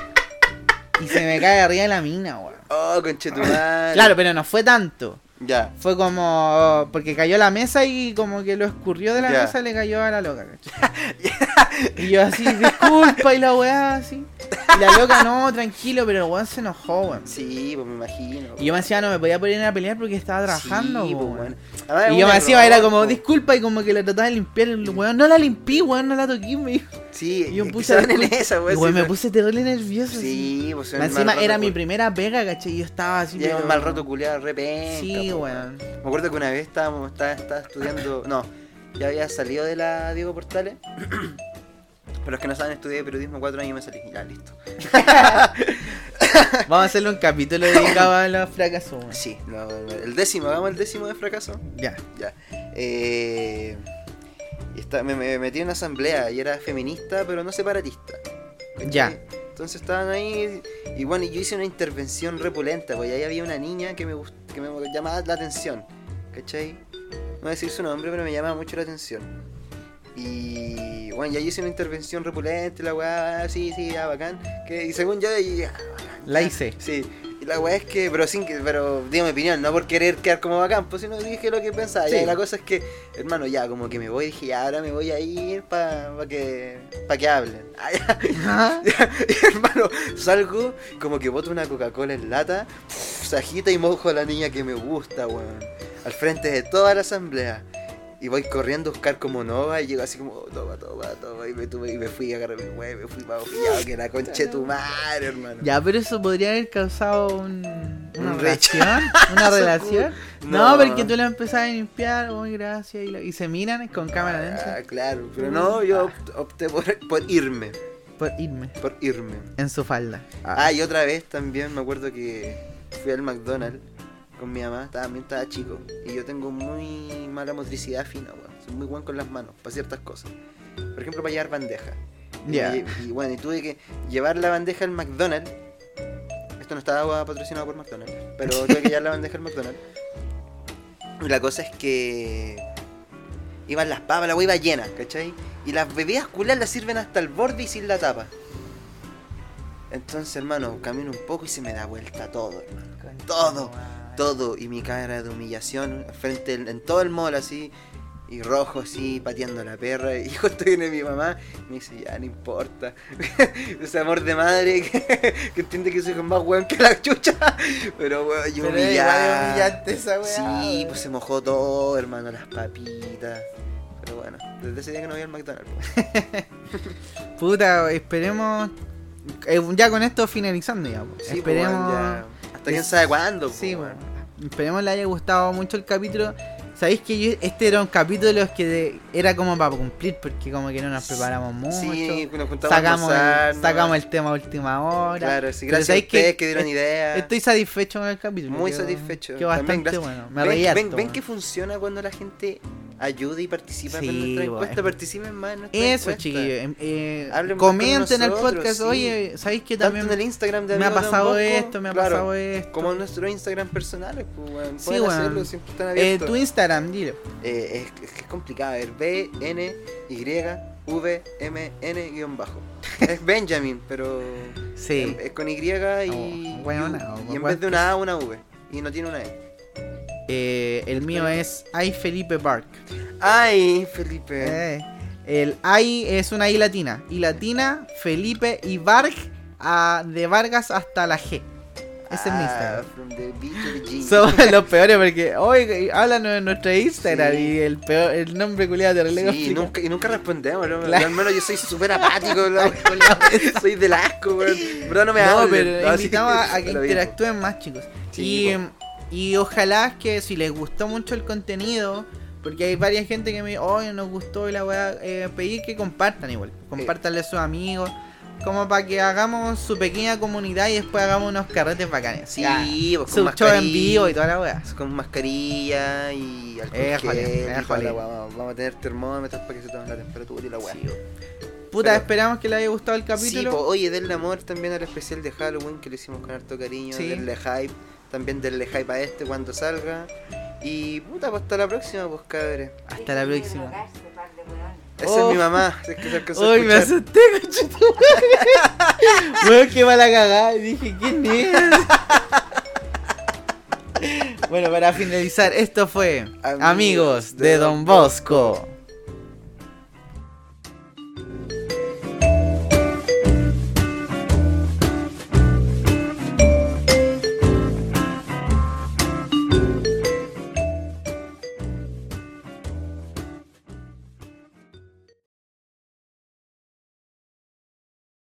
Y se me cae arriba de la mina, weón. Oh, conchetumare. Claro, pero no fue tanto. Ya. Fue como. Porque cayó a la mesa y como que lo escurrió de la Ya. mesa y le cayó a la loca, ¿cachai? Y yo así, disculpa, y la weá así. Y la loca, no, tranquilo, pero el weón se enojó, weón. Sí, pues me imagino. Y yo me decía, no me podía poner a pelear porque estaba trabajando, sí, po, pues, weón. bueno. Además, es Y yo un me decía, error, era como, po. disculpa, y como que le trataba de limpiar el weón. No la limpié, weón, no la toqué, me dijo. Sí, Y yo es que puse se van en disculpa. esa, Y weón. weón, sí, me puse terrible nervioso. así. Sí, pues Más encima era mi primera pega, ¿cachai? Y yo estaba así. Llega un pero- mal roto culiado, re penca, Sí, po, weón. Me acuerdo que una vez estábamos, estaba, estaba estudiando, no, ya había salido de la Diego Portales. Para los que no saben, estudié periodismo cuatro años y me salí. Ya, listo. Vamos a hacerle un capítulo dedicado a los fracasos, weón. Sí, no, el décimo, hagamos el décimo de fracaso. Ya. Ya. Eh, y está- me, me metí en una asamblea y era feminista, pero no separatista. ¿cachai? Ya. Entonces estaban ahí y bueno, yo hice una intervención repulenta, porque ahí había una niña que me, gust- que me llamaba la atención. ¿Cachai? No voy a decir su nombre, pero me llamaba mucho la atención. Y bueno, ya hice una intervención repulente, la weá, sí, sí, ya, bacán. Que, y según yo, y, ya, bacán, La ya. hice. Sí, y la weá es que, pero sin que, pero digo mi opinión, no por querer quedar como bacán, pues sino dije lo que pensaba. Sí. Ya, y la cosa es que, hermano, ya, como que me voy, dije, ya, ahora me voy a ir para pa que, pa que hablen. Ah, ya. Ajá. Y, hermano, salgo, como que boto una Coca-Cola en lata, pff, se agita y mojo a la niña que me gusta, weón. Al frente de toda la asamblea. Y voy corriendo a buscar como Nova y llego así como, oh, toma, toma, toma. Y me, tuve, y me fui a agarrar mi weón, me fui más pillado que la concha de tu madre, hermano. Ya, pero eso podría haber causado un, una Un relación. Una relación. No. No, porque tú la empezás a limpiar, muy gracias. Y, la- y se miran con cámara Ah, adentro. claro, pero no, yo opt- opté por, por irme, Por irme. por irme. En su falda. Ah, y otra vez también me acuerdo que fui al McDonald's con mi mamá, también estaba chico. Y yo tengo muy mala motricidad fina, weón. Soy muy buen con las manos, para ciertas cosas. Por ejemplo, para llevar bandeja. Y Ya. me lle- Y, bueno, y tuve que llevar la bandeja al McDonald's. Esto no estaba patrocinado por McDonald's, pero tuve que llevar la bandeja al McDonald's. Y la cosa es que iban las papas, la weá iba llena, ¿cachai? Y las bebidas culas las sirven hasta el borde y sin la tapa. Entonces, hermano, camino un poco y se me da vuelta todo, hermano. Todo, todo. Y mi cara de humillación frente en, en todo el mall así. y rojo así, pateando a la perra. Y justo viene mi mamá y me dice, ya, no importa. Ese amor de madre que, que entiende que soy con más weón que la chucha. Pero weón, yo Pero humillado. igual humillante esa weá. Sí, pues se mojó todo, hermano, las papitas. Pero bueno, desde ese día que no voy al McDonald's. Pues. Puta, esperemos. eh, ya con esto finalizando ya. Pues. Sí, esperemos. pues, weón, ya. Hasta quién sabe cuándo. Pues, Sí, weón. bueno. Esperemos le haya gustado mucho el capítulo. Sabéis que yo, este era un capítulo de los que de- era como para cumplir, porque como que no nos preparamos mucho. Sí, nos juntamos sacamos, a el, almorzar, ¿no? sacamos el tema a última hora. Claro, sí, Pero gracias a sabéis ustedes que, que dieron est- ideas. Estoy satisfecho con el capítulo. Muy quedó- satisfecho. Quedó También bastante gracias- bueno. Me ven, reí ven, harto, ven bueno. que funciona cuando la gente ayuda y participa Sí, en nuestra bueno. encuesta. Participen más en nuestra Eso, encuesta. chiquillos. em- eh, Hablen más con comenten el nosotros, podcast. sí. Oye, ¿sabéis que Tanto también en el Instagram de me ha Amigos Don pasado Bosco, esto, me ha claro, pasado esto? como en nuestros Instagram personales, pues, weón. Sí, Pueden weón. hacerlo, siempre están Eh, abiertos. tu Instagram, dile. Eh, es, es que es complicado, a ver, B N Y V M N guión bajo. Es Benjamin, pero Sí. es, es con Y y, Oh, bueno, y- no, y en bueno, vez de una A, una V. Y no tiene una E. Eh, el mío es I Felipe Bark. Ay, Felipe. Eh, el I es una I latina. I latina, Felipe y Varg, a- de Vargas hasta la G. Ese es mi Ah, Instagram. from the B to the G. Somos los peores porque, oye, háblanos en nuestro Instagram Sí. y el peor, el nombre culiado te lo leo. Sí, y nunca, y nunca respondemos, ¿no? Claro. Yo al menos yo soy súper apático, ¿no? Soy del asco, weón. Bro, no me No, hablen. pero No, sí, invitamos a, a que lo mismo. interactúen más, chicos. Sí, y, po. y ojalá que si les gustó mucho el contenido, porque hay varias gente que me dice, oye, nos gustó y la voy a eh, pedir que compartan igual. Compártanle a sus amigos, como para que hagamos su pequeña comunidad y después hagamos unos carretes bacanes. Sí, Ya, pues, su con show en mascarilla. vivo y toda la weá. Con mascarilla y alcohol Éjole, gel y toda éjole. la weá. Vamos vamos a tener termómetros para que se tomen la temperatura y la weá. Sí, Puta, Pero- esperamos que les haya gustado el Sí, capítulo. po, oye, denle amor también al especial de Halloween que lo hicimos con harto cariño. Sí. Denle hype. También denle hype a este cuando salga. Y puta, pues hasta la próxima, pues cabres. Hasta la próxima. Esa Oh. es mi mamá. Si es que se alcanzó a Uy, me escuchar. asusté, conchetumare. Weón, qué mala cagada. Y dije, ¿quién es? Bueno, para finalizar, esto fue Amigos Amigos de de Don Don Bosco.